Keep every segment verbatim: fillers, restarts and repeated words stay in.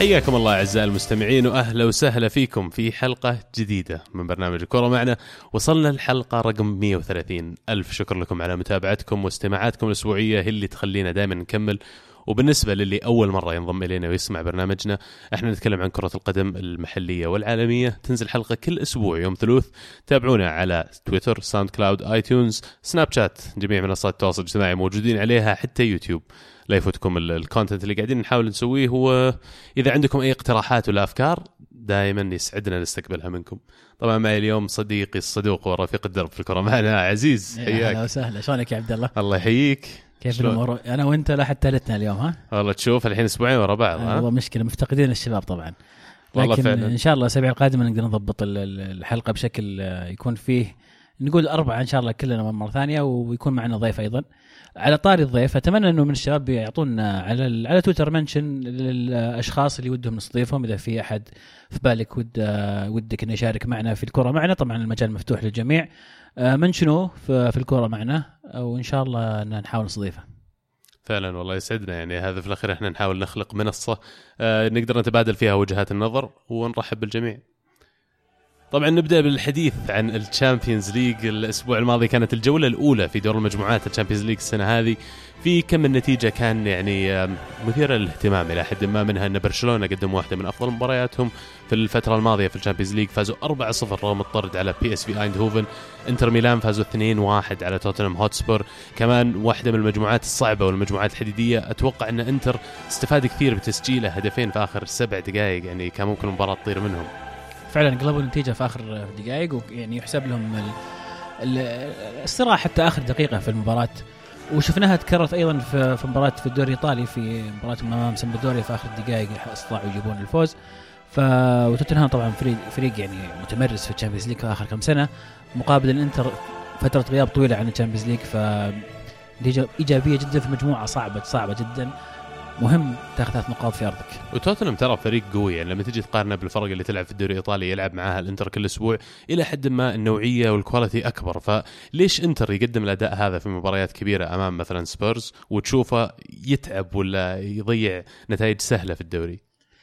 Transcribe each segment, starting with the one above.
حياكم الله أعزائي المستمعين وأهلا وسهلا فيكم في حلقة جديدة من برنامج الكرة معنا. وصلنا الحلقة رقم مئة وثلاثين. ألف شكر لكم على متابعتكم واستماعاتكم الأسبوعية اللي تخلينا دائما نكمل. وبالنسبة للي أول مرة ينضم إلينا ويسمع برنامجنا، احنا نتكلم عن كرة القدم المحلية والعالمية. تنزل حلقة كل أسبوع يوم ثلاث. تابعونا على تويتر، ساوند كلاود، آي تيونز، سناب شات، جميع منصات التواصل الاجتماعي موجودين عليها، حتى يوتيوب. لا يفوتكم الكونتنت اللي قاعدين نحاول نسويه. هو إذا عندكم أي اقتراحات ولا أفكار دائما يسعدنا نستقبلها منكم. طبعا معي اليوم صديقي الصدوق ورفيق الدرب في الكرة معنا عزيز. حياك. أهلا وسهلا، شلونك يا عبد الله؟ الله يحييك. كيف الأمور؟ أنا وأنت لا حتى ثالثنا اليوم. ها والله تشوف الحين أسبوعين ورا بعض. ها والله مشكلة، مفتقدين الشباب طبعا، لكن إن شاء الله الأسابيع القادمة نقدر نضبط الحلقة بشكل يكون فيه نقول أربعة إن شاء الله كلنا مرة ثانية، ويكون معنا ضيف أيضا. على طاري الضيف، أتمنى إنه من الشباب يعطونا على على تويتر منشن للأشخاص اللي ودهم نستضيفهم. إذا في أحد في بالك ود ودك إنه يشارك معنا في الكرة معنا، طبعا المجال مفتوح للجميع. منشنوه في الكرة معنا وإن شاء الله نحاول نستضيفه. فعلا والله يسعدنا، يعني هذا في الأخير احنا نحاول نخلق منصة آه نقدر نتبادل فيها وجهات النظر ونرحب بالجميع. طبعا نبدأ بالحديث عن الشامبيونز ليج. الأسبوع الماضي كانت الجولة الأولى في دور المجموعات الشامبيونز ليج السنة هذه. في كم النتيجة كان يعني مثيرة للاهتمام إلى حد ما، منها أن برشلونة قدموا واحدة من أفضل مبارياتهم في الفترة الماضية في الشامبيونز ليج، فازوا أربعة صفر رغم الطرد على بي اس في ايندهوفن. انتر ميلان فازوا اثنين واحد على توتنهام هوتسبور. كمان واحدة من المجموعات الصعبة والمجموعات الحديدية، أتوقع أن انتر استفاد كثير بتسجيله هدفين في آخر سبع دقائق، يعني كان ممكن المباراة تطير منهم. فعلا قلبوا النتيجة في آخر دقائق، ويعني يحسب لهم الصراحة حتى آخر دقيقة في المباراة. وشفناها تكررت أيضا في في مباراة في الدوري الإيطالي، في مباراة أمام سامبدوريا في آخر الدقائق استطاعوا يجيبون الفوز. ف وتوتنهام طبعا فريق فريق يعني متمرس في الشامبيونز ليج في آخر كم سنة، مقابل الإنتر فترة غياب طويلة عن الشامبيونز ليج. ف إيجابية جدا في مجموعة صعبة صعبة جدا، مهم تاخذ ثلاث نقاط في أرضك. وتوتنهام ترى فريق قوي، يعني لما تجي تقارنه بالفرق اللي تلعب في الدوري الإيطالي يلعب معاها الإنتر كل أسبوع، إلى حد ما النوعية والكواليتي أكبر. فليش إنتر يقدم الأداء هذا في مباريات كبيرة أمام مثلا سبيرز وتشوفه يتعب ولا يضيع نتائج سهلة في الدوري؟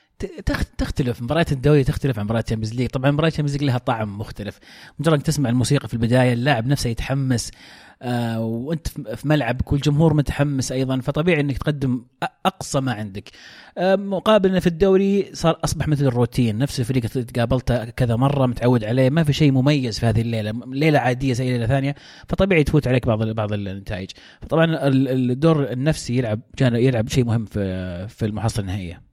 تختلف مباريات الدوري، تختلف عن مباريات الشامبيونز ليج. طبعا مباريات الشامبيونز ليج لها طعم مختلف، مجرد تسمع الموسيقى في البداية اللاعب نفسه يتحمس، آه وانت في ملعبك والجمهور متحمس ايضا، فطبيعي انك تقدم اقصى ما عندك. آه مقابل في الدوري صار اصبح مثل الروتين، نفس الفريق تقابلته كذا مره متعود عليه، ما في شيء مميز في هذه الليله، ليله عاديه زي ليله ثانيه، فطبيعي تفوت عليك بعض بعض النتائج. فطبعا الدور النفسي يلعب يلعب شيء مهم في في المحصله النهائيه.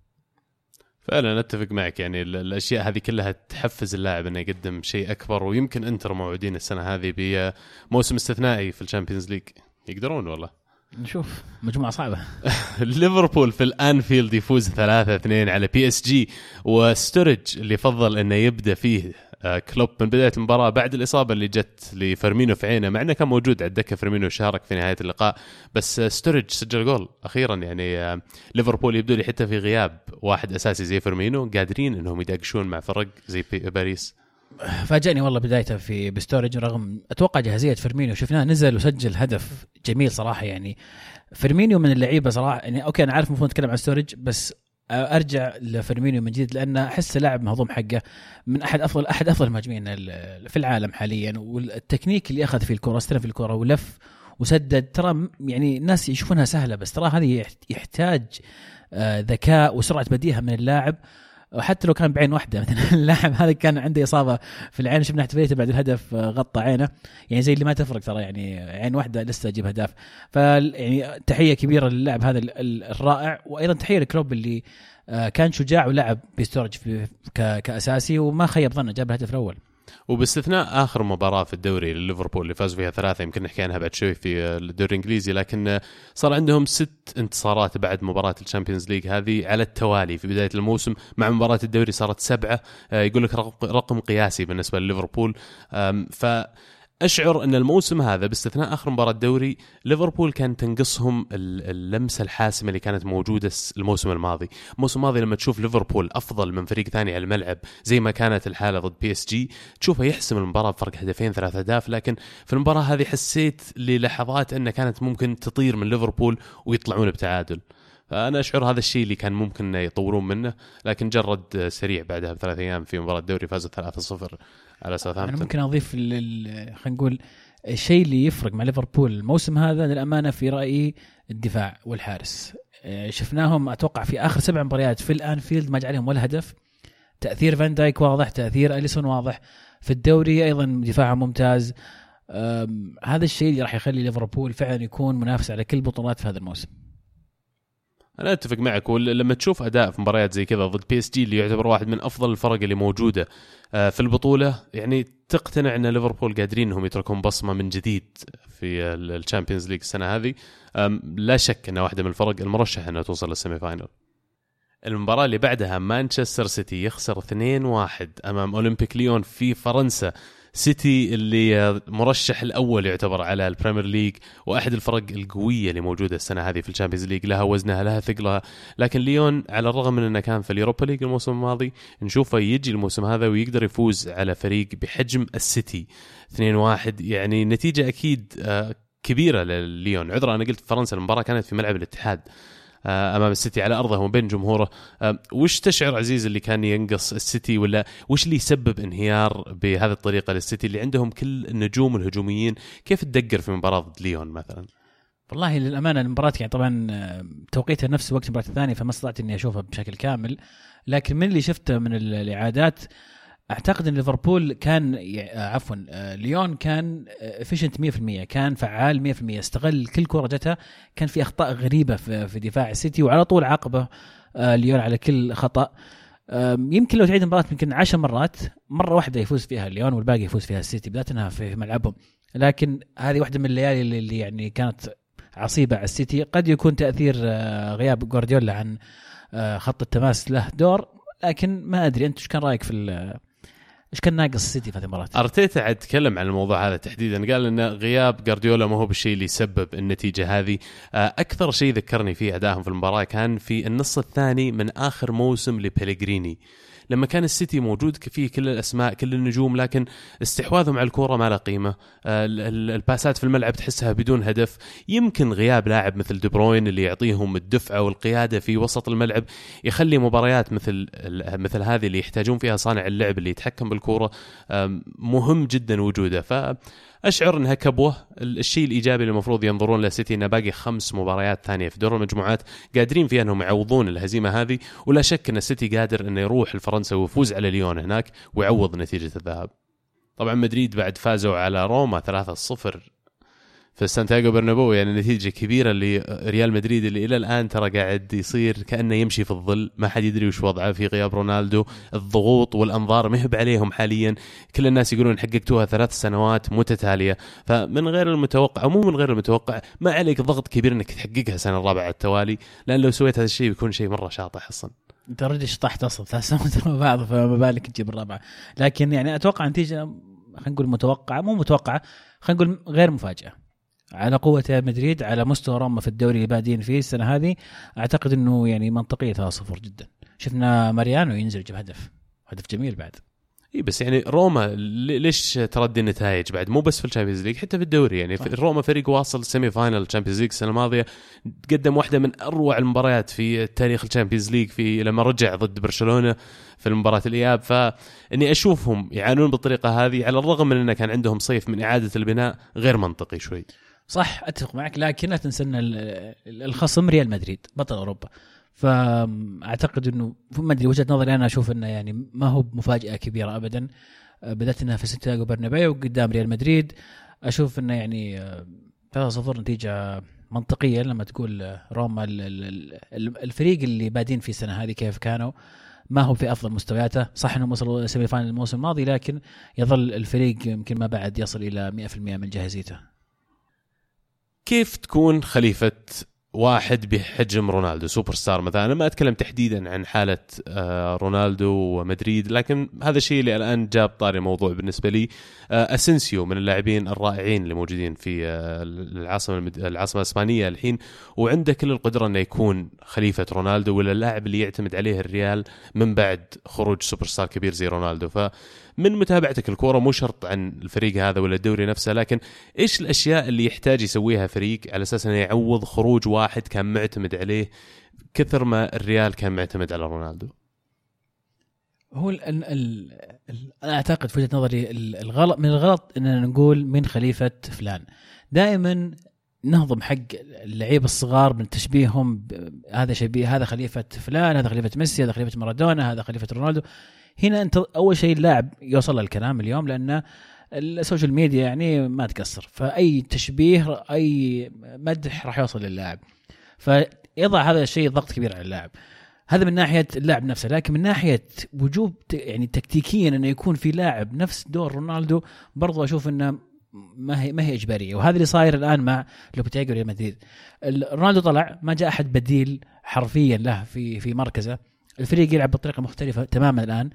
فعلا أتفق معك، يعني الأشياء هذه كلها تحفز اللاعب أنه يقدم شيء أكبر. ويمكن أنتر موعودين السنة هذه بموسم استثنائي في الشامبيونز ليج، يقدرون والله. نشوف مجموعة صعبة. ليفربول في الأنفيلد يفوز ثلاثة اثنين على بي اس جي، وستورج اللي فضل أنه يبدأ فيه كلوب من بداية المباراة بعد الإصابة اللي جت لفيرمينو في عينه، مع أنه كان موجود على الدكة. فيرمينو شارك في نهاية اللقاء، بس ستورج سجل جول أخيرا. يعني ليفربول يبدو لي حتى في غياب واحد أساسي زي فيرمينو قادرين أنهم يداقشون مع فرق زي باريس. فاجأني والله بدايته في بستورج، رغم أتوقع جاهزية فيرمينو، شفناه نزل وسجل هدف جميل صراحة. يعني فيرمينو من اللعيبة صراحة، يعني أوكي أنا عارف مفروض نتكلم عن ستورج، بس ارجع لفيرمينيو من جديد، لانه احس لاعب مهضوم حقه، من احد افضل احد افضل المهاجمين في العالم حاليا. والتكنيك اللي اخذ في الكره، استلم في الكره ولف وسدد، ترى يعني الناس يشوفونها سهله، بس ترى هذه يحتاج ذكاء وسرعه بديهه من اللاعب. وحتى لو كان بعين واحدة مثلا اللاعب هذا كان عنده إصابة في العين، شفنا احتفاليته بعد الهدف غطى عينه، يعني زي اللي ما تفرق ترى، يعني عين واحدة لسه أجيب هدف. فيعني تحية كبيرة للاعب هذا الرائع، وأيضا تحية لكلوب اللي كان شجاع ولعب بيستورج كأساسي وما خيب ظنه، جاب الهدف الأول. وباستثناء آخر مباراة في الدوري لليفربول اللي فاز فيها ثلاثة، يمكن نحكي عنها بعد شوي في الدوري الإنجليزي، لكن صار عندهم ست انتصارات بعد مباراة الشامبيونز ليج هذه على التوالي في بداية الموسم. مع مباراة الدوري صارت سبعة، يقول لك رقم قياسي بالنسبة لليفربول. ف أشعر أن الموسم هذا باستثناء آخر مباراة دوري ليفربول كان تنقصهم اللمسة الحاسمة اللي كانت موجودة الموسم الماضي. الموسم الماضي لما تشوف ليفربول أفضل من فريق ثاني على الملعب زي ما كانت الحالة ضد بي اس جي، تشوفه يحسم المباراة بفرق هدفين ثلاثة أهداف، لكن في المباراة هذه حسيت للحظات أنها كانت ممكن تطير من ليفربول ويطلعون بتعادل. فأنا أشعر هذا الشيء اللي كان ممكن يطورون منه، لكن جرد سريع بعدها بثلاث أيام في مباراة الدوري فازوا ثلاثة صفر على ساوثهامبتون. أنا ممكن أضيف خلينا نقول الشيء اللي يفرق مع ليفربول الموسم هذا للأمانة في رأيي الدفاع والحارس. شفناهم أتوقع في آخر سبع مباريات في الآنفيلد ما جعلهم ولا هدف. تأثير فان دايك واضح، تأثير أليسون واضح، في الدوري أيضا دفاعه ممتاز. هذا الشيء اللي راح يخلي ليفربول فعلا يكون منافس على كل بطولات في هذا الموسم. أنا أتفق معك، ولما تشوف أداء في مباريات زي كذا ضد بي اس جي اللي يعتبر واحد من أفضل الفرق اللي موجودة في البطولة، يعني تقتنع أن ليفربول قادرين أنهم يتركون بصمة من جديد في الشامبيونز ليج السنة هذه. لا شك أنها واحدة من الفرق المرشحة أنها توصل للسيمي فاينل. المباراة اللي بعدها مانشستر سيتي يخسر اثنين واحد أمام أولمبيك ليون في فرنسا. سيتي اللي مرشح الأول يعتبر على البريمير ليج وأحد الفرق القوية اللي موجودة السنة هذه في الشامبيونز ليج، لها وزنها لها ثقلها. لكن ليون على الرغم من أنه كان في اليوروبا ليج الموسم الماضي، نشوفه يجي الموسم هذا ويقدر يفوز على فريق بحجم السيتي اثنين واحد. يعني نتيجة أكيد كبيرة لليون. عذرا أنا قلت فرنسا، المباراة كانت في ملعب الاتحاد أمام السيتي على أرضه وبين جمهوره. وش تشعر عزيز اللي كان ينقص السيتي، ولا وش اللي يسبب انهيار بهذه الطريقة للسيتي اللي عندهم كل النجوم الهجوميين؟ كيف تدقر في مباراة ضد ليون مثلا؟ والله للأمانة المباراة يعني طبعا توقيتها نفس وقت المباراة الثانية فما استطعت إني أشوفها بشكل كامل، لكن من اللي شفته من الإعادات أعتقد أن ليفربول كان عفوا ليون كان efficient مية بالمية، كان فعال مية بالمية، استغل كل كرة جتها. كان في أخطاء غريبة في دفاع السيتي وعلى طول عاقبه ليون على كل خطأ. يمكن لو تعيد المباراة يمكن عشر مرات مرة واحدة يفوز فيها ليون والباقي يفوز فيها السيتي، بدأت أنها في ملعبهم. لكن هذه واحدة من الليالي اللي يعني كانت عصيبة على السيتي. قد يكون تأثير غياب جوارديولا عن خط التماس له دور، لكن ما أدري أنت إيش كان رأيك في إيش كان ناقص السيتي في هذه المباراة؟ أرتيتا عاد تكلم عن الموضوع هذا تحديدا، قال إن غياب جوارديولا ما هو بالشيء اللي يسبب النتيجة هذه. أكثر شيء ذكرني فيه أدائهم في المباراة كان في النص الثاني من آخر موسم لبيليغريني، لما كان السيتي موجود فيه كل الأسماء كل النجوم، لكن استحواذهم على الكرة ما له قيمة. الباسات في الملعب تحسها بدون هدف. يمكن غياب لاعب مثل دي بروين اللي يعطيهم الدفعة والقيادة في وسط الملعب يخلي مباريات مثل مثل هذه اللي يحتاجون فيها صانع اللعب اللي يتحكم بالكرة مهم جدا وجوده. ف أشعر أنها كبوة. الشيء الإيجابي اللي المفروض ينظرون لسيتي أنه باقي خمس مباريات ثانية في دور المجموعات قادرين فيها أنهم يعوضون الهزيمة هذه، ولا شك أن السيتي قادر أنه يروح لفرنسا ويفوز على ليون هناك ويعوض نتيجة الذهاب. طبعا مدريد بعد فازوا على روما ثلاثة صفر في سانتياغو برنابو، يعني نتيجة كبيرة لريال مدريد اللي إلى الآن ترى قاعد يصير كأنه يمشي في الظل، ما حد يدري وش وضعه في غياب رونالدو. الضغوط والأنظار مهب عليهم حاليا، كل الناس يقولون حققتوها ثلاث سنوات متتالية، فمن غير المتوقع أو مو من غير المتوقع ما عليك ضغط كبير أنك تحققها سنة الرابعة على التوالي، لأن لو سويت هذا الشيء بيكون شيء مرة شاطح أصلا. أنت رجل شطحت أصلا ثلاث سنوات مع بعض فما بالك تجيب الرابعة. لكن يعني أتوقع نتيجة خلينا نقول متوقعة مو متوقعة، خلينا نقول غير مفاجئة على قوة مدريد على مستوى روما في الدوري اللي بادين فيه السنة هذه. أعتقد أنه يعني منطقية ثلاثة صفر جدا. شفنا ماريانو ينزل يجيب هدف هدف جميل بعد. إيه بس يعني روما ليش تردي النتائج بعد مو بس في الشامبيونز ليج حتى في الدوري. يعني في روما فريق واصل سيمي فاينل الشامبيونز ليج السنة الماضية، قدم واحدة من أروع المباريات في تاريخ الشامبيونز ليج في لما رجع ضد برشلونة في المباراة الإياب. فإني أشوفهم يعانون بالطريقة هذه على الرغم من أنه كان عندهم صيف من إعادة البناء غير منطقي شوي. صح أتفق معك، لكن لا تنسى أن الخصم ريال مدريد بطل أوروبا، فأعتقد أنه ما أدري وجهة نظري أنا أشوف أنه يعني ما هو مفاجأة كبيرة أبدا. بدأت أنها في سانتياغو برنابيو قدام ريال مدريد، أشوف أنه يعني ثلاثة صفر نتيجة منطقية لما تقول روما الفريق اللي بادين في السنة هذه كيف كانوا ما هو في أفضل مستوياته. صح أنهم وصلوا سيمي فاينل الموسم الماضي، لكن يظل الفريق يمكن ما بعد يصل إلى مئة بالمئة من جاهزيته. كيف تكون خليفة واحد بحجم رونالدو سوبر ستار مثلا؟ أنا ما أتكلم تحديدا عن حالة رونالدو ومدريد، لكن هذا الشيء اللي الآن جاب طاري موضوع بالنسبة لي. أسنسيو من اللاعبين الرائعين اللي موجودين في العاصمة العاصمة الإسبانية الحين، وعنده كل القدرة أنه يكون خليفة رونالدو ولا اللاعب اللي يعتمد عليه الريال من بعد خروج سوبر ستار كبير زي رونالدو. فمن متابعتك الكورة مو شرط عن الفريق هذا ولا الدوري نفسه، لكن إيش الأشياء اللي يحتاج يسويها فريق على أساس أنه يعوض خروج واحد كان معتمد عليه كثر ما الريال كان معتمد على رونالدو. هو ال ال ال ال أنا أعتقد في وجهة نظري الغلط من الغلط إننا نقول من خليفة فلان. دائما نهضم حق اللعيبة الصغار من تشبيههم، هذا شبيه، هذا خليفة فلان، هذا خليفة ميسي، هذا خليفة مارادونا، هذا خليفة رونالدو. هنا أنت أول شيء اللاعب يوصل للكلام اليوم لأن السوشيال ميديا يعني ما تقصر، فأي تشبيه أي مدح راح يوصل للاعب، فيضع هذا الشيء ضغط كبير على اللاعب. هذا من ناحية اللاعب نفسه، لكن من ناحية وجوب يعني تكتيكيا أنه يكون في لاعب نفس دور رونالدو برضو أشوف أنه ما هي ما هي إجبارية. وهذا اللي صاير الآن مع لوبيتيغو ريال مدريد. رونالدو طلع ما جاء أحد بديل حرفيا له في في مركزه، الفريق يلعب بطريقة مختلفة تماما الآن.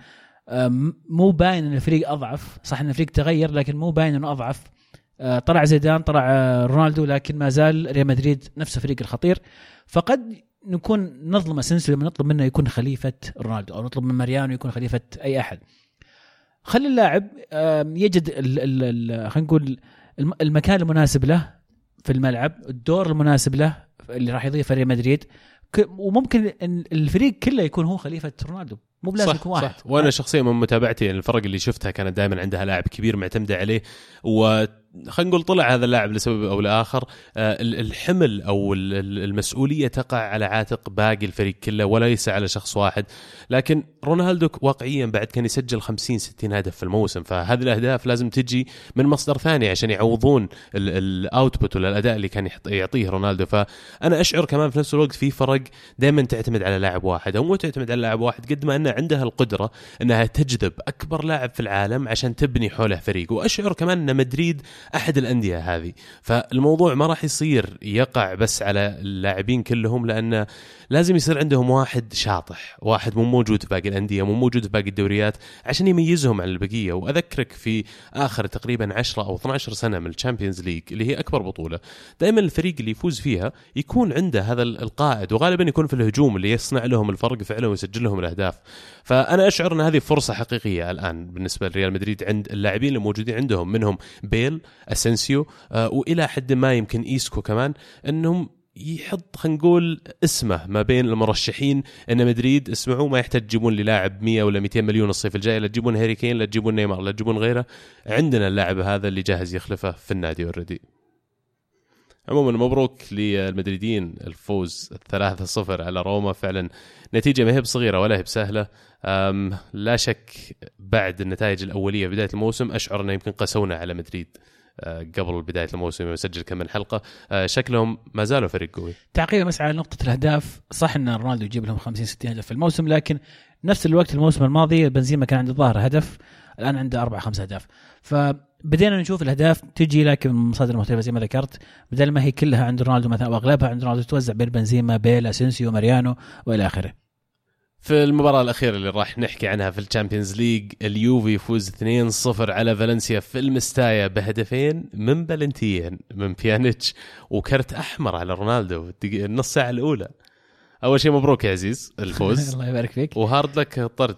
مو باين أن الفريق أضعف، صح أن الفريق تغير لكن مو باين أنه أضعف. طلع زيدان، طلع رونالدو، لكن ما زال ريال مدريد نفس الفريق الخطير. فقد نكون نظلم اسينسيو لما نطلب منه يكون خليفة رونالدو، أو نطلب من ماريانو يكون خليفة أي أحد. خلي اللاعب يجد خلينا نقول المكان المناسب له في الملعب، الدور المناسب له اللي راح يضيفه ريال مدريد، وممكن ان الفريق كله يكون هو خليفة رونالدو، مو بلازم يكون واحد. صح. وانا شخصيا من متابعتي الفرق اللي شفتها كانت دائما عندها لاعب كبير معتمده عليه، و خلينا نقول طلع هذا اللاعب لسبب او لاخر الحمل او المسؤوليه تقع على عاتق باقي الفريق كله وليس على شخص واحد. لكن رونالدو واقعيا بعد كان يسجل خمسين ستين هدف في الموسم، فهذه الاهداف لازم تجي من مصدر ثاني عشان يعوضون الاوتبوت ولا الاداء اللي كان يعطيه رونالدو. فانا اشعر كمان في نفس الوقت في فرق دائما تعتمد على لاعب واحد، او مو تعتمد على لاعب واحد قد ما انها عندها القدره انها تجذب اكبر لاعب في العالم عشان تبني حوله فريق. واشعر كمان ان مدريد أحد الأندية هذه، فالموضوع ما راح يصير يقع بس على اللاعبين كلهم، لأن لازم يصير عندهم واحد شاطح، واحد مو موجود في باقي الأندية، مو موجود في باقي الدوريات، عشان يميزهم عن البقية. وأذكرك في آخر تقريبا عشرة أو اثنا عشر سنة من الشامبيونز ليج اللي هي أكبر بطولة، دائما الفريق اللي يفوز فيها يكون عنده هذا القائد، وغالبا يكون في الهجوم اللي يصنع لهم الفرق فعلا ويسجل لهم الأهداف. فأنا أشعر أن هذه فرصة حقيقية الآن بالنسبة لريال مدريد عند اللاعبين اللي موجودين عندهم، منهم بيل، أسينسيو، آه وإلى حد ما يمكن إيسكو كمان، أنهم يحط خلينا نقول اسمه ما بين المرشحين ان مدريد اسمعوا ما يحتاج تجيبون لي لاعب مية ولا مئتين مليون الصيف الجاي، لا تجيبون هاري كين، لا تجيبون نيمار، لا تجيبون غيره، عندنا اللاعب هذا اللي جاهز يخلفه في النادي اوريدي. عموما مبروك للمدريدين الفوز ثلاثة صفر على روما، فعلا نتيجة ما هي بصغيرة ولا هي بسهلة. لا شك بعد النتائج الأولية بداية الموسم أشعر أنه يمكن قسونا على مدريد قبل بداية الموسم يسجل كم من حلقة، شكلهم ما زالوا فريق قوي. تعقيبا بس على نقطة الأهداف، صح أن رونالدو يجيب لهم خمسين ستين هدف في الموسم، لكن نفس الوقت الموسم الماضي بنزيما كان عنده ظاهر هدف، الآن عنده أربع خمس أهداف. فبدينا نشوف الأهداف تجي لكن من مصادر مختلفة زي ما ذكرت، بدل ما هي كلها عند رونالدو مثلا أو أغلبها عند رونالدو، توزع بين بنزيما، بيل، أسينسيو، ماريانو وإلى آخره. في المباراة الأخيرة اللي راح نحكي عنها في الشامبيونز ليج، اليوفي يفوز اثنين صفر على فالنسيا في المستايا بهدفين من بلنتيين من بيانيتش وكرت أحمر على رونالدو في النص ساعة الأولى. أول شيء مبروك يا عزيز الفوز الله يبارك فيك، وهارد لك طرد.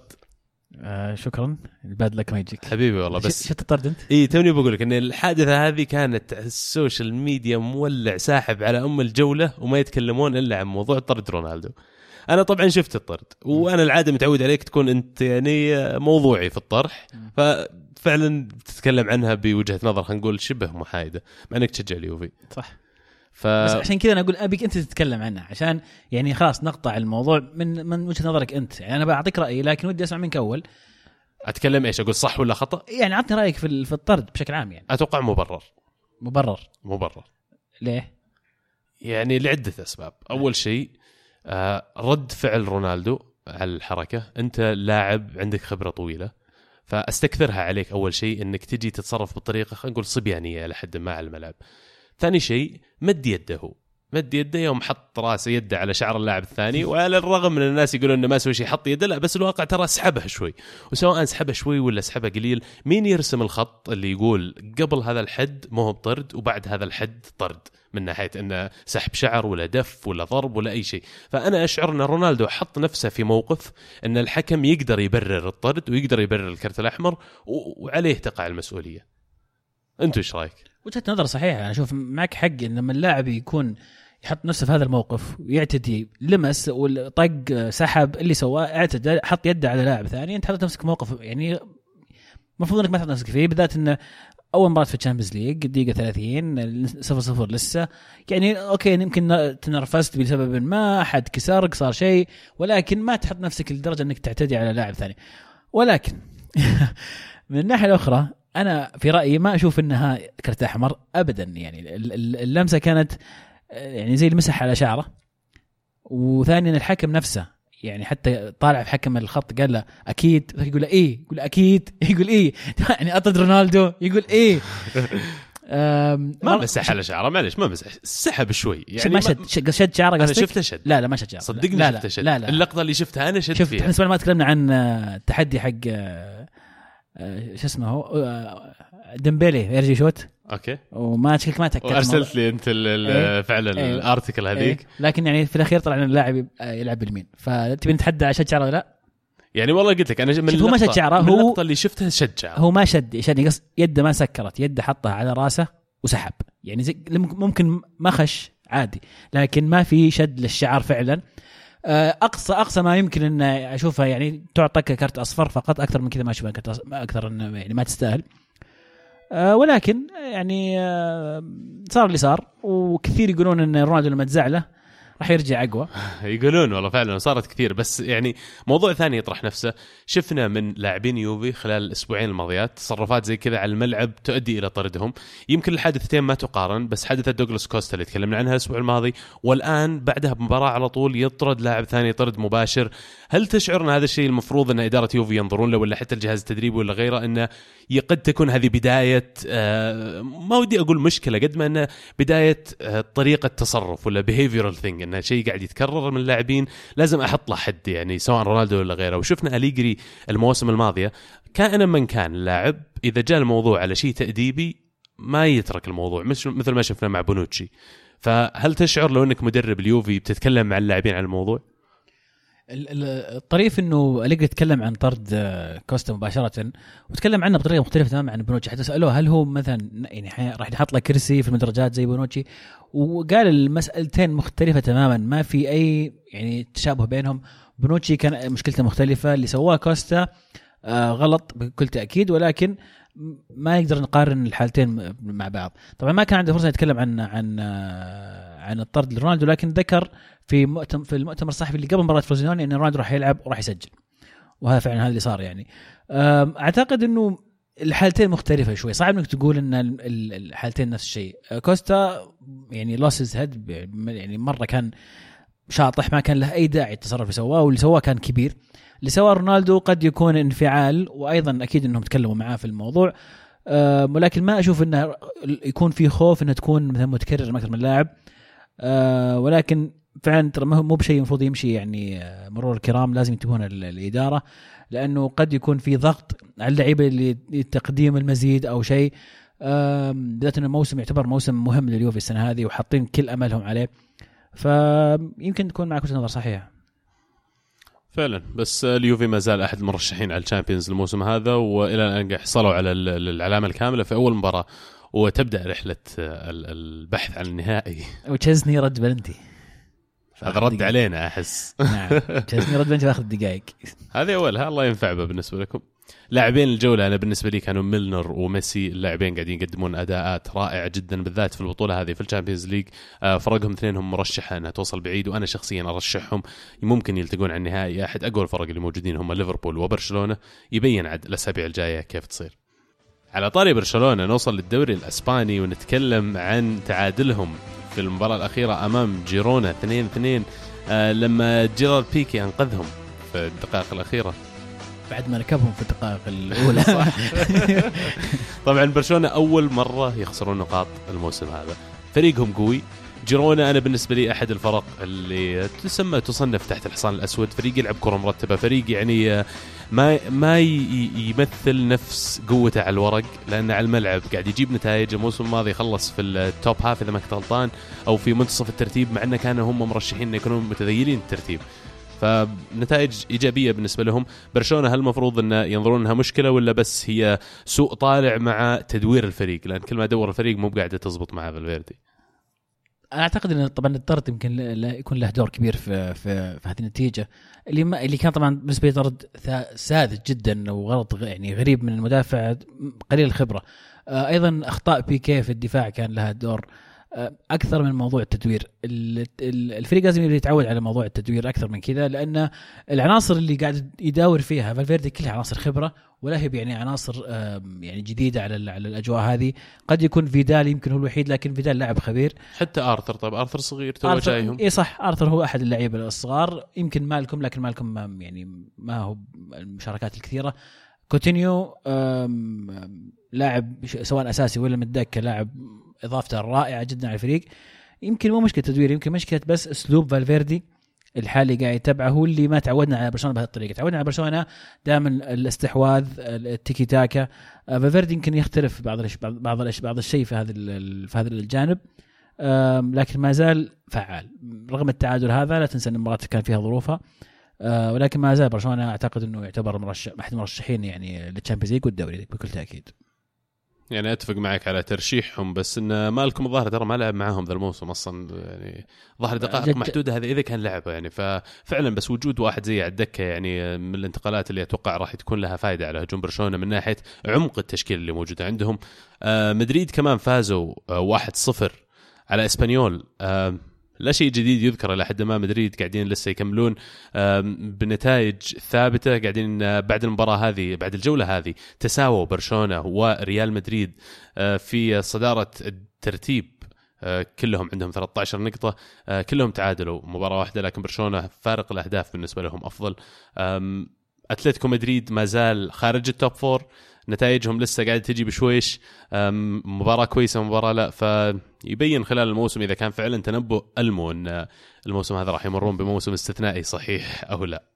آه شكرا، الباد لك ما يجيك حبيبي والله. بس شفت الطرد انت؟ اي توني بقولك ان الحادثه هذه كانت السوشيال ميديا مولع ساحب على ام الجوله وما يتكلمون الا عن موضوع طرد رونالدو. انا طبعا شفت الطرد، وانا العاده متعود عليك تكون انت يعني موضوعي في الطرح، ففعلا تتكلم عنها بوجهه نظر خلينا نقول شبه محايده مع انك تشجع اليوفي. صح. ف... بس عشان كذا انا اقول ابيك انت تتكلم عنها، عشان يعني خلاص نقطع الموضوع من من وجهه نظرك انت. يعني انا بعطيك رايي لكن ودي اسمع منك اول. اتكلم ايش؟ اقول صح ولا خطا؟ يعني عطني رايك في في الطرد بشكل عام. يعني اتوقع مبرر. مبرر مبرر ليه؟ يعني لعده اسباب. اول شيء آه رد فعل رونالدو على الحركه، انت لاعب عندك خبره طويله فاستكثرها عليك. اول شيء انك تجي تتصرف بطريقه خلينا نقول صبيانيه لحد ما على الملعب. ثاني شيء مد يده، مد يده يوم حط راسه يده على شعر اللاعب الثاني، وعلى الرغم من الناس يقولون انه ما سوى شيء حط يده، لا بس الواقع ترى سحبه شوي، وسواء سحبه شوي ولا سحبه قليل مين يرسم الخط اللي يقول قبل هذا الحد ما هو بطرد وبعد هذا الحد طرد، من ناحيه انه سحب شعر ولا دف ولا ضرب ولا اي شيء. فانا اشعر ان رونالدو حط نفسه في موقف ان الحكم يقدر يبرر الطرد ويقدر يبرر الكرت الاحمر وعليه تقع المسؤوليه. انت ايش رايك؟ وجهة نظر صحيحة، أنا أشوف معك حق إن لما اللاعب يكون يحط نفسه في هذا الموقف ويعتدي، لمس والطق سحب اللي سواه، اعتدى حط يده على لاعب ثاني، انت حطيت نفسك في موقف يعني المفروض انك ما تحط نفسك فيه، بالذات انه اول مباراه في الشامبيونز ليج دقيقه ثلاثين صفر صفر لسه يعني اوكي يمكن تنرفزت بسبب ما احد كسرك صار شيء، ولكن ما تحط نفسك لدرجه انك تعتدي على لاعب ثاني. ولكن من الناحيه الاخرى انا في رايي ما اشوف انها كرت احمر ابدا، يعني اللمسه كانت يعني زي المسح على شعره. وثانيا الحكم نفسه يعني حتى طالع في حكم الخط قال له اكيد، يقول له ايه، يقول اكيد، يقول ايه يعني اطرد رونالدو يقول ايه. ما مسح على شعره، معلش ما مسح، سحب شوي يعني ما شد شد شعره. انا شفته شد، لا لا ما شد شعره صدقني، لا شفته شد. لا لا. اللقطه اللي شفتها انا شد شفت فيها. احنا ما تكلمنا عن التحدي حق شو اسمه هو ديمبلي يرجي شوت اوكي، وما شكلك ما تاكدت وارسلت لي انت ايه فعلا ايه الارتيكل هذيك ايه. لكن يعني في الاخير طلع ان اللاعب يلعب باليمين، فتبي نتحدى على شد شعره ولا لا؟ يعني والله قلت لك انا من هو ما شد شعره، هو اللقطه اللي شفتها شد شعره، هو ما شد شد قص يده ما سكرت، يده حطها على راسه وسحب يعني زي ممكن ما خش عادي، لكن ما في شد للشعر فعلا. اقصى اقصى ما يمكن ان اشوفها يعني تعطيك كرت اصفر فقط، اكثر من كذا ما اشوفها كرت اكثر انه يعني ما تستاهل. ولكن يعني صار اللي صار، وكثير يقولون ان رونالدو لما تزعله راح يرجع أقوى. يقولون والله فعلا صارت كثير. بس يعني موضوع ثاني يطرح نفسه، شفنا من لاعبين يوفي خلال الأسبوعين الماضيات تصرفات زي كذا على الملعب تؤدي إلى طردهم. يمكن الحادثتين ما تقارن، بس حادثة دوغلاس كوستا اللي تكلمنا عنها الأسبوع الماضي، والآن بعدها بمباراة على طول يطرد لاعب ثاني طرد مباشر. هل تشعر أن هذا الشيء المفروض أن إدارة يوفي ينظرون له، ولا حتى الجهاز التدريبي ولا غيره، أنه قد تكون هذه بداية آه ما ودي أقول مشكلة قد ما أنه بداية آه طريقة تصرف ولا behavioral thing، أنه شيء قاعد يتكرر من اللاعبين لازم أحط له حد، يعني سواء رونالدو ولا غيره. وشفنا أليجري المواسم الماضية كائنا من كان اللاعب إذا جاء الموضوع على شيء تأديبي ما يترك الموضوع، مش مثل ما شفنا مع بونوتشي. فهل تشعر لو أنك مدرب اليوفي بتتكلم مع اللاعبين عن الموضوع؟ الطريف انه أليجري يتكلم عن طرد كوستا مباشره، وتكلم عنه بطريقه مختلفه تماما عن بونوتشي. حتى سالوه هل هو مثلا يعني راح يحط له كرسي في المدرجات زي بونوتشي، وقال المسألتين مختلفه تماما، ما في اي يعني تشابه بينهم. بونوتشي كان مشكلته مختلفه، اللي سواه كوستا آه غلط بكل تاكيد، ولكن ما نقدر نقارن الحالتين مع بعض. طبعا ما كان عنده فرصه يتكلم عن عن عن الطرد لرونالدو، لكن ذكر في مؤتمر في المؤتمر الصحفي اللي قبل مباراه فروزينوني ان رونالدو راح يلعب وراح يسجل، وهذا فعلا هذا اللي صار. يعني اعتقد انه الحالتين مختلفه شوي، صعب انك تقول ان الحالتين نفس الشيء. كوستا يعني لوسز هيد يعني مره كان شاطح، ما كان له اي داعي التصرف اللي سواه، واللي سواه كان كبير. اللي سواه رونالدو قد يكون انفعال، وايضا اكيد انهم تكلموا معاه في الموضوع، أه ولكن ما اشوف انه يكون في خوف انه تكون مثلا متكرر اكثر من لاعب. أه ولكن فعلا ترى مو بشيء المفروض يمشي يعني مرور الكرام، لازم ينتبهون الاداره، لانه قد يكون في ضغط على اللعيبه لتقديم المزيد او شيء، أه بالذات انه الموسم يعتبر موسم مهم لليوفي السنه هذه وحاطين كل املهم عليه، فيمكن تكون معك وجهة نظر صحيحه فعلا. بس اليوفي ما زال أحد المرشحين على الشامبيونز الموسم هذا، وإلى الآن حصلوا على العلامة الكاملة في أول مباراة، وتبدأ رحلة البحث عن النهائي. وتشيزني رد بلنتي، هذا رد علينا أحس. نعم تشيزني رد بلنتي واخذ دقائق. هذه أولها، الله ينفع به بالنسبة لكم. لاعبين الجولة أنا بالنسبة لي كانوا ميلنر وميسي، اللاعبين قاعدين يقدمون أداءات رائعة جدا بالذات في البطولة هذه في الشامبيونز ليج. فرقهم اثنينهم مرشحة أنها توصل بعيد، وأنا شخصيا أرشحهم ممكن يلتقون على النهائي. أحد أقوى الفرق اللي موجودين هم ليفربول وبرشلونة، يبين عد الأسابيع الجاية كيف تصير. على طاري برشلونة نوصل للدوري الأسباني ونتكلم عن تعادلهم في المباراة الأخيرة أمام جيرونا اثنين اثنين لما جيرارد بيكي أنقذهم في الدقائق الأخيرة بعد ما ركبهم في الدقائق الأولى. طبعا برشلونة أول مرة يخسرون نقاط الموسم هذا، فريقهم قوي. جيرونا أنا بالنسبة لي أحد الفرق اللي تسمى تصنف تحت الحصان الأسود، فريق يلعب كرة مرتبة، فريق يعني ما ما يمثل نفس قوته على الورق، لأن على الملعب قاعد يجيب نتائج. الموسم الماضي خلص في التوب هاف إذا ما كنت غلطان، أو في منتصف الترتيب، مع أنه كانوا هم مرشحين أن يكونوا متذيلين الترتيب، فنتائج إيجابية بالنسبة لهم. برشلونة هل المفروض أن ينظرون أنها مشكلة، ولا بس هي سوء طالع مع تدوير الفريق؟ لأن كل ما دور الفريق مو بقاعدة تزبط مع فالفيردي. انا اعتقد ان طبعا الطرد يمكن لا يكون له دور كبير في في, في هذه النتيجه اللي ما اللي كان طبعا بالنسبه لي طرد ساذج جدا وغلط يعني غريب من المدافع قليل الخبره. ايضا اخطاء بيكي في الدفاع كان لها دور اكثر من موضوع التدوير. الفريق لازم يتعود على موضوع التدوير اكثر من كذا، لان العناصر اللي قاعد يداور فيها فالفيردي كلها عناصر خبره ولا هي يعني عناصر يعني جديده على على الاجواء هذه. قد يكون فيدال يمكن هو الوحيد، لكن فيدال لاعب خبير. حتى ارثر، طيب ارثر صغير تو جايهم. اي صح، ارثر هو احد اللاعبين الصغار. يمكن مالكم، لكن مالكم يعني ما هو المشاركات الكثيره. كوتينيو لاعب سواء اساسي ولا متذكر، لاعب اضافته رائعه جدا على الفريق. يمكن مو مشكله تدوير، يمكن مشكله بس اسلوب فالفيردي الحالي قاعد يتبعه، هو اللي ما تعودنا على برشلونه بهذه الطريقه. تعودنا على برشلونه دائما الاستحواذ، التيكي تاكا. فالفيردي يمكن يختلف بعض بعض بعض الشيء في هذا في هذا الجانب، لكن ما زال فعال رغم التعادل هذا. لا تنسى ان المباراه كان فيها ظروفها، ولكن ما زال برشلونه اعتقد انه يعتبر مرشح احد المرشحين يعني للتشامبيونز ليج والدوري بكل تاكيد. يعني اتفق معك على ترشيحهم، بس ان مالكم الظاهر ترى ما لعب معاهم ذا الموسم اصلا، يعني ظهر دقائق محدوده هذه اذا كان لعبه يعني. ففعلا بس وجود واحد زي على الدكه يعني من الانتقالات اللي اتوقع راح تكون لها فائده على هجوم برشلونه من ناحيه عمق التشكيل اللي موجوده عندهم. آه مدريد كمان فازوا آه واحد صفر على اسبانيول. آه لا شيء جديد يذكر إلى حد ما. مدريد قاعدين لسه يكملون بنتائج ثابتة، قاعدين بعد المباراة هذه بعد الجولة هذه تساووا برشلونة وريال مدريد في صدارة الترتيب، كلهم عندهم ثلاثة عشر نقطة، كلهم تعادلوا مباراة واحدة، لكن برشلونة فارق الأهداف بالنسبة لهم أفضل. أتلتيكو مدريد ما زال خارج التوب فور، نتائجهم لسه قاعدة تجي بشويش، مباراة كويسة مباراة لا. فيبين خلال الموسم إذا كان فعلا تنبؤ ألمو أن الموسم هذا راح يمرون بموسم استثنائي صحيح أو لا.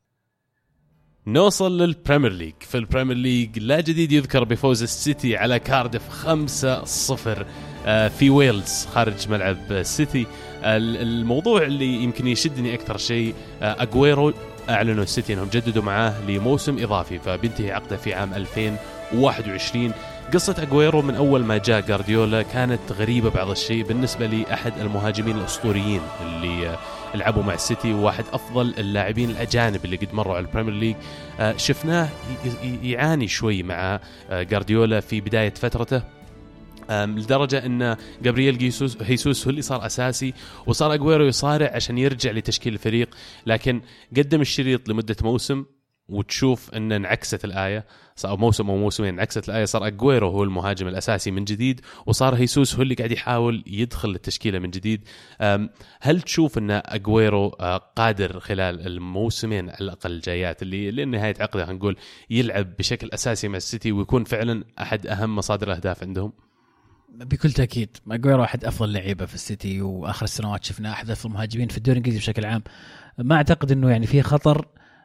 نوصل للبريمير ليج. في البريمير ليج لا جديد يذكر بفوز السيتي على كارديف خمسة صفر في ويلز خارج ملعب السيتي. الموضوع اللي يمكن يشدني أكثر شيء أغويرو، أعلنوا السيتي أنهم جددوا معاه لموسم إضافي فبينتهي عقده في عام ألفين وواحد وعشرين. قصة أغويرو من أول ما جاء غارديولا كانت غريبة بعض الشيء بالنسبة لي. أحد المهاجمين الأسطوريين اللي لعبوا مع السيتي، وواحد أفضل اللاعبين الأجانب اللي قد مروا على البريمير ليج. شفناه يعاني شوي مع غارديولا في بداية فترته، لدرجة أن جابرييل هيسوس هيسوس هو اللي صار أساسي، وصار أغويرو يصارع عشان يرجع لتشكيل الفريق. لكن قدم الشريط لمدة موسم وتشوف أن انعكست الآية، صار موسم أو موسمين انعكست الآية، صار أغويرو هو المهاجم الأساسي من جديد، وصار هيسوس هو اللي قاعد يحاول يدخل التشكيلة من جديد. هل تشوف أن أغويرو قادر خلال الموسمين على الأقل الجايات اللي لنهاية عقده هنقول يلعب بشكل أساسي مع السيتي ويكون فعلا أحد أهم مصادر الأهداف عندهم؟ بكل تأكيد أغويرو أحد أفضل لعيبة في السيتي، وآخر السنوات شفنا أحد أفضل المهاجمين في الدوري الإنجليزي بشكل عام. ما أعتقد إنه يعني فيه خطر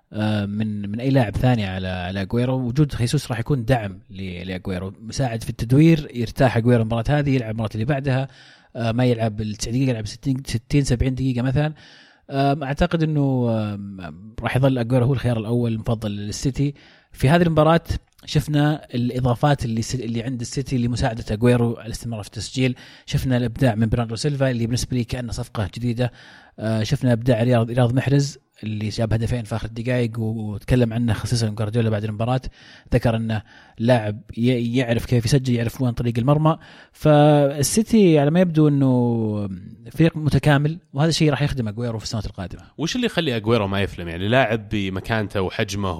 من من أي لاعب ثاني على على أغويرو. وجود هيسوس راح يكون دعم لأغويرو، مساعد في التدوير، يرتاح أغويرو المباراة هذه، يلعب المباراة اللي بعدها، ما يلعب التسعين دقيقة، يلعب ستين سبعين دقيقة مثلا. أعتقد إنه راح يظل أغويرو هو الخيار الأول المفضل للسيتي. في هذه المباراة شفنا الإضافات اللي اللي عند السيتي لمساعدة أغويرو على الاستمرار في التسجيل. شفنا الإبداع من برناردو سيلفا اللي بالنسبة لي كأنه صفقة جديدة. شفنا إبداع رياض رياض محرز اللي جاب هدفين في آخر الدقائق، وتكلم عنه خصيصا غارديولا بعد المباراة، ذكر أنه لاعب يعرف كيف يسجل، يعرف وين طريق المرمى. فالسيتي على ما يبدو أنه فريق متكامل، وهذا الشيء راح يخدم أغويرو في السنوات القادمة. وش اللي يخلي أغويرو ما يفلم؟ يعني لاعب بمكانته وحجمه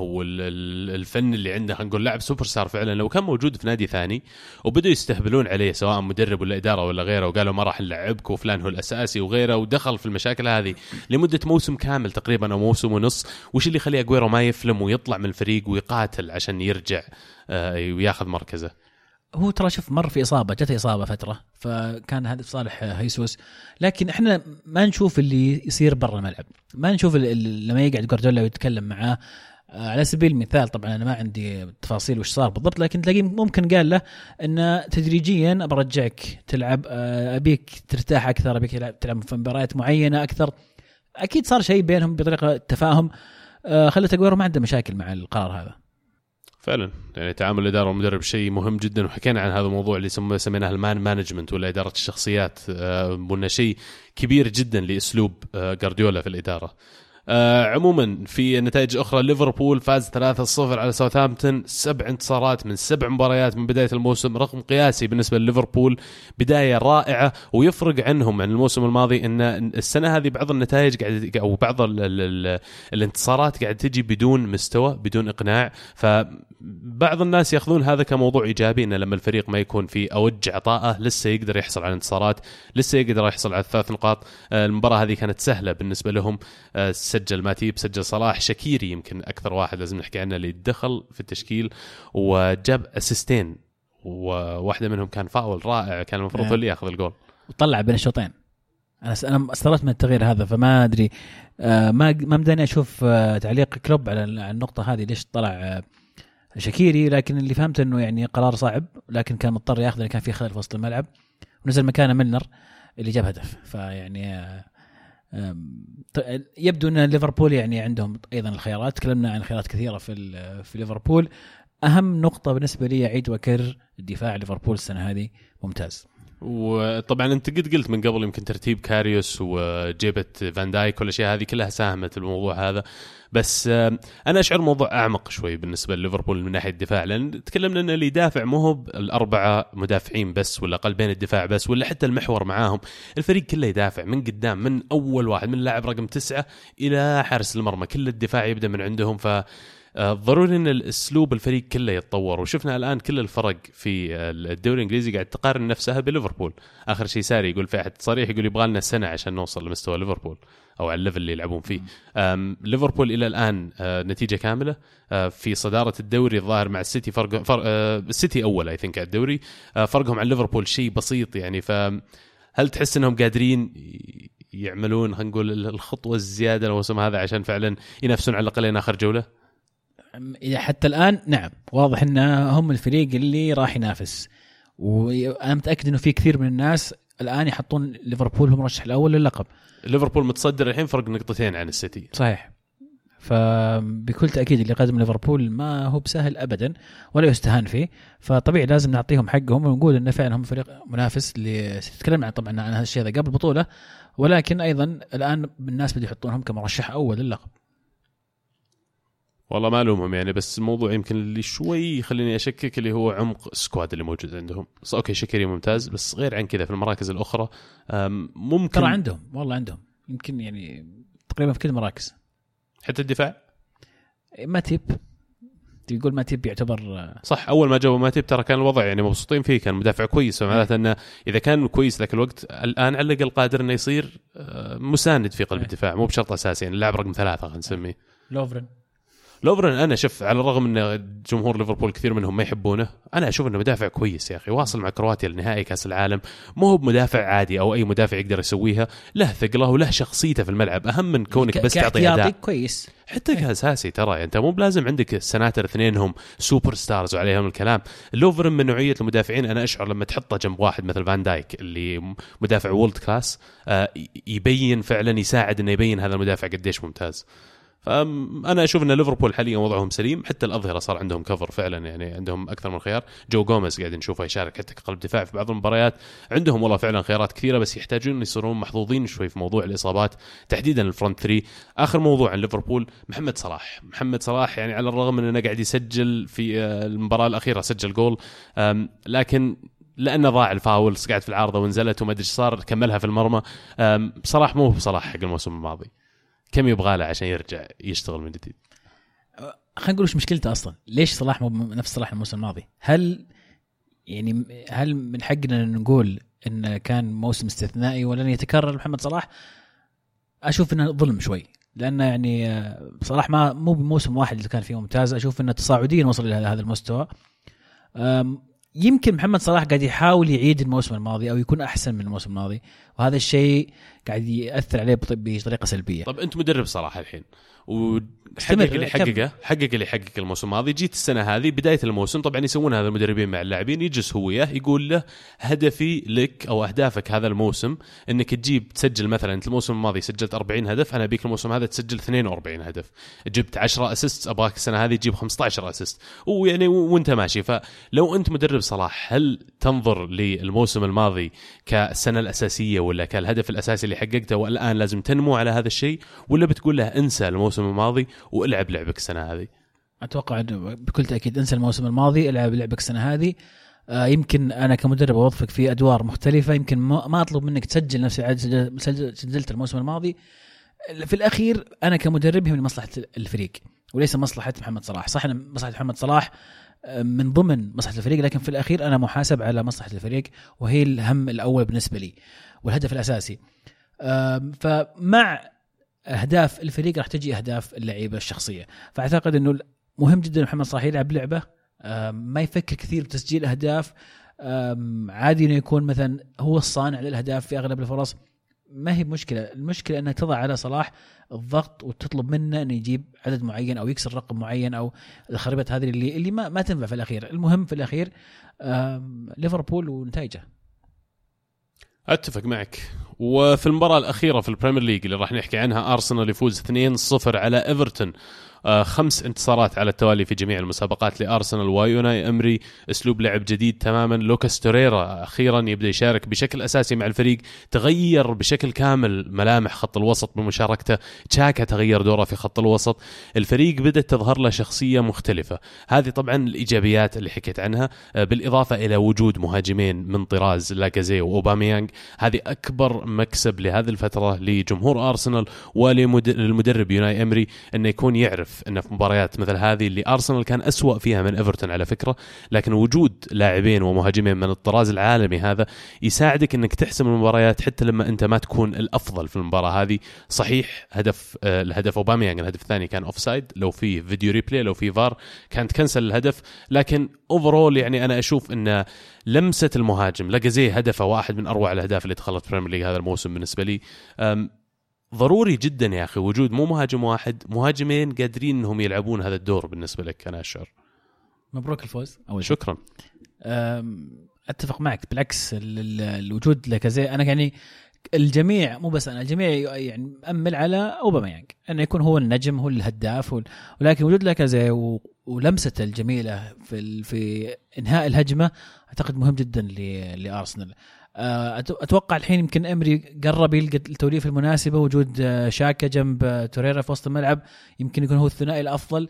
والفن اللي عنده، هنقول لاعب سوبر ستار فعلا. لو كان موجود في نادي ثاني وبدأوا يستهبلون عليه سواء مدرب ولا إدارة ولا غيره، وقالوا ما راح نلعبك وفلان هو الأساسي وغيره، ودخل في المشاكل هذه لمدة موسم كامل تقريبا أو موسم ونص، وش اللي يخلي أغويرو ما يفلم ويطلع من الفريق ويقاتل عشان يرجع وياخذ مركزه؟ هو ترى شوف مر في إصابة، جت إصابة فترة، فكان هذا في صالح هيسوس. لكن إحنا ما نشوف اللي يصير برا الملعب، ما نشوف لما يقعد غارديولا ويتكلم معاه. على سبيل المثال طبعا أنا ما عندي تفاصيل وش صار بالضبط، لكن تلاقيه ممكن قال له أن تدريجيا برجعك تلعب، أبيك ترتاح أكثر، أبيك تلعب في مباريات معينة أكثر. أكيد صار شيء بينهم بطريقة تفاهم خلت أغويرو ما عنده مشاكل مع القرار هذا. فعلا يعني تعامل الإدارة والمدرب شيء مهم جدا، وحكينا عن هذا الموضوع اللي سمى سميناه المان مانجمنت ولا إدارة الشخصيات، وأنه شيء كبير جدا لأسلوب غارديولا في الإدارة. آه عموما في نتائج أخرى، ليفربول فاز ثلاثة صفر على ساوثهامبتون، سبع انتصارات من سبع مباريات من بداية الموسم، رقم قياسي بالنسبة لليفربول، بداية رائعة. ويفرق عنهم عن الموسم الماضي أن السنة هذه بعض النتائج قاعد أو بعض ال ال ال الانتصارات قاعد تجي بدون مستوى بدون إقناع، فبعض الناس يأخذون هذا كموضوع إيجابي، أن لما الفريق ما يكون في أوج عطاءه لسه يقدر يحصل على انتصارات، لسه يقدر يحصل على ثلاث نقاط. المباراة هذه كانت سهلة بالنسبة لهم، سجل ماتيب، سجل صلاح، شاكيري يمكن أكثر واحد لازم نحكي عنه اللي دخل في التشكيل وجاب أسيستين، وواحدة منهم كان فاول رائع، كان المفروض هو اللي يأخذ الجول وطلع بين الشوطين. أنا أنا استغربت من التغيير هذا، فما أدري آه ما ما مداني أشوف آه تعليق كلوب على النقطة هذه ليش طلع آه شاكيري، لكن اللي فهمت إنه يعني قرار صعب، لكن كان مضطر يأخذ لأن كان في خلل في وسط الملعب، ونزل مكانه ميلنر اللي جاب هدف. فيعني آه يبدو أن ليفربول يعني عندهم أيضا الخيارات، تكلمنا عن خيارات كثيرة في في ليفربول. أهم نقطة بالنسبة لي أعيد وكرر الدفاع ليفربول السنة هذه ممتاز. وطبعا انت قد قلت من قبل يمكن ترتيب كاريوس وجيبة فان دايك كل الاشياء هذه كلها ساهمت الموضوع هذا، بس انا اشعر موضوع اعمق شوي بالنسبه لليفربول من ناحيه الدفاع، لان تكلمنا ان اللي يدافع مو هو الاربعه مدافعين بس ولا قلبين الدفاع بس ولا حتى المحور معاهم، الفريق كله يدافع من قدام، من اول واحد من اللاعب رقم تسعة الى حارس المرمى، كل الدفاع يبدا من عندهم. ف ضروري ان الاسلوب الفريق كله يتطور، وشفنا الان كل الفرق في الدوري الانجليزي قاعد تقارن نفسها بليفربول. اخر شيء ساري يقول في احد صريح يقول يبغى لنا سنه عشان نوصل لمستوى ليفربول او على الليفل اللي يلعبون فيه. ليفربول الى الان نتيجه كامله في صداره الدوري، الظاهر مع السيتي فرق, فرق السيتي اول اي ثينك على الدوري، فرقهم عن ليفربول شيء بسيط يعني. فهل تحس انهم قادرين يعملون خلينا نقول الخطوه الزياده الموسم هذا عشان فعلا ينافسون على الاقل اخر جوله؟ إذا حتى الآن نعم واضح إن هم الفريق اللي راح ينافس، وأنا متأكد إنه في كثير من الناس الآن يحطون ليفربول هم مرشح الأول للقب. ليفربول متصدر الحين فرق نقطتين عن السيتي. صحيح، فبكل تأكيد اللي قدم ليفربول ما هو بسهل أبدا ولا يستهان فيه، فطبيعي لازم نعطيهم حقهم ونقول إن فعلا هم فريق منافس. اللي تكلمنا طبعا عن هذا الشيء قبل البطولة، ولكن أيضا الآن الناس بدي يحطونهم كمرشح أول للقب. والله ما ألومهم يعني، بس الموضوع يمكن اللي شوي يخليني أشكك اللي هو عمق السكواد اللي موجود عندهم. بس أوكي شاكيري ممتاز، بس غير عن كذا في المراكز الأخرى ممكن ترى عندهم والله عندهم يمكن يعني تقريبا في كل المراكز، حتى الدفاع ماتيب تقول ماتيب يعتبر صح. أول ما جابوا ماتيب ترى كان الوضع يعني مبسوطين فيه، كان مدافع كويس، ومعناته أنه إذا كان كويس ذاك الوقت الآن على الأقل قادر إنه يصير مساند في قلب الدفاع، مو بشرط أساسي يعني اللاعب رقم ثلاثة خلينا نسميه. لوفرن لوفرن أنا شوف على الرغم أن جمهور ليفربول كثير منهم ما يحبونه، أنا أشوف أنه مدافع كويس يا أخي، واصل مع كرواتيا لنهائي كأس العالم، مو هو مدافع عادي أو أي مدافع يقدر يسويها، له ثقله وله شخصيته في الملعب، أهم من كونك بس تعطي أداء كويس حتى كأساسي. ترى يعني أنت مو بلازم عندك السناتر اثنين هم سوبر ستارز وعليهم الكلام. لوفرن من نوعية المدافعين أنا أشعر لما تحطه جنب واحد مثل فان دايك اللي مدافع وولد كلاس يبين فعلا يساعد إنه يبين هذا المدافع قديش ممتاز. فأنا أشوف أن ليفربول حاليا وضعهم سليم، حتى الأظهرة صار عندهم كفر فعلا يعني، عندهم أكثر من خيار. جو غوميز قاعد نشوفه يشارك حتى كقلب دفاع في بعض المباريات، عندهم والله فعلا خيارات كثيرة، بس يحتاجون يصيرون محظوظين شوي في موضوع الإصابات تحديدا الفرونت ثري. آخر موضوع عن ليفربول محمد صلاح. محمد صلاح يعني على الرغم من أنه قاعد يسجل في المباراة الأخيرة سجل جول، لكن لأنه ضاع الفاول قاعد في العارضة ونزلت وما أدري صار كملها في المرمى. صلاح مو بصلاح حق الموسم الماضي، كم يبغى له عشان يرجع يشتغل من جديد؟ خلينا نقول وش مشكلته أصلا، ليش صلاح مو نفس صلاح الموسم الماضي؟ هل يعني هل من حقنا نقول إن كان موسم استثنائي ولن يتكرر محمد صلاح؟ أشوف إنه ظلم شوي، لأن يعني صلاح ما مو بموسم واحد اللي كان فيه ممتاز، أشوف إنه تصاعديا وصل إلى هذا المستوى. يمكن محمد صلاح قاعد يحاول يعيد الموسم الماضي أو يكون أحسن من الموسم الماضي، وهذا الشيء قاعد يأثر عليه بطريقة سلبية. طب أنت مدرب صراحة الحين وحقق اللي حققه حقق اللي حقق الموسم الماضي، جيت السنة هذه بداية الموسم طبعا يسوون هذا المدربين مع اللاعبين، يجلس هو وياه يقول له هدفي لك أو أهدافك هذا الموسم إنك تجيب تسجل مثلا أنت الموسم الماضي سجلت أربعين هدف، أنا بيك الموسم هذا تسجل اثنين وأربعين هدف، جبت عشرة أسيست أبغاك السنة هذه تجيب خمسة عشر أسيست، ويعني وأنت ماشي. فلو أنت مدرب صلاح هل تنظر للموسم الماضي كالسنة الأساسية ولا كالهدف الأساسي اللي حققته والآن لازم تنمو على هذا الشيء، ولا بتقول له انسى الموسم الماضي والعب لعبك السنة هذه؟ أتوقع بكل تأكيد انسى الموسم الماضي، العب لعبك السنة هذه. آه يمكن أنا كمدرب أوظفك في أدوار مختلفة، يمكن ما أطلب منك تسجل نفس العدد سجلت الموسم الماضي. في الأخير أنا كمدرب هم لمصلحة الفريق وليس مصلحة محمد صلاح. صح أنا مصلحة محمد صلاح من ضمن مصلحة الفريق، لكن في الأخير أنا محاسب على مصلحة الفريق وهي الهم الأول بالنسبة لي والهدف الأساسي. آه فمع أهداف الفريق راح تجي أهداف اللعيبة الشخصية. فأعتقد أنه مهم جدا محمد صلاح يلعب لعبة ما يفكر كثير بتسجيل أهداف. عادي أنه يكون مثلا هو الصانع للأهداف في أغلب الفرص، ما هي مشكلة. المشكلة أنها تضع على صلاح الضغط وتطلب منه أن يجيب عدد معين أو يكسر رقم معين أو الخريبة هذه اللي اللي ما ما تنفع في الأخير. المهم في الأخير ليفربول ونتائجه. أتفق معك. وفي المباراة الأخيرة في البريمير ليج اللي راح نحكي عنها، أرسنال يفوز اثنين صفر على إيفرتون. آه خمس انتصارات على التوالي في جميع المسابقات لأرسنال، ويوناي أمري أسلوب لعب جديد تماما. لوكاس توريرا أخيرا يبدأ يشارك بشكل أساسي مع الفريق، تغير بشكل كامل ملامح خط الوسط بمشاركته. تشاكا تغير دوره في خط الوسط، الفريق بدأت تظهر له شخصية مختلفة. هذه طبعا الإيجابيات اللي حكيت عنها، آه بالإضافة إلى وجود مهاجمين من طراز لاكازي وأوباميانغ. هذه أكبر مكسب لهذه الفترة لجمهور أرسنال وللمدرب يوناي أمري، أنه يكون يعرف أن في مباريات مثل هذه اللي أرسنال كان أسوأ فيها من إيفرتون على فكرة، لكن وجود لاعبين ومهاجمين من الطراز العالمي هذا يساعدك أنك تحسم المباريات حتى لما أنت ما تكون الأفضل في المباراة هذه. صحيح هدف آه الهدف أوباميانغ الهدف الثاني كان أوفسايد، لو في فيديو ريبلي لو في فار كانت كنسل الهدف، لكن أوفرول يعني أنا أشوف أن لمسة المهاجم لاكازي هدفه واحد من أروع الأهداف اللي دخلت بريمير ليج هذا الموسم بالنسبة لي. ضروري جدا يا أخي وجود مو مهاجم واحد، مهاجمين قادرين أنهم يلعبون هذا الدور. بالنسبة لك أنا أشعر مبروك الفوز أول شكرا. أتفق معك بالعكس، الوجود لاكازي أنا يعني الجميع مو بس أنا الجميع يعني مأمل على أوباميانغ أنه يكون هو النجم هو الهداف، ولكن وجود لاكازي ولمسته الجميلة في في إنهاء الهجمة أعتقد مهم جدا لأرسنال. أتوقع الحين يمكن أمري قرب يلقى التوليفة المناسبة، وجود شاكا جنب توريرا في وسط الملعب يمكن يكون هو الثنائي الأفضل.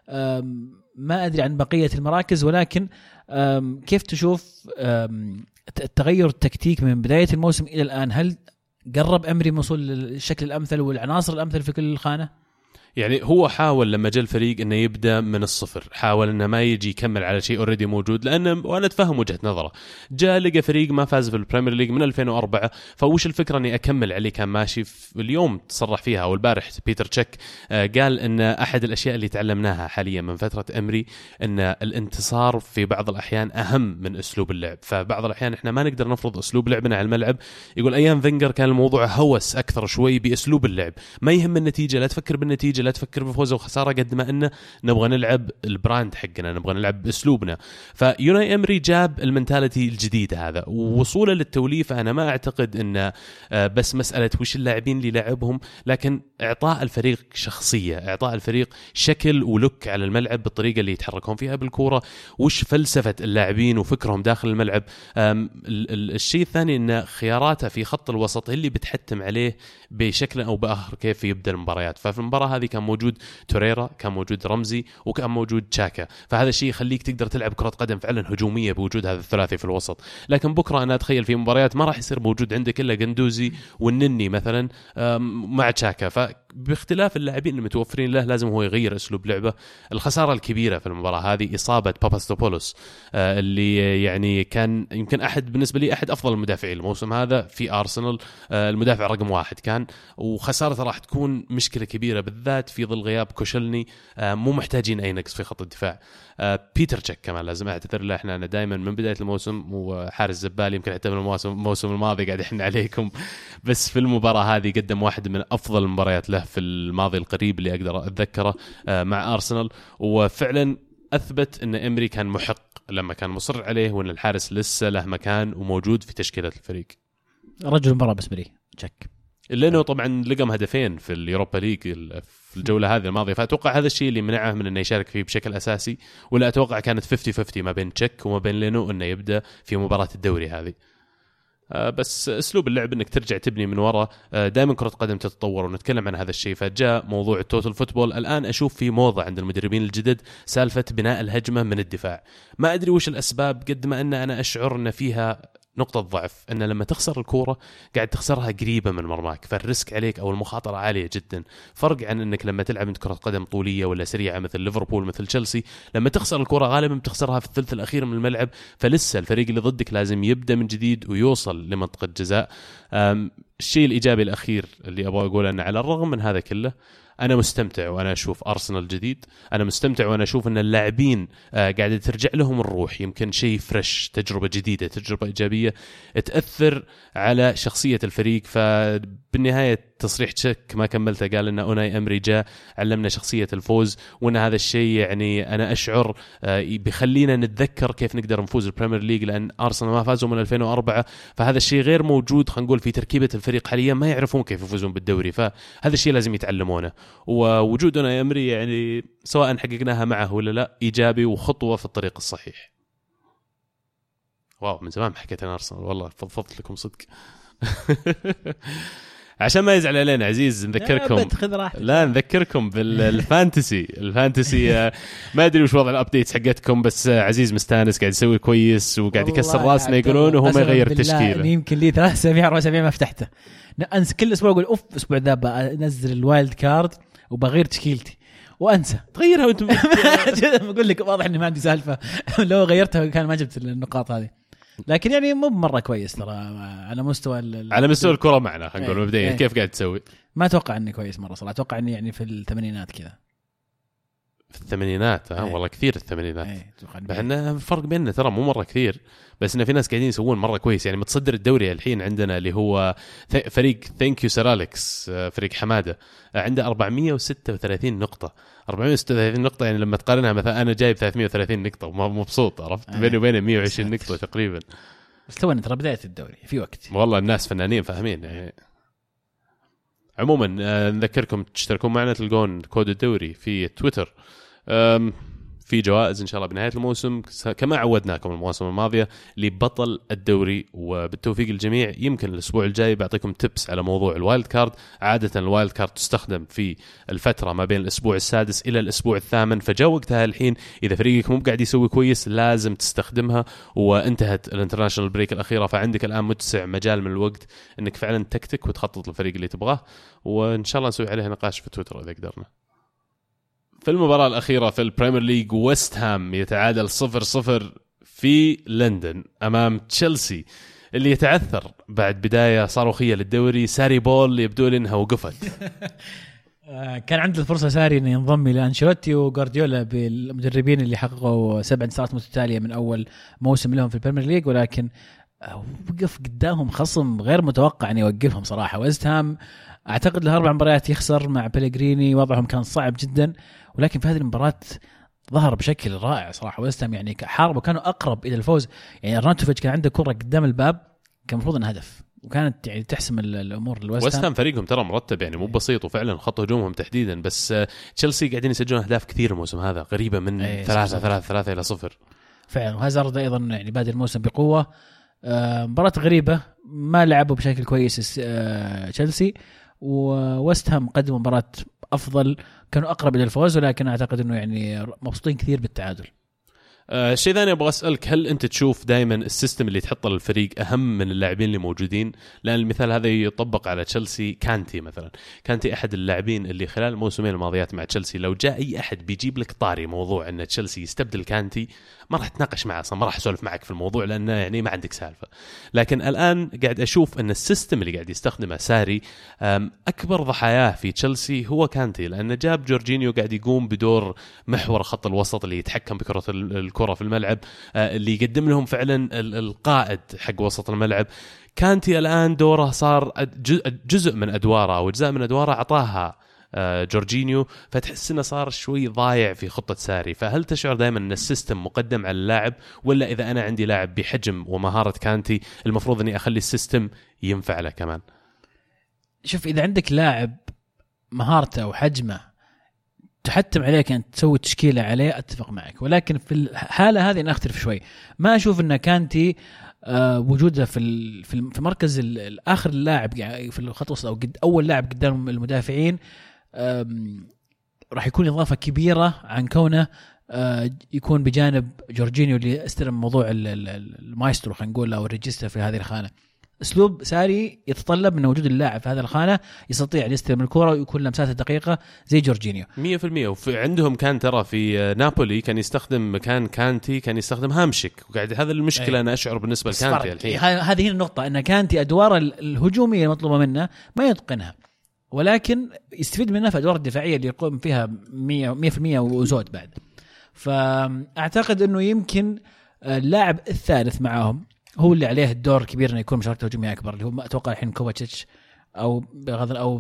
ما أدري عن بقية المراكز، ولكن كيف تشوف التغير التكتيك من بداية الموسم إلى الآن؟ هل قرب أمري من وصول الشكل الأمثل والعناصر الأمثل في كل خانة؟ يعني هو حاول لما جاء الفريق انه يبدا من الصفر، حاول انه ما يجي يكمل على شيء اوريدي موجود، لانه وانا اتفهم وجهه نظره. جاء لقى فريق ما فاز في البريمير ليج من ألفين وأربعة، فوش الفكره اني اكمل عليه كان ماشي. في اليوم تصرح فيها او البارح بيتر تشيك قال ان احد الاشياء اللي تعلمناها حاليا من فتره امري ان الانتصار في بعض الاحيان اهم من اسلوب اللعب. فبعض الاحيان احنا ما نقدر نفرض اسلوب لعبنا على الملعب. يقول ايام فينجر كان الموضوع هوس اكثر شوي باسلوب اللعب، ما يهم النتيجه، لا تفكر بالنتيجه، لا تفكر بفوز وخساره، قد ما انه نبغى نلعب البراند حقنا، نبغى نلعب باسلوبنا. فيوناي امري جاب المنتاليتي الجديده هذا، ووصوله للتوليفه انا ما اعتقد انه بس مساله وش اللاعبين اللي لعبهم، لكن اعطاء الفريق شخصيه، اعطاء الفريق شكل ولوك على الملعب بالطريقه اللي يتحركون فيها بالكوره، وش فلسفه اللاعبين وفكرهم داخل الملعب. الشيء الثاني ان خياراته في خط الوسط اللي بتحتم عليه بشكل او باخر كيف يبدا المباريات. ففي المباراه هذه كان موجود توريرا، كان موجود رمزي، وكان موجود تشاكا، فهذا الشيء يخليك تقدر تلعب كرة قدم فعلا هجومية بوجود هذا الثلاثي في الوسط. لكن بكرة أنا أتخيل في مباريات ما راح يصير موجود عندك إلا قندوزي والنني مثلا مع تشاكا، ف باختلاف اللاعبين المتوفرين له لازم هو يغير أسلوب لعبه. الخسارة الكبيرة في المباراة هذه إصابة باباستوبولوس اللي يعني كان يمكن أحد بالنسبة لي أحد أفضل المدافعين الموسم هذا في أرسنال، المدافع رقم واحد كان، وخسارته راح تكون مشكلة كبيرة بالذات في ظل غياب كوشلني. مو محتاجين أي نقص في خط الدفاع. بيتر تشيك كمان لازم أعتذر له، إحنا أنا دائما من بداية الموسم وحارس زبال يمكن حتى من الموسم الموسم الماضي قاعد إحنا عليكم، بس في المباراة هذه قدم واحد من أفضل المباريات له في الماضي القريب اللي أقدر أتذكره مع أرسنال، وفعلا أثبت أن إمري كان محق لما كان مصر عليه وأن الحارس لسه له مكان وموجود في تشكيلة الفريق. رجل المباراة بالنسبة لي تشيك، لأنه طبعا لقم هدفين في اليوروبا ليج في الجولة هذه الماضية، فأتوقع هذا الشيء اللي منعه من أنه يشارك فيه بشكل أساسي، ولا أتوقع كانت خمسين خمسين ما بين تشيك وما بين لينو أنه يبدأ في مباراة الدوري هذه. بس أسلوب اللعب أنك ترجع تبني من وراء، دائما كرة قدم تتطور ونتكلم عن هذا الشيء. فجاء موضوع التوتال فوتبول الآن أشوف في موضة عند المدربين الجدد سالفة بناء الهجمة من الدفاع. ما أدري وش الأسباب، قد ما أن أنا أشعر أن فيها نقطة ضعف، أن لما تخسر الكورة قاعد تخسرها قريبة من مرماك، فالريسك عليك أو المخاطرة عالية جدا. فرق عن أنك لما تلعب انت كرة قدم طولية ولا سريعة مثل ليفربول مثل تشيلسي، لما تخسر الكورة غالبا بتخسرها في الثلث الأخير من الملعب، فلسه الفريق اللي ضدك لازم يبدأ من جديد ويوصل لمنطقة جزاء. الشيء الإيجابي الأخير اللي أبغى أقوله أن على الرغم من هذا كله أنا مستمتع وأنا أشوف أرسنال جديد، أنا مستمتع وأنا أشوف أن اللاعبين قاعدة ترجع لهم الروح، يمكن شيء فريش، تجربة جديدة، تجربة إيجابية تأثر على شخصية الفريق. فبالنهاية تصريح تشيك ما كملته قال أن أوناي أمري جاء علمنا شخصية الفوز، وأن هذا الشيء يعني أنا أشعر بيخلينا نتذكر كيف نقدر نفوز البريمير ليج، لأن أرسنال ما فازوا من ألفين وأربعة، فهذا الشيء غير موجود خلينا نقول في تركيبة الفريق حاليا، ما يعرفون كيف يفوزون بالدوري، فهذا الشيء لازم يتعلمونه. ووجودنا يا أمري يعني سواء حققناها معه ولا لا إيجابي وخطوة في الطريق الصحيح. واو من زمان ما حكيت عن أرسنال والله، فضفضت لكم صدق. عشان ما يزعل علينا عزيز نذكركم، لا نذكركم بالفانتسي الفانتسي ما أدري وش وضع الأبديتس حقتكم، بس عزيز مستانس قاعد يسوي كويس وقاعد يكسر راسنا يقولون وهو ما يغير التشكيلة. يمكن لي ثلاث أسابيع أربع أسابيع ما فتحته، أنسى كل أسبوع أقول أوف أسبوع ذا بنزل الوايلد كارد وبغير تشكيلتي وأنسى تغيرها وأنتم بقول لك واضح إني ما عندي سالفة، لو غيرتها كان ما جبت النقاط هذه. لكن يعني مو مرة كويس ترى على مستوى على مستوى الكرة معنا خلينا نقول مبدئيا كيف قاعد تسوي. ما أتوقع إني كويس مرة صراحة، أتوقع إني يعني في الثمانينات كذا. في الثمانينات ها والله كثير الثمانينات، احنا فرق بيننا ترى مو مرة كثير، بس إن في ناس قاعدين يسوون مرة كويس. يعني متصدر الدوري الحين عندنا اللي هو فريق ثانك يو سيراليكس، فريق حمادة عنده أربعمية وستة وثلاثين نقطة. أربعمية وستة وثلاثين نقطة يعني لما تقارنها مثلا أنا جايب ثلاثمية وثلاثين نقطة ومبسوط، عرفت آه. بيني وبينه مية وعشرين نقطة تقريبا. بس تونا ترى بداية الدوري في وقت، والله الناس فنانين فاهمين يعني. عموما نذكركم تشتركون معنا، تلقون كود الدوري في تويتر، في جوائز إن شاء الله بنهاية الموسم كما عودناكم المواسم الماضية لبطل الدوري. وبالتوفيق الجميع يمكن الأسبوع الجاي بعطيكم تبس على موضوع الوايلد كارد. عادة الوايلد كارد تستخدم في الفترة ما بين الأسبوع السادس إلى الأسبوع الثامن، فجاء وقتها الحين إذا فريقك مو قاعد يسوي كويس لازم تستخدمها. وانتهت الانترناشنال بريك الأخيرة، فعندك الآن متسع مجال من الوقت أنك فعلا تكتك وتخطط للفريق اللي تبغاه، وإن شاء الله نسوي عليه نقاش في تويتر إذا قدرنا. في المباراة الأخيرة في البريمير ليج، ويست هام يتعادل صفر صفر في لندن أمام تشيلسي اللي يتعثر بعد بداية صاروخية للدوري. ساري بول يبدو لي أنها وقفت. كان عنده الفرصة ساري أن ينضم إلى أنشيلوتي وغارديولا بالمدربين اللي حققوا سبع انتصارات متتالية من أول موسم لهم في البريمير ليج، ولكن وقف قدامهم خصم غير متوقع أن يوقفهم صراحة. ويست هام أعتقد له أربع مباريات يخسر مع بيلغريني، وضعهم كان صعب جدا، ولكن في هذه المباراة ظهر بشكل رائع صراحة. ويست هام يعني حاربوا كانوا أقرب إلى الفوز. يعني أرناتوفيتش كان عنده كرة قدام الباب كان المفروض أن هدف، وكانت يعني تحسم الأمور للويست هام. ويست هام فريقهم ترى مرتب يعني مو بسيط، وفعلا خط هجومهم تحديدا، بس تشيلسي قاعدين يسجلون أهداف كثير الموسم هذا، قريبة من أيه ثلاثة ثلاثة ثلاثة إلى صفر فعلا. وهازارد أيضا يعني بادئ الموسم بقوة. مباراة غريبة ما لعبوا بشكل كويس تشيلسي، وويست هام قدموا مباراة أفضل، كانوا أقرب إلى الفوز، ولكن أعتقد أنه يعني مبسوطين كثير بالتعادل. آه شيء ثاني ابغى اسالك، هل انت تشوف دائما السيستم اللي تحطه للفريق اهم من اللاعبين اللي موجودين؟ لان المثال هذا يطبق على تشيلسي. كانتي مثلا، كانتي احد اللاعبين اللي خلال الموسمين الماضيات مع تشيلسي لو جاء اي احد بيجيب لك طاري موضوع ان تشيلسي يستبدل كانتي ما راح تناقش معه اصلا، ما راح اسولف معك في الموضوع لانه يعني ما عندك سالفه. لكن الان قاعد اشوف ان السيستم اللي قاعد يستخدمه ساري اكبر ضحاياه في تشيلسي هو كانتي، لانه جاب جورجينيو قاعد يقوم بدور محور خط الوسط اللي يتحكم بكره الكره في الملعب، اللي يقدم لهم فعلا القائد حق وسط الملعب. كانتي الان دوره صار جزء من ادواره او اجزاء من ادواره اعطاها جورجينيو، فتحس انه صار شوي ضايع في خطه ساري. فهل تشعر دائما ان السيستم مقدم على اللاعب، ولا اذا انا عندي لاعب بحجم ومهاره كانتي المفروض اني اخلي السيستم ينفع له كمان؟ شوف، اذا عندك لاعب مهارته وحجمه تحتم عليك أن تسوي تشكيلة عليه أتفق معك، ولكن في الحالة هذه أنا أختلف شوي. ما أشوف أن كانتي أه وجوده في في مركز الآخر اللاعب في الخط الوسط أو أول لاعب قدام المدافعين راح يكون إضافة كبيرة عن كونه أه يكون بجانب جورجينيو اللي استلم موضوع المايسترو خلينا نقول أو الريجستر في هذه الخانة. اسلوب ساري يتطلب من وجود اللاعب في هذه الخانه يستطيع يستلم الكره ويكون لمساته دقيقه زي جورجينيو مية بالمية. وفي عندهم كان ترى في نابولي كان يستخدم مكان كانتي كان يستخدم هامشيك، وقاعد هذا المشكله. أي. انا اشعر بالنسبه لكانتي الحين هذه هي النقطه، ان كانتي ادوار الهجوميه المطلوبه منه ما يتقنها، ولكن يستفيد منها في الادوار الدفاعيه اللي يقوم فيها مية بالمية وزود بعد. فاعتقد انه يمكن اللاعب الثالث معاهم هو اللي عليه الدور كبير انه يكون مشاركته هجوميه اكبر، اللي هو ما اتوقع الحين كوفاتشيتش او بغض او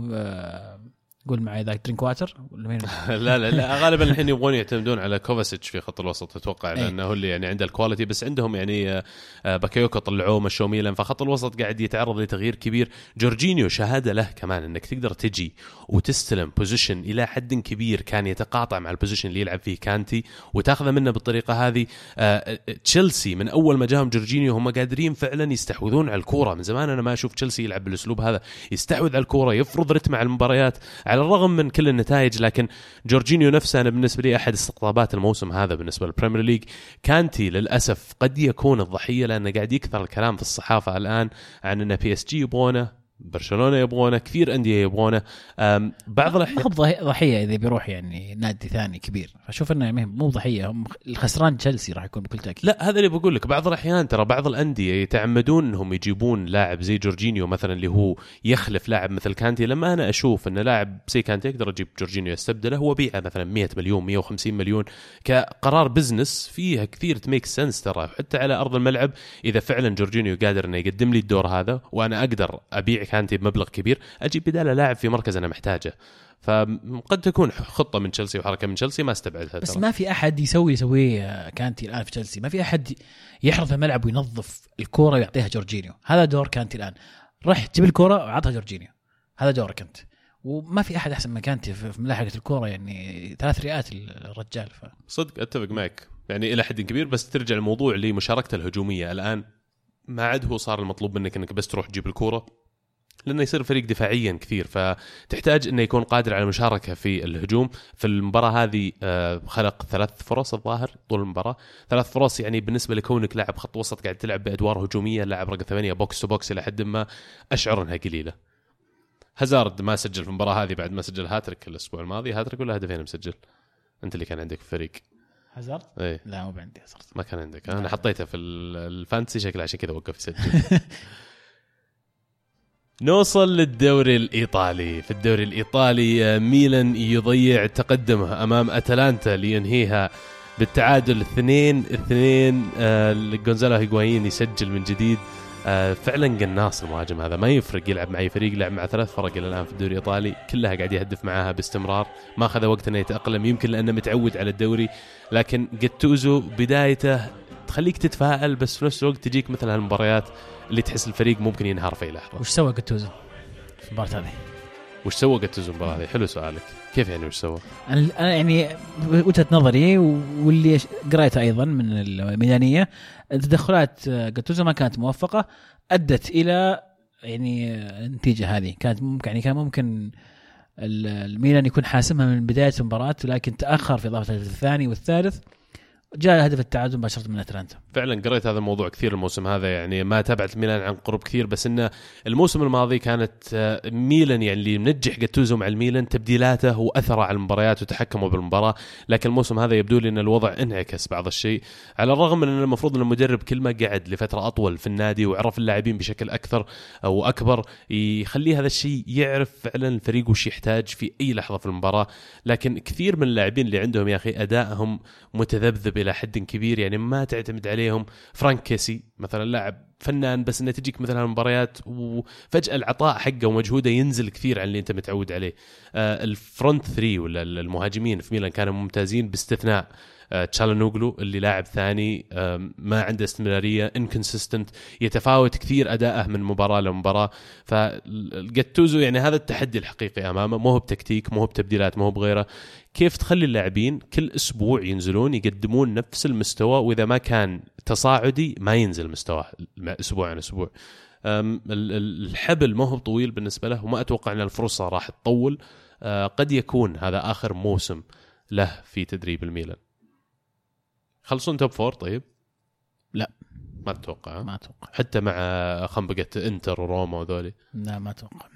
قول معي ذاك درينك واتر ولا مين؟ لا لا لا غالبا الحين يبغون يعتمدون على كوفاسيتش في خط الوسط اتوقع، لانه هو اللي يعني عنده الكواليتي. بس عندهم يعني باكيوكو طلعوه مشوا ميلان، فخط الوسط قاعد يتعرض لتغيير كبير. جورجينيو شهاده له كمان انك تقدر تجي وتستلم بوزيشن الى حد كبير كان يتقاطع مع البوزيشن اللي يلعب فيه كانتي وتاخذه منه بالطريقه هذه. تشيلسي من اول ما جاهم جورجينيو هم قادرين فعلا يستحوذون على الكوره. من زمان انا ما اشوف تشيلسي يلعب بالاسلوب هذا، يستحوذ على الكوره يفرض رتم على المباريات على الرغم من كل النتائج. لكن جورجينيو نفسه أنا بالنسبة لي أحد استقطابات الموسم هذا بالنسبة للبريمير ليج. كانتي للأسف قد يكون الضحية، لأنه قاعد يكثر الكلام في الصحافة الآن عن أن بي اس جي يبونه، برشلونة يبغونه، كثير أندية يبغونه. بعض الأحيان ضحية إذا بيروح يعني نادي ثاني كبير، فشوف إنه مو ضحية، هم الخسران تشيلسي راح يكون بكل تأكيد. لا هذا اللي بقول لك، بعض الأحيان ترى بعض الأندية يتعمدون إنهم يجيبون لاعب زي جورجينيو مثلا اللي هو يخلف لاعب مثل كانتي. لما أنا أشوف إن لاعب زي كانتي يقدر أجيب جورجينيو يستبدله وبيعه مثلا مية مليون مية وخمسين مليون كقرار بزنس فيها كثير تميك سنس ترى حتى على أرض الملعب. إذا فعلا جورجينيو قادر إنه يقدم لي الدور هذا وأنا أقدر أبيع كانتي بمبلغ كبير، أجيب بداله لاعب في مركز أنا محتاجه. فقد تكون خطة من تشيلسي وحركة من تشيلسي ما استبعدها. بس ما في أحد يسوي يسوي كانتي الآن في تشيلسي، ما في أحد يحرث الملعب وينظف الكرة ويعطيها جورجينيو. هذا دور كانتي الآن، رح تجيب الكرة وعطها جورجينيو، هذا دورك أنت. وما في أحد أحسن من كانتي في ملاحقة الكرة، يعني ثلاث رئات الرجال. ف... صدق أتفق معك يعني إلى حد كبير. بس ترجع الموضوع لمشاركته الهجومية الآن ما عاد هو صار المطلوب منك أنك بس تروح تجيب الكرة، لأنه يصير فريق دفاعيا كثير، فتحتاج أنه يكون قادر على المشاركة في الهجوم. في المباراة هذه خلق ثلاث فرص الظاهر طول المباراة، ثلاث فرص. يعني بالنسبة لكونك لاعب خط وسط قاعد تلعب بأدوار هجومية، لاعب رقم ثمانية بوكس تو بوكس إلى حد ما أشعر أنها قليلة. هازارد ما سجل في المباراة هذه بعد ما سجل هاتريك الأسبوع الماضي. هاتريك ولا هدفين مسجل؟ أنت اللي كان عندك في الفريق هازارد؟ ايه؟ لا مو عندي هازارد، ما كان عندك. أنا حطيته في الفانتسي شكله عشان كذا وقف يسجل. نوصل للدوري الإيطالي. في الدوري الإيطالي ميلان يضيع تقدمه أمام أتلانتا لينهيها بالتعادل اثنين اثنين. غونزالو هيغوايين يسجل من جديد. فعلا قناص المهاجم هذا، ما يفرق يلعب مع أي فريق، لعب مع ثلاث فرق إلى الآن في الدوري الإيطالي كلها قاعد يهدف معاها باستمرار، ما أخذ وقت أنه يتأقلم، يمكن لأنه متعود على الدوري. لكن جاتوزو بدايته تخليك تتفائل، بس في نفس الوقت تجيك مثل هالمباريات اللي تحس الفريق ممكن ينهار في لحظة. وش سوى جاتوزو في المباراة هذه؟ وش سوى جاتوزو في المباراة هذه؟ حلو سؤالك. كيف يعني وش سوى؟ أنا يعني وجهة نظري واللي قرأته أيضا من الميدانية، تدخلات جاتوزو ما كانت موفقة، أدت إلى يعني النتيجة هذه. كانت ممكن يعني كان ممكن الميلان يكون حاسمها من بداية المباراة، ولكن تأخر في إضافة الثاني والثالث جاء هدف التعادل مباشرة من أتلانتا. فعلا قريت هذا الموضوع كثير الموسم هذا، يعني ما تابعت ميلان عن قرب كثير، بس إنه الموسم الماضي كانت ميلان يعني اللي منجح جاتوزو مع الميلان تبديلاته وأثره على المباريات وتحكمه بالمباراة، لكن الموسم هذا يبدو لي أن الوضع انعكس بعض الشيء، على الرغم من أن المفروض أن المدرب كل ما قعد لفترة أطول في النادي وعرف اللاعبين بشكل أكثر أو أكبر يخلي هذا الشيء يعرف فعلا الفريق وش يحتاج في أي لحظة في المباراة. لكن كثير من اللاعبين اللي عندهم يا أخي أدائهم متذبذب إلى حد كبير، يعني ما تعتمد عليهم. فرانك كيسي مثلا لاعب فنان، بس انه تجيك مثلا المباريات وفجأة العطاء حقه ومجهوده ينزل كثير عن اللي انت متعود عليه. آه الفرونت ثري ولا المهاجمين في ميلان كانوا ممتازين باستثناء آه تشالانوغلو اللي لاعب ثاني آه ما عنده استمرارية، انكونسيستنت، يتفاوت كثير أداءه من مباراة لمباراة. فجاتوزو يعني هذا التحدي الحقيقي أمامه، مو هو بتكتيك، مو هو بتبديلات، مو هو بغيره، كيف تخلي اللاعبين كل أسبوع ينزلون يقدمون نفس المستوى، وإذا ما كان تصاعدي ما ينزل مستواه أسبوع عن أسبوع. الحبل ما هو طويل بالنسبة له، وما أتوقع أن الفرصة راح تطول. قد يكون هذا آخر موسم له في تدريب الميلان. خلصون توب فور طيب؟ لا ما أتوقع. ما أتوقع حتى مع خنبقة إنتر وروما وذولي. لا ما أتوقع.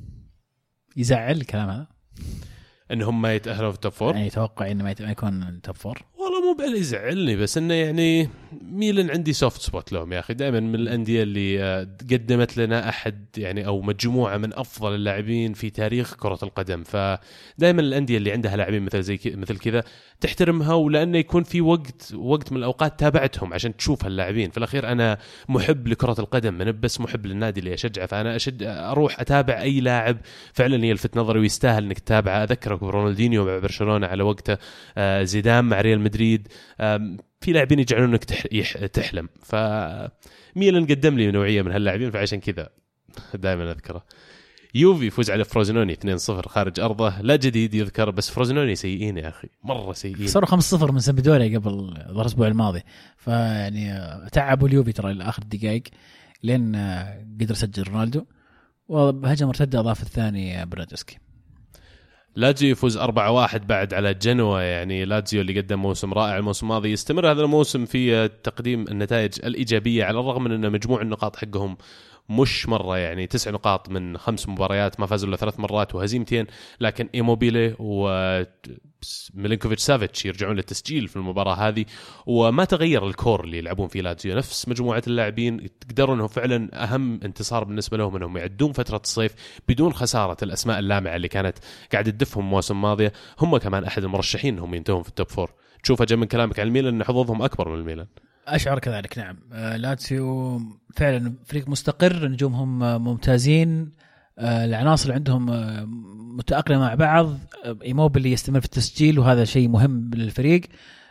يزعل الكلام هذا انهم ما يتاهلوا في التوب فور، يعني يتوقع انه ما يكون التوب فور. والله مو بعلي يزعلني، بس انه يعني ميلان عندي سوفت سبوت لهم يا اخي، دائما من الانديه اللي قدمت لنا احد يعني او مجموعه من افضل اللاعبين في تاريخ كره القدم. فدائما الانديه اللي عندها لاعبين مثل زي مثل كذا تحترمها، ولانه يكون في وقت وقت من الاوقات تابعتهم عشان تشوف هاللاعبين. في الاخير انا محب لكره القدم، من بس محب للنادي اللي اشجعه، فانا اشد اروح اتابع اي لاعب فعلا يلفت نظري ويستاهل انك تتابعه. اذكرك رونالدينيو مع برشلونه على وقته، زيدان مع ريال مدريد، في لاعبين يجعلونك تحلم. فميلان قدم لي نوعيه من هاللاعبين، فعشان كذا دائما اذكره. يوفي يفوز على فروزينوني اثنين صفر خارج ارضه، لا جديد يذكر، بس فروزينوني سيئين يا اخي، مره سيئين. صاروا خمسة صفر من سامبدوريا قبل الاسبوع الماضي، فيعني تعبوا اليوفي ترى لاخر الدقائق لين قدر يسجل رونالدو، وبهجمه مرتده اضاف الثاني برادسكي. لاتزيو يفوز أربعة واحد بعد على جنوا، يعني لاتزيو اللي قدم موسم رائع الموسم الماضي يستمر هذا الموسم في تقديم النتائج الإيجابية، على الرغم من أن مجموع النقاط حقهم مش مرة، يعني تسع نقاط من خمس مباريات، ما فازوا إلا ثلاث مرات وهزيمتين. لكن إيموبيلي وميلينكوفيتش سافيتش يرجعون للتسجيل في المباراة هذه، وما تغير الكور اللي يلعبون فيه لاتزيو، نفس مجموعة اللاعبين. تقدروا أنه فعلا أهم انتصار بالنسبة لهم أنهم يعدون فترة الصيف بدون خسارة الأسماء اللامعة اللي كانت قاعدة تدفهم مواسم ماضية. هم كمان أحد المرشحين هم ينتهون في التوب فور. تشوف جاء من كلامك عن الميلان أن حظوظهم أكبر من الميلان. أشعر كذلك نعم. لاتسيو فعلا فريق مستقر، نجومهم ممتازين، العناصر اللي عندهم متأقلمة مع بعض، إيموبيلي يستمر في التسجيل وهذا شيء مهم للفريق.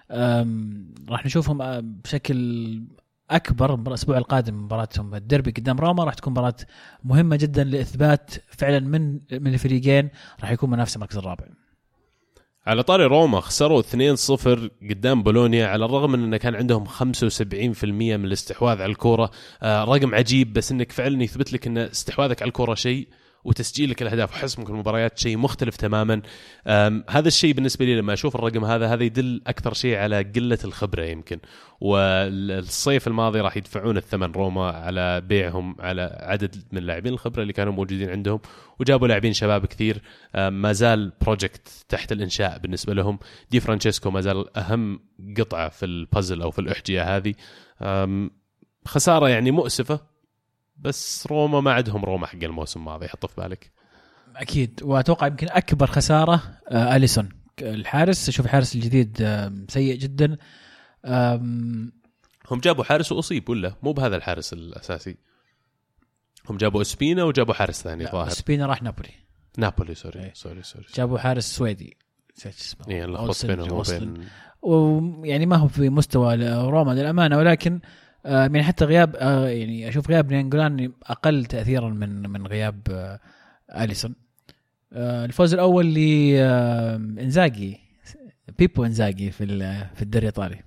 راح نشوفهم بشكل أكبر الأسبوع القادم، مباراتهم الديربي قدام روما راح تكون مباراة مهمة جدا لإثبات فعلا من من الفريقين راح يكون منافس المركز الرابع. على طاري روما خسروا اثنين صفر قدام بولونيا، على الرغم من أنه كان عندهم خمسة وسبعين بالمئة من الاستحواذ على الكرة. آه رقم عجيب، بس أنك فعلا يثبت لك أن استحواذك على الكرة شيء وتسجيلك الأهداف وحسمك المباريات شيء مختلف تماما. هذا الشيء بالنسبة لي لما أشوف الرقم هذا هذا يدل أكثر شيء على قلة الخبرة يمكن. والصيف الماضي راح يدفعون الثمن روما على بيعهم على عدد من اللاعبين الخبرة اللي كانوا موجودين عندهم، وجابوا لاعبين شباب كثير. ما زال بروجكت تحت الإنشاء بالنسبة لهم. دي فرانشيسكو ما زال أهم قطعة في البازل أو في الأحجية هذه. خسارة يعني مؤسفة، بس روما ما عندهم روما حق الموسم الماضي، حط في بالك. أكيد، وأتوقع يمكن أكبر خسارة آه أليسون الحارس. شوف الحارس الجديد آه سيء جدا. هم جابوا حارس وأصيب ولا مو بهذا الحارس الأساسي؟ هم جابوا اسبينا وجابوا حارس ثاني ظاهر. اسبينا راح نابولي. نابولي سوري ايه. سوري سوري جابوا حارس سويدي ايه لخبط بينهم وبين، ويعني ما هو في مستوى روما للأمانة، ولكن آه يعني حتى غياب آه يعني أشوف غياب نينجولان أقل تأثيرا من من غياب آه أليسون. آه الفوز الأول لإنزاغي بيبو إنزاغي في في الدوري الإيطالي.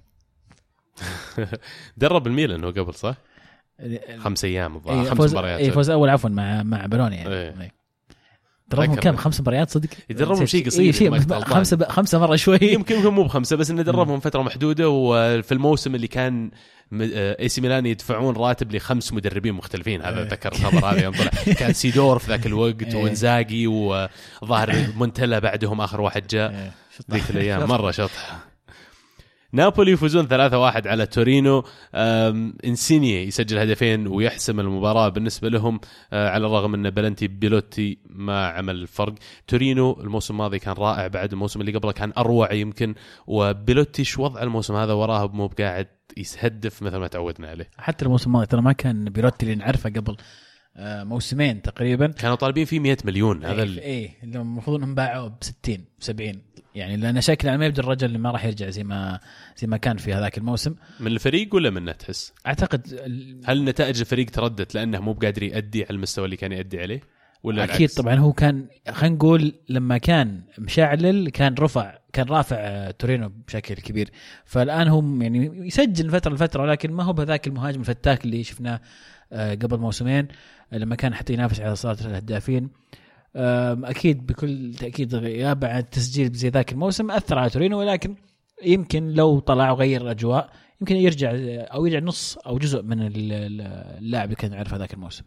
درب الميلان هو قبل صح؟ خمس أيام أيه خمس مباريات. أي فوز أول عفوا مع مع بولونيا يعني. أيه. دربهم كم خمس مباريات صدق يدربهم شيء قصير إيه شيء خمسة ب... خمسة مرة شوي يمكن يمكن مو بخمسة بس إنه دربهم فترة محدودة. وفي الموسم اللي كان اي سي ميلان يدفعون راتب لخمس مدربين مختلفين هذا ذكر الخبر هذا ينطلع كان سيدور في ذاك الوقت وانزاجي وظاهر مونتيلا بعدهم آخر واحد جاء ذيك الأيام مرة شطح. نابولي يفوزون ثلاثة واحد على تورينو. إنسيني يسجل هدفين ويحسم المباراة بالنسبة لهم على الرغم أن بلنتي بيلوتي ما عمل الفرق. تورينو الموسم الماضي كان رائع بعد الموسم اللي قبله كان أروع يمكن وبيلوتي شو وضع الموسم هذا وراه مو بقاعد يسهدف مثل ما تعودنا عليه. حتى الموسم الماضي ترى ما كان بيلوتي اللي نعرفه قبل موسمين تقريبا كانوا طالبين فيه مئة مليون هذا ايه, إيه. المفروض انهم باعوا بستين سبعين يعني لأن شكله ما يبدو الرجل اللي ما راح يرجع زي ما زي ما كان في هذاك الموسم. من الفريق ولا منه تحس؟ أعتقد هل نتائج الفريق تردت لأنه مو بقادر يؤدي على المستوى اللي كان يؤدي عليه ولا أكيد العكس؟ طبعا هو كان خلينا نقول لما كان مشعلل كان رفع كان رافع تورينو بشكل كبير فالآن هم يعني يسجل فترة لفترة ولكن ما هو بذاك المهاجم الفتاك اللي شفناه قبل موسمين لما كان حتى ينافس على صدارة الهدافين. أكيد بكل تأكيد غياب التسجيل زي ذاك الموسم أثر على تورينو ولكن يمكن لو طلع وغير الأجواء يمكن يرجع أو يرجع نص أو جزء من اللاعب اللي كان نعرفه ذاك الموسم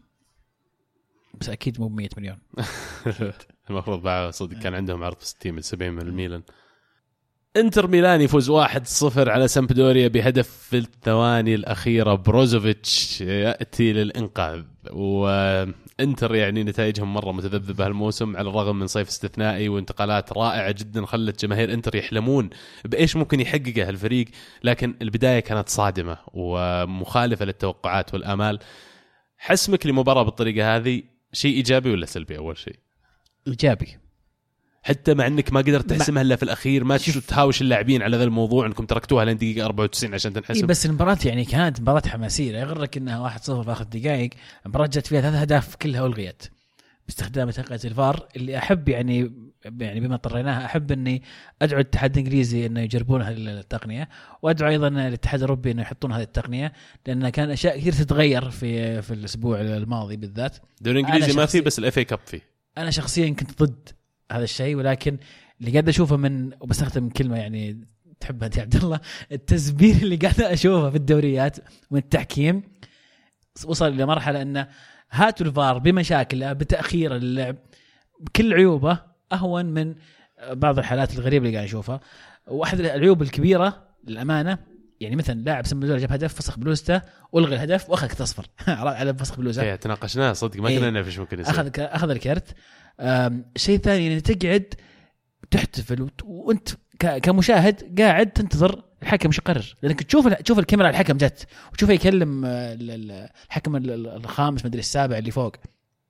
بس أكيد مو بمية مليون. المفروض بعد صدق كان عندهم عرض ستين من سبعين من الميلان. انتر ميلان يفوز واحد صفر على سامبدوريا بهدف في الثواني الأخيرة. بروزوفيتش يأتي للإنقاذ وانتر يعني نتائجهم مرة متذبذبة هالموسم على الرغم من صيف استثنائي وانتقالات رائعة جدا خلت جماهير انتر يحلمون بإيش ممكن يحققه الفريق لكن البداية كانت صادمة ومخالفة للتوقعات والآمال. حسمك لمباراة بالطريقة هذه شيء إيجابي ولا سلبي؟ أول شيء إيجابي حتى مع انك ما قدرت تحسمها الا في الاخير ما تهاوش اللاعبين على ذا الموضوع انكم تركتوها لين دقيقه أربعة وتسعين عشان تنحسم. إيه بس المباراه يعني كانت مباراه حماسيه لا يغرك انها واحد صفر في اخر دقائق. المباراه جت فيها ثلاث اهداف كلها الغيت باستخدام تقنيه الفار اللي احب يعني يعني بما اضطريناها احب اني ادعو الاتحاد الانجليزي انه يجربون هذه التقنيه وادعو ايضا الاتحاد الاوروبي انه يحطون هذه التقنيه لان كان اشياء كثير تتغير في في الاسبوع الماضي بالذات. الدوري الانجليزي ما فيه بس الاف اي كاب فيه. انا شخصيا كنت ضد هذا الشيء ولكن اللي قاعد اشوفه من وبستخدم كلمه يعني تحبها انت يا عبد الله التزبير اللي قاعد اشوفه في الدوريات من التحكيم وصل الى مرحله انه هاتوا الفار بمشاكله بتاخير اللعب بكل عيوبه اهون من بعض الحالات الغريبه اللي قاعد اشوفها. واحد العيوب الكبيره للامانه يعني مثلا لاعب سمبدوريا جاب هدف فسخ بلوزته والغى الهدف واخذ كرت اصفر على فسخ بلوزه. ايه تناقشناه صدق ما كنا نعرف ايش ممكن يصير. اخذ اخذ الكرت. شيء ثاني ان تقعد تحتفل وانت كمشاهد قاعد تنتظر الحكم ايش يقرر لانك تشوف تشوف الكاميرا الحكم جت وتشوفه يكلم الحكم الخامس مدري السابع اللي فوق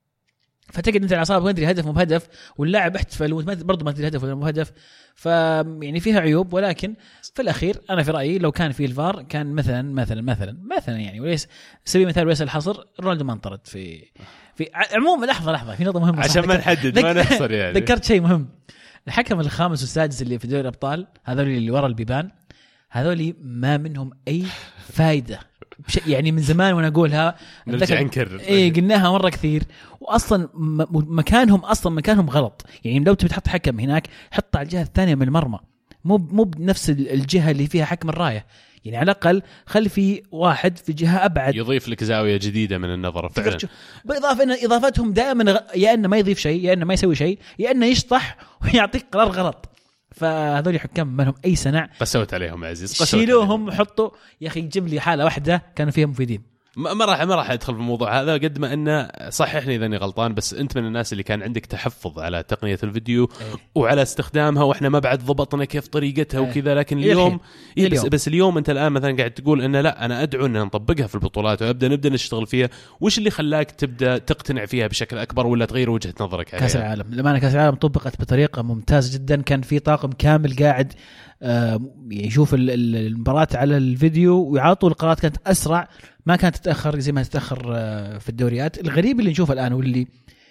فتجد انت العصابه ما ادري هدف مو بهدف واللاعب احتفل وانت برضه ما ادري هدف ولا مو هدف. ف يعني فيها عيوب ولكن في الاخير انا في رايي لو كان في الفار كان مثلا مثلا مثلا مثلا يعني وليس سبيل مثال وليس الحصر رونالدو ما انطرد في في عموما. لحظه لحظه في نقطه مهمه عشان ما نحدد ما نحصر يعني ذكرت شيء مهم. الحكم الخامس والسادس اللي في دوري الابطال هذول اللي ورا البيبان هذول ما منهم اي فايده يعني من زمان وانا اقولها نرجع نكرر ايه قلناها مره كثير واصلا مكانهم اصلا مكانهم غلط. يعني لو تبي تحط حكم هناك حط على الجهه الثانيه من المرمى مو مو بنفس الجهه اللي فيها حكم الرايه. يعني على الاقل خلي في واحد في جهه ابعد يضيف لك زاويه جديده من النظر فعلا. بالاضافه ان اضافتهم دائما يا انه ما يضيف شيء يا انه ما يسوي شيء يا انه يشطح ويعطيك قرار غلط. فهذول حكام ما لهم اي سنع. قسوت عليهم عزيز شيلوهم حطوا يا اخي جيب لي حاله واحده كانوا فيها مفيدين. ما راح ما راح ادخل في الموضوع هذا قد ما انه صححني اذا اني غلطان بس انت من الناس اللي كان عندك تحفظ على تقنيه الفيديو أيه. وعلى استخدامها واحنا ما بعد ضبطنا كيف طريقتها أيه. وكذا لكن اليوم إيه بس, بس اليوم انت الان مثلا قاعد تقول انه لا انا ادعو ان نطبقها في البطولات وابدا نبدا نشتغل فيها. وش اللي خلاك تبدا تقتنع فيها بشكل اكبر ولا تغير وجهه نظرك عليها؟ كاس العالم لما انا كاس العالم طبقت بطريقه ممتازه جدا. كان في طاقم كامل قاعد يشوف المباراة على الفيديو ويعطوا القرارات كانت أسرع ما كانت تتأخر زي ما تتأخر في الدوريات. الغريب اللي نشوفه الآن واللي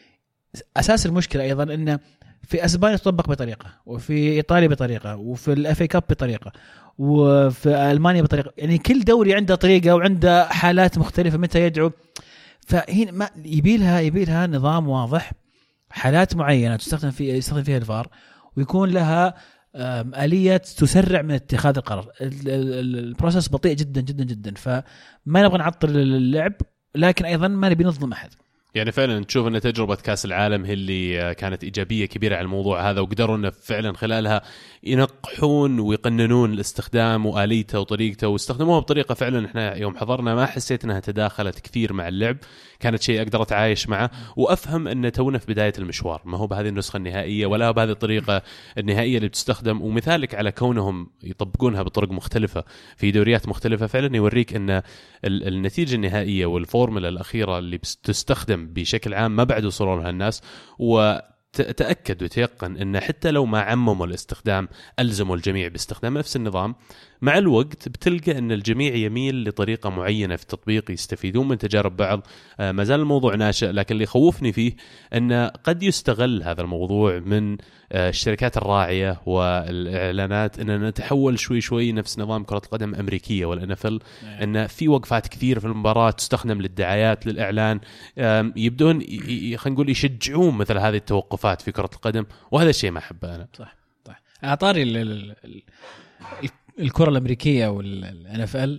أساس المشكلة أيضا إنه في أسبانيا تطبق بطريقة وفي إيطاليا بطريقة وفي الأف اي كاب بطريقة وفي ألمانيا بطريقة. يعني كل دوري عنده طريقة وعنده حالات مختلفة متى يدعو. فهنا ما يبيلها يبيلها نظام واضح حالات معينه تستخدم في يستخدم فيها الفار ويكون لها آلية تسرع من اتخاذ القرار. البروسيس بطيء جدا جدا جدا، فما نبغى نعطل اللعب لكن أيضا ما نبي نظلم أحد. يعني فعلا تشوف أن تجربة كأس العالم هي اللي كانت إيجابية كبيرة على الموضوع هذا، وقدروا أن فعلا خلالها ينقحون ويقننون الاستخدام وآليته وطريقته، واستخدموها بطريقة فعلا إحنا يوم حضرنا ما حسيت أنها تداخلت كثير مع اللعب، كانت شيء أقدر أتعايش معه وأفهم أن تونا في بداية المشوار، ما هو بهذه النسخة النهائية ولا بهذه الطريقة النهائية اللي بتستخدم. ومثالك على كونهم يطبقونها بطرق مختلفة في دوريات مختلفة فعلا يوريك أن النتيجة النهائية والفورمولا الأخيرة اللي بتستخدم بشكل عام ما بعد وصلوا لها الناس، وتأكد وتيقن أن حتى لو ما عمموا الاستخدام ألزموا الجميع باستخدام نفس النظام، مع الوقت بتلقى أن الجميع يميل لطريقة معينة في التطبيق، يستفيدون من تجارب بعض. ما زال الموضوع ناشئ، لكن اللي خوفني فيه أن قد يستغل هذا الموضوع من الشركات الراعية والإعلانات أننا نتحول شوي شوي نفس نظام كرة القدم الأمريكية والإن إف إل، أن في وقفات كثير في المباراة تستخدم للدعايات للإعلان، يبدون خلينا نقول يشجعون مثل هذه التوقفات في كرة القدم، وهذا الشيء ما أحبه أنا. صح صح. أعطاري ال ال ال الكرة الأمريكية والإن إف إل،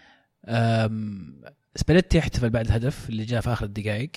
سباليتي احتفل بعد الهدف اللي جاء في آخر الدقائق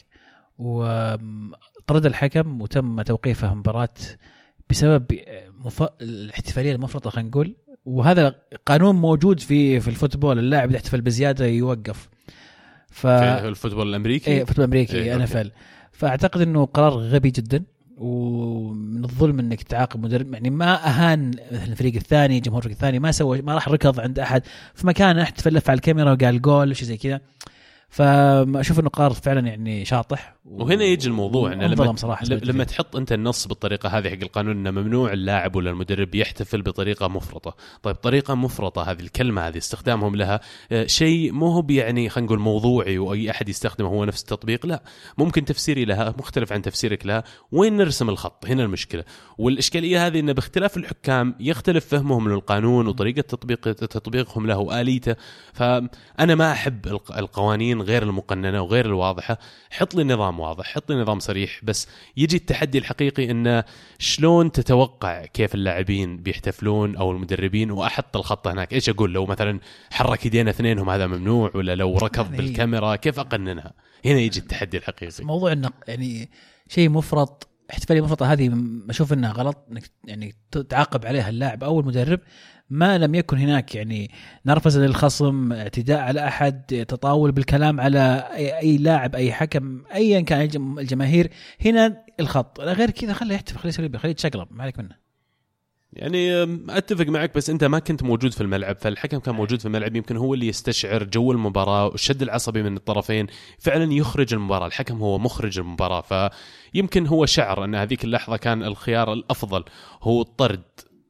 وطرد الحكم وتم توقيفه مباراة بسبب مف... الاحتفالية المفرطة خلينا نقول، وهذا قانون موجود في في الفوتبول، اللاعب يحتفل بزيادة يوقف. ف... في الفوتبول الأمريكي إيه الفوتبول الأمريكي إيه إن إف إل. فأعتقد إنه قرار غبي جدا، ومن الظلم انك تعاقب مدرب، يعني ما اهان الفريق الثاني جمهور الفريق الثاني، ما سوى ما راح ركض عند احد في مكان احتفل لف على الكاميرا وقال جول شيء زي كذا. فاشوف انه قرار فعلا يعني شاطح. وهنا يجي الموضوع ان لما صراحة لما تحط انت النص بالطريقه هذه حق القانون انه ممنوع اللاعب ولا المدرب يحتفل بطريقه مفرطه. طيب طريقه مفرطه هذه الكلمه هذه استخدامهم لها شيء مو هو يعني خلينا نقول موضوعي واي احد يستخدمه هو نفس التطبيق، لا ممكن تفسيري لها مختلف عن تفسيرك لها. وين نرسم الخط؟ هنا المشكله والاشكاليه هذه، ان باختلاف الحكام يختلف فهمهم للقانون وطريقه تطبيق تطبيقهم له واليته. فانا ما احب القوانين غير المقننه وغير الواضحه. حط لي نظام واضح، حط لي نظام صريح، بس يجي التحدي الحقيقي انه شلون تتوقع كيف اللاعبين بيحتفلون او المدربين، واحط الخط هناك. ايش اقول لو مثلا حرك يدين اثنينهم هذا ممنوع، ولا لو ركض يعني بالكاميرا كيف اقننها؟ هنا يجي التحدي الحقيقي. موضوع انه يعني شيء مفرط، احتفاليه مفرطه هذه اشوف انها غلط انك يعني تعاقب عليها اللاعب او المدرب ما لم يكن هناك يعني نرفزه للخصم، اعتداء على احد، تطاول بالكلام على اي, أي لاعب اي حكم ايا كان الجماهير. هنا الخط، غير كذا خليه يحتفل، خليه يسوي، خليه يتشقلب، ما عليك منه. يعني اتفق معك، بس انت ما كنت موجود في الملعب، فالحكم كان موجود في الملعب، يمكن هو اللي يستشعر جو المباراه والشد العصبي من الطرفين، فعلا يخرج المباراه. الحكم هو مخرج المباراه، فيمكن هو شعر ان هذيك اللحظه كان الخيار الافضل هو الطرد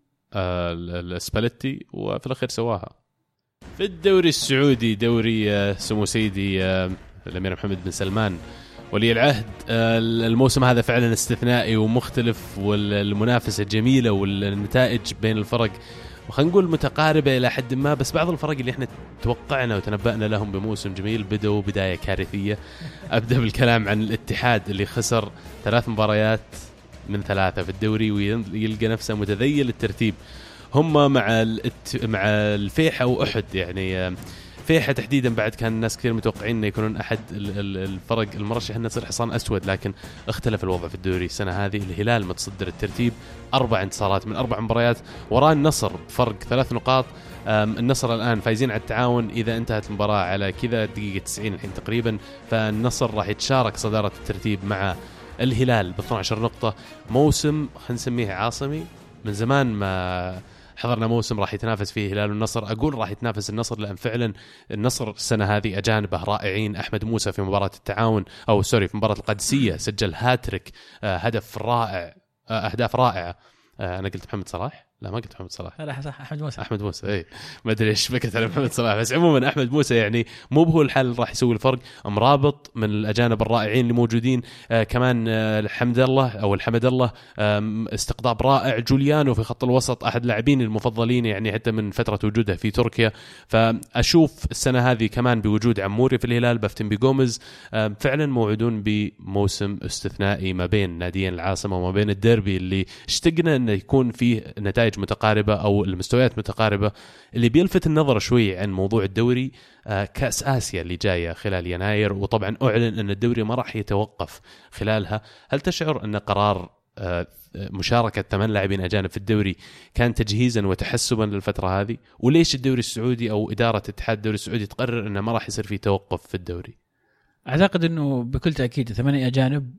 السباليتي، وفي الأخير سواها. في الدوري السعودي، دوري سمو سيدي الأمير محمد بن سلمان ولي العهد، الموسم هذا فعلا استثنائي ومختلف، والمنافسة جميلة والنتائج بين الفرق وخلينا نقول متقاربة إلى حد ما. بس بعض الفرق اللي احنا توقعنا وتنبأنا لهم بموسم جميل بدأوا بداية كارثية. أبدأ بالكلام عن الاتحاد اللي خسر ثلاث مباريات من ثلاثة في الدوري ويلقى نفسه متذيل الترتيب. هم مع مع الفيحة وأحد، يعني فيحة تحديدا بعد كان الناس كثير متوقعين أن يكونون أحد الفرق المرشح أن يصير حصان أسود، لكن اختلف الوضع في الدوري السنة هذه. الهلال متصدر الترتيب، أربع انتصارات من أربع مباريات، وراء النصر فرق ثلاث نقاط. النصر الآن فايزين على التعاون، إذا انتهت المباراة على كذا دقيقة تسعين الحين تقريبا، فالنصر راح يتشارك صدارة الترتيب مع الهلال ب اثنتي عشرة نقطة. موسم خلينا نسميه عاصمي، من زمان ما حضرنا موسم راح يتنافس فيه الهلال والنصر. أقول راح يتنافس النصر لأن فعلا النصر السنة هذه أجانبه رائعين. أحمد موسى في مباراة التعاون أو سوري في مباراة القادسية سجل هاتريك، هدف رائع، أهداف رائعة. أنا قلت محمد صلاح لا ما قلت محمد صلاح، لا صح أحمد موسى. أحمد موسى إيه ما أدري إيش بكت على محمد صلاح، بس عموما أحمد موسى يعني مو بهو الحل راح يسوي الفرق. مرابط من الأجانب الرائعين اللي موجودين، آه كمان آه الحمد الله أو الحمد الله آه استقطاب رائع. جوليانو في خط الوسط أحد لاعبين المفضلين يعني حتى من فترة وجوده في تركيا. فأشوف السنة هذه كمان بوجود عموري في الهلال، بفتن بيغومز، آه فعلا موعدون بموسم استثنائي ما بين ناديين العاصمة وما بين الديربي اللي اشتقنا أنه يكون فيه نتائج متقاربة أو المستويات متقاربة. اللي بيلفت النظر شوي عن موضوع الدوري آه كأس آسيا اللي جاية خلال يناير، وطبعا أعلن أن الدوري ما راح يتوقف خلالها. هل تشعر أن قرار آه مشاركة ثمان لاعبين أجانب في الدوري كان تجهيزا وتحسبا للفترة هذه؟ وليش الدوري السعودي أو إدارة اتحاد الدوري السعودي تقرر أنه ما راح يصير فيه توقف في الدوري؟ أعتقد أنه بكل تأكيد ثمانية أجانب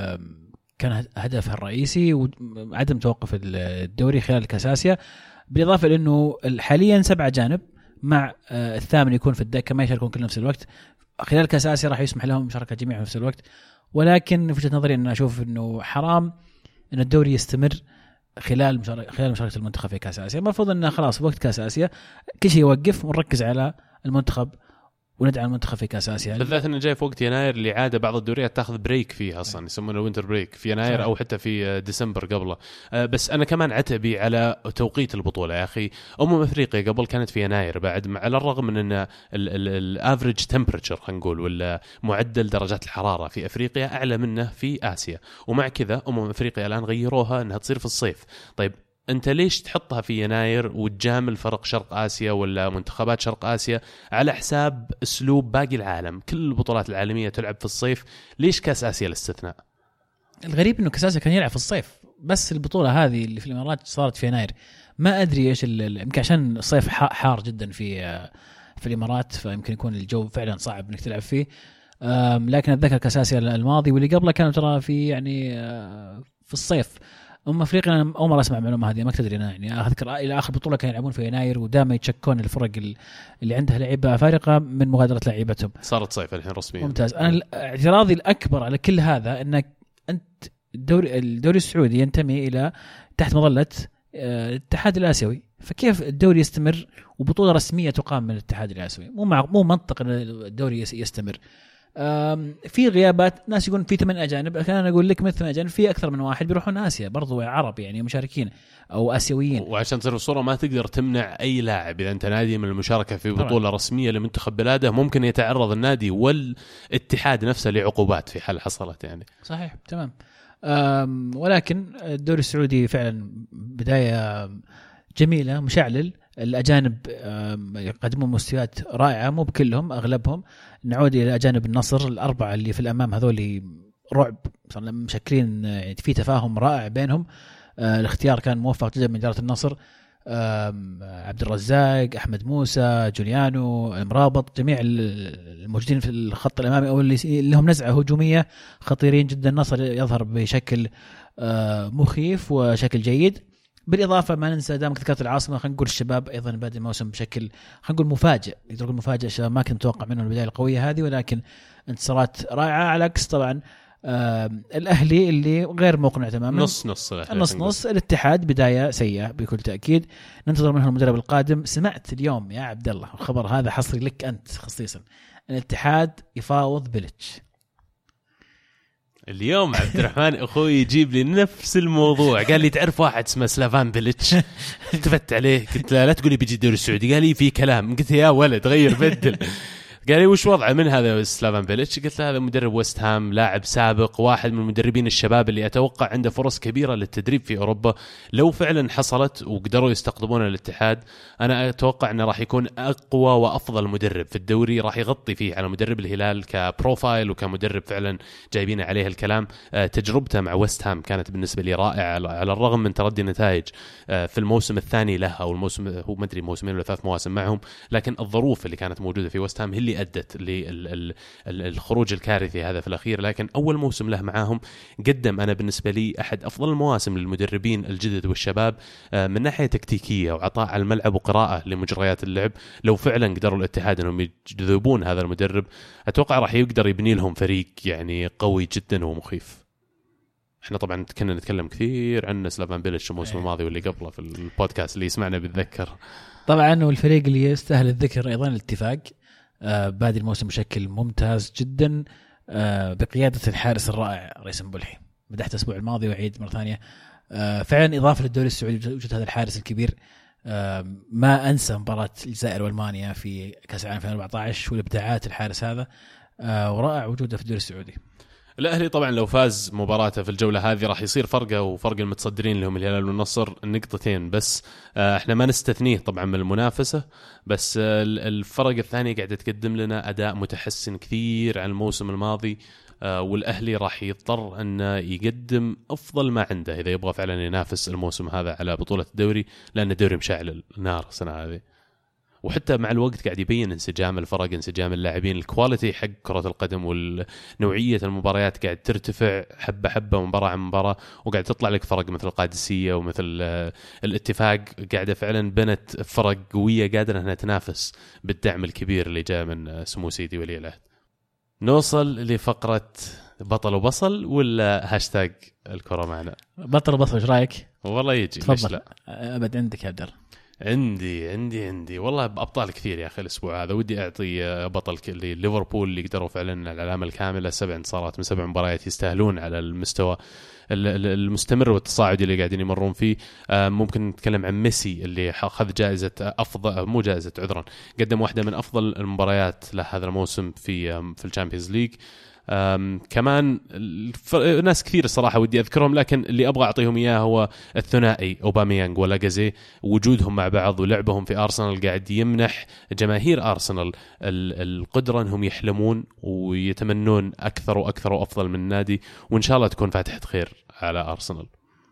كان هدفها الرئيسي وعدم توقف الدوري خلال كأس آسيا، بالإضافة لأنه حاليا سبعة أجانب مع الثامن يكون في الدكة ما يشاركون كل نفس الوقت. خلال كأس آسيا راح يسمح لهم مشاركة جميع في نفس الوقت، ولكن في وجهة نظري أن أشوف أنه حرام أن الدوري يستمر خلال مشاركة خلال مشاركة المنتخب في كأس آسيا. المفروض أنه خلاص وقت كأس آسيا كل شيء يوقف ونركز على المنتخب وندعم المنتخب في كأس آسيا، بالذات انه جاي في وقت يناير اللي عاده بعض الدوريات تاخذ بريك فيه اصلا، يسمونه وينتر بريك في يناير او حتى في ديسمبر قبله. بس انا كمان عتبي على توقيت البطوله يا اخي. امم افريقيا قبل كانت في يناير بعد، على الرغم من ان الافريج تمبرتشر خلينا نقول ولا معدل درجات الحراره في افريقيا اعلى منه في اسيا، ومع كذا امم افريقيا الان غيروها انها تصير في الصيف. طيب انت ليش تحطها في يناير وتجامل فرق شرق آسيا ولا منتخبات شرق آسيا على حساب اسلوب باقي العالم؟ كل البطولات العالمية تلعب في الصيف، ليش كاس آسيا الاستثناء؟ الغريب انه كاس آسيا كان يلعب في الصيف، بس البطولة هذه اللي في الامارات صارت في يناير. ما ادري ايش يمكن عشان الصيف حار جدا في في الامارات، فيمكن يكون الجو فعلا صعب انك تلعب فيه. لكن اتذكر كاس آسيا الماضي واللي قبله كانوا ترى في يعني في الصيف. أم أفريقيا أنا أول مرة أسمع المعلومة هذه، ما تدري أنا يعني أذكر إلى آخر بطولة كانوا يلعبون في يناير ودائما يتشكون الفرق اللي عندها لعيبة فارقة من مغادرة لعيبتهم. صارت صيف الحين رسميا. ممتاز. أنا اعتراضي الأكبر على كل هذا أنك أنت الدوري الدوري السعودي ينتمي إلى تحت مظلة الاتحاد الآسيوي، فكيف الدوري يستمر وبطولة رسمية تقام من الاتحاد الآسيوي؟ مو مع مو منطق أن الدوري يستمر. في غيابات، ناس يقولون في ثمان أجانب، أنا أقول لك مثل أجانب في أكثر من واحد بيروحون آسيا برضو عرب يعني مشاركين أو آسيويين. وعشان تصير الصورة ما تقدر تمنع أي لاعب إذا أنت نادي من المشاركة في بطولة طبعا رسمية لمنتخب بلاده، ممكن يتعرض النادي والاتحاد نفسه لعقوبات في حال حصلت يعني. صحيح تمام. ولكن الدوري السعودي فعلا بداية جميلة، مشعلل. الأجانب يقدمون مستويات رائعة، مو بكلهم أغلبهم. نعود إلى أجانب النصر الأربعة اللي في الأمام، هذول رعب، صار مشكلين في تفاهم رائع بينهم. الاختيار كان موفق جدا من إدارة النصر. عبد الرزاق، أحمد موسى، جوليانو، مرابط، جميع الموجودين في الخط الأمامي أو اللي لهم نزعة هجومية خطيرين جدا. النصر يظهر بشكل مخيف وشكل جيد. بالإضافة ما ننسى دامك ذكرت العاصمة، خلينا نقول الشباب أيضا بادئ الموسم بشكل خلينا نقول مفاجئ، يقدر مفاجئ. الشباب ما كنت متوقع منه البداية القوية هذه، ولكن انتصارات رائعة، على عكس طبعا الأهلي اللي غير مقنع تماما، نص نص نص نص. الاتحاد بداية سيئة بكل تأكيد، ننتظر منه المدرب القادم. سمعت اليوم يا عبد الله الخبر هذا حصري لك أنت خصيصا، الاتحاد يفاوض بيليتش. اليوم عبد الرحمن أخوي يجيب لي نفس الموضوع، قال لي تعرف واحد اسمه سلافان بيليتش؟ التفت عليه قلت له لا تقولي بيجي الدوري السعودي. قال لي في كلام. قلت يا ولد غير بدل. قال لي وش وضعه من هذا سلافان بيليتش؟ قلت له هذا مدرب ويست هام، لاعب سابق، واحد من المدربين الشباب اللي أتوقع عنده فرص كبيرة للتدريب في أوروبا. لو فعلا حصلت وقدروا يستقطبون الاتحاد، أنا أتوقع أنه راح يكون أقوى وأفضل مدرب في الدوري، راح يغطي فيه على مدرب الهلال كبروفايل وكمدرب فعلا جايبين عليه الكلام. تجربته مع ويست هام كانت بالنسبة لي رائعة، على الرغم من تردي النتائج في الموسم الثاني له أو الموسم هو ما أدري موسمين ولا ثلاث مواسم معهم، لكن الظروف اللي كانت موجودة في ويست هام هي اللي أدت للخروج الكارثي هذا في الأخير. لكن أول موسم له معاهم قدم أنا بالنسبة لي أحد أفضل المواسم للمدربين الجدد والشباب من ناحية تكتيكية وعطاء على الملعب وقراءة لمجريات اللعب. لو فعلا قدروا الاتحاد أنهم يجذبون هذا المدرب، أتوقع راح يقدر يبني لهم فريق يعني قوي جدا ومخيف. احنا طبعا كنا نتكلم كثير عن سلافان بيليتش الموسم الماضي واللي قبله في البودكاست اللي يسمعنا بيتذكر طبعا. والفريق اللي يستاهل الذكر ايضا الاتفاق، آه بادي الموسم بشكل ممتاز جدا، آه بقياده الحارس الرائع ريسن بولحي. مدحت الاسبوع الماضي وعيد مره ثانيه، آه فعلا اضافه للدوري السعودي وجود هذا الحارس الكبير. آه ما انسى مباراه الجزائر والمانيا في كاس العالم ألفين وأربعة عشر والابداعات الحارس هذا، آه ورائع وجوده في الدوري السعودي. الأهلي طبعا لو فاز مباراته في الجولة هذه راح يصير فرقه وفرق المتصدرين اللي هم الهلال والنصر النقطتين بس. احنا ما نستثنيه طبعا من المنافسة، بس الفرق الثانية قاعدة تقدم لنا أداء متحسن كثير عن الموسم الماضي، والأهلي راح يضطر أن يقدم أفضل ما عنده إذا يبغى فعلا ينافس الموسم هذا على بطولة الدوري، لأن الدوري مشعل النار السنة هذه. وحتى مع الوقت قاعد يبين انسجام الفرق، انسجام اللاعبين، الكواليتي حق كرة القدم والنوعية المباريات قاعد ترتفع حبة حبة مباراة عن مباراة، وقاعد تطلع لك فرق مثل القادسية ومثل الاتفاق قاعدة فعلا بنت فرق قوية قادرة أنها تنافس بالدعم الكبير اللي جاء من سمو سيدي ولي العهد. نوصل لفقرة بطل وبصل ولا هاشتاج الكرة معنا؟ بطل وبصل، ايش رايك؟ والله يجي، ليش لا؟ ابد عندك يا عبد. عندي عندي عندي والله أبطال كثير يا أخي الأسبوع هذا. ودي أعطي بطل اللي ليفربول اللي قدروا فعلا العلامة الكاملة، سبع انتصارات من سبع مباريات، يستاهلون على المستوى المستمر والتصاعدي اللي قاعدين يمرون فيه. ممكن نتكلم عن ميسي اللي أخذ جائزة أفضل، مو جائزة عذرا، قدم واحدة من أفضل المباريات لهذا الموسم في في الشامبيونز ليج. كمان ناس كثير الصراحة ودي أذكرهم، لكن اللي أبغى أعطيهم إياه هو الثنائي أوباميانغ ولاغازي. وجودهم مع بعض ولعبهم في أرسنال قاعد يمنح جماهير أرسنال القدرة أنهم يحلمون ويتمنون أكثر وأكثر وأفضل من النادي، وإن شاء الله تكون فاتحة خير على أرسنال.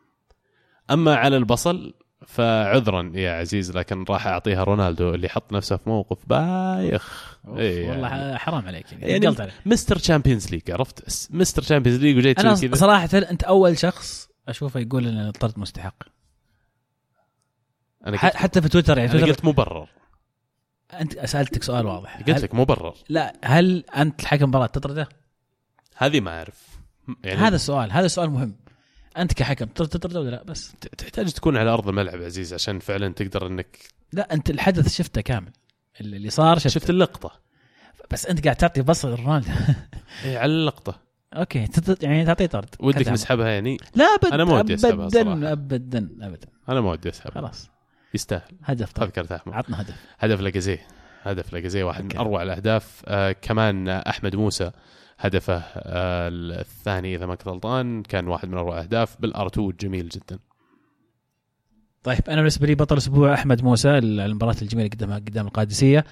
أما على البصل فعذرا يا عزيز، لكن راح أعطيها رونالدو اللي حط نفسه في موقف بايخ. إيه والله يعني حرام عليك يعني, يعني مستر تشامبيونز ليج، عرفت مستر تشامبيونز ليج وجاي تسوي كذا. أنا صراحة أنت أول شخص أشوفه يقول إن الطرد مستحق. أنا حتى في تويتر يعني أنا قلت مبرر. أنت سألتك سؤال واضح، قلت لك مبرر. لا، هل أنت الحكم مباراة تطرده؟ هذه ما أعرف يعني. هذا السؤال هذا سؤال مهم. أنت كحكم تطرده ولا لا؟ بس تحتاج تكون على أرض الملعب عزيز عشان فعلا تقدر إنك. لا، أنت الحدث شفته كامل، اللي صار شفت, شفت اللقطة، بس أنت قاعد تعطي بصل رونالدو. إيه على اللقطة. أوكي يعني تعطيه طرد. ودك نسحبها يعني؟ لا أبدا، أنا ما ودي أسحبها صراحة. أبدا أبدا أبدا. أنا ما ودي أسحبها. خلاص يستاهل هدف. تذكرت أحمد، عطنا هدف. هدف لاغازي، هدف لاغازي واحد أوكي. من أروع الأهداف. آه كمان أحمد موسى هدفه آه الثاني إذا ما كنت غلطان كان واحد من أروع الأهداف بالأرتو، جميل جدا. طيب أنا بالنسبة لي بطل أسبوع أحمد موسى، المباراة الجميلة قدامها قدام القادسية.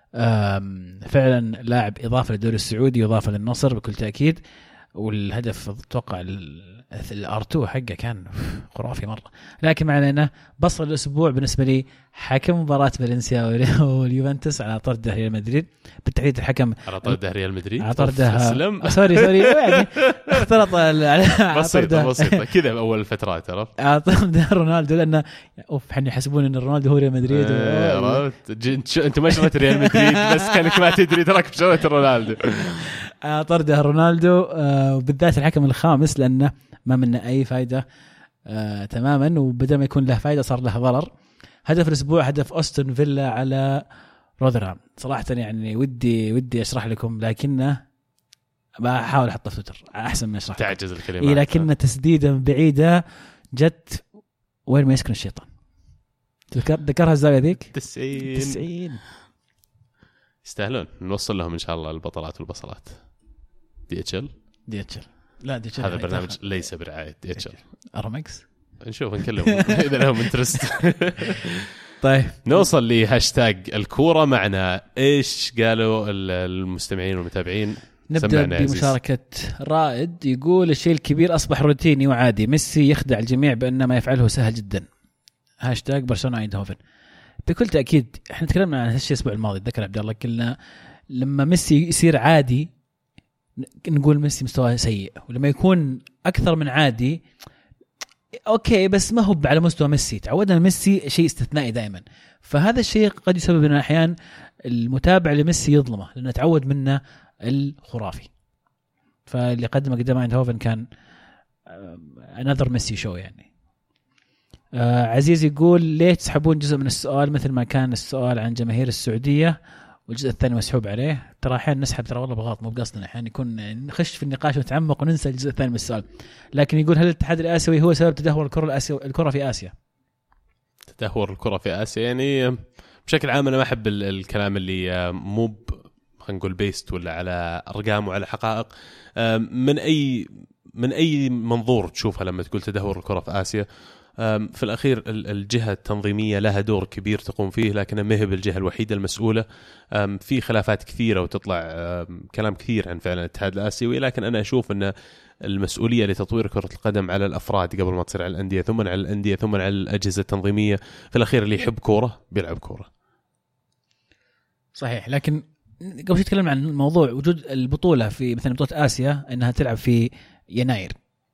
فعلا لاعب إضافة للدوري السعودي وإضافة للنصر بكل تأكيد. والهدف أتوقع الأرتو حقه كان خرافي مرة. لكن معنا بصل الأسبوع بالنسبة لي حكم مباراة فالنسيا واليوفنتوس على طرد ريال مدريد، بالتحديد الحكم على طرد ريال مدريد على طرد سوري سوري يعني اختلط على بسيطة بسيطة كذا بأول الفترات، عرفت على طرد رونالدو، لأنه أوف حن يحسبون إن رونالدو هو ريال مدريد. أنت ما شريت ريال مدريد بس كانك ما تدري تراك شريت رونالدو. طرده رونالدو وبالذات الحكم الخامس، لأنه ما منه أي فايدة آه تماما، وبدل ما يكون له فايدة صار له ضرر. هدف الأسبوع هدف أوستون فيلا على روذرهام. صراحة يعني ودي ودي أشرح لكم، لكنه بحاول أحطه في تويتر أحسن من أشرح. تعجز الكلمات. إيه لكنه تسديدة بعيدة جت وين ما يسكن الشيطان. ذكر ذكرها الزاوية ذيك تسعين تسعين. يستاهلون. نوصل لهم إن شاء الله البطلات والبصلات. دي اتش ال دي اتش ال لا دي اتش ال هذا برنامج ليس برعاية دي اتش ال. ارمكس نشوف نكلم اذا لهم انترست. طيب نوصل لهاشتاج الكورة معنا. ايش قالوا المستمعين والمتابعين؟ نبدأ بمشاركة رائد يقول الشيء الكبير أصبح روتيني وعادي، ميسي يخدع الجميع بأن ما يفعله سهل جدا. هاشتاج برشلونة ايندهوفن. بكل تأكيد احنا تكلمنا عن هالشيء الأسبوع الماضي، ذكر عبد الله، قلنا لما ميسي يصير عادي نقول ميسي مستواه سيء، ولما يكون أكثر من عادي أوكي بس ما هو على مستوى ميسي. تعودنا ميسي شيء استثنائي دائما، فهذا الشيء قد يسبب لنا أحيان المتابع لميسي يظلمه لأنه تعود منه الخرافي. فاللي قدمه قدام ايندهوفن كان another messy show يعني. آه عزيز يقول ليه تسحبون جزء من السؤال مثل ما كان السؤال عن جماهير السعودية والجزء الثاني مسحوب عليه؟ ترى أحيانا نسحب ترى والله بغلط مو بقصدنا، أحيانا يكون نخش في النقاش ونتعمق وننسى الجزء الثاني من السؤال. لكن يقول هل الاتحاد الآسيوي هو سبب تدهور الكرة الآسيوية الكرة في آسيا؟ تدهور الكرة في آسيا يعني بشكل عام أنا ما أحب الكلام اللي مو خلينا نقول بيست ولا على أرقام وعلى حقائق. من أي من أي منظور تشوفها لما تقول تدهور الكرة في آسيا، في الأخير الجهة التنظيمية لها دور كبير تقوم فيه، لكنها ما هي بالجهة الوحيدة المسؤولة. في خلافات كثيرة وتطلع كلام كثير عن فعلا الاتحاد الآسيوي، لكن أنا أشوف أن المسؤولية لتطوير كرة القدم على الأفراد قبل ما تصير على الأندية، ثم على الأندية، ثم على الأجهزة التنظيمية. في الأخير اللي يحب كورة بيلعب كورة. صحيح، لكن قبل نتكلم عن موضوع وجود البطولة في مثلا بطولة آسيا أنها تلعب في يناير،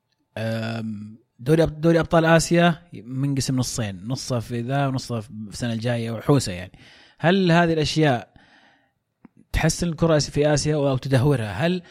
دوري دوري أبطال آسيا منقسم نصين، نصه في ذا ونصه في السنة الجاية وحوسة يعني. هل هذه الأشياء تحسن الكرة في آسيا أو تدهورها؟ هل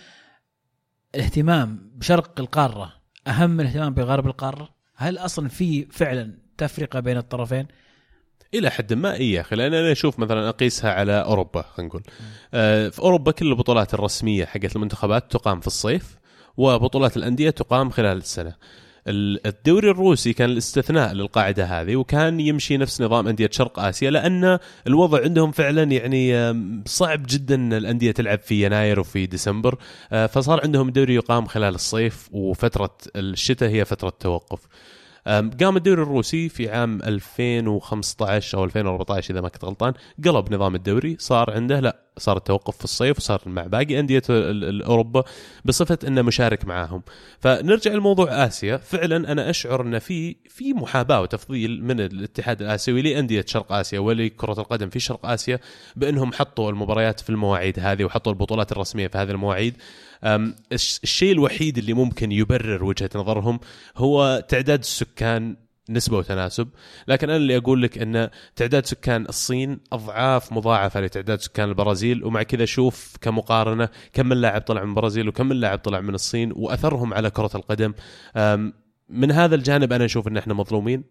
الاهتمام بشرق القارة أهم من الاهتمام بغرب القارة؟ هل أصلا في فعلا تفرقة بين الطرفين؟ إلى حد ما إيه يا أخي، لأن أنا أشوف مثلا أقيسها على أوروبا. خلينا نقول آه في أوروبا كل البطولات الرسمية حقت المنتخبات تقام في الصيف، وبطولات الأندية تقام خلال السنة. الدوري الروسي كان الاستثناء للقاعدة هذه، وكان يمشي نفس نظام أندية شرق آسيا، لأن الوضع عندهم فعلا يعني صعب جدا الأندية تلعب في يناير وفي ديسمبر، فصار عندهم الدوري يقام خلال الصيف، وفترة الشتاء هي فترة توقف. قام الدوري الروسي في عام ألفين وخمسة عشر أو ألفين وأربعة عشر إذا ما كنت غلطان، قلب نظام الدوري، صار عنده لا صار التوقف في الصيف، وصار مع باقي أندية أوروبا بصفة إنه مشارك معاهم. فنرجع لموضوع آسيا، فعلا أنا أشعر أن في في محاباة وتفضيل من الاتحاد الآسيوي لأندية شرق آسيا ولكرة القدم في شرق آسيا، بأنهم حطوا المباريات في المواعيد هذه وحطوا البطولات الرسمية في هذه المواعيد. الشيء الوحيد اللي ممكن يبرر وجهة نظرهم هو تعداد السكان، نسبة وتناسب. لكن أنا اللي أقول لك أن تعداد سكان الصين أضعاف مضاعفة لتعداد سكان البرازيل، ومع كذا شوف كمقارنة كم من لاعب طلع من البرازيل وكم من لاعب طلع من الصين، وأثرهم على كرة القدم. من هذا الجانب أنا أشوف أن احنا مظلومين،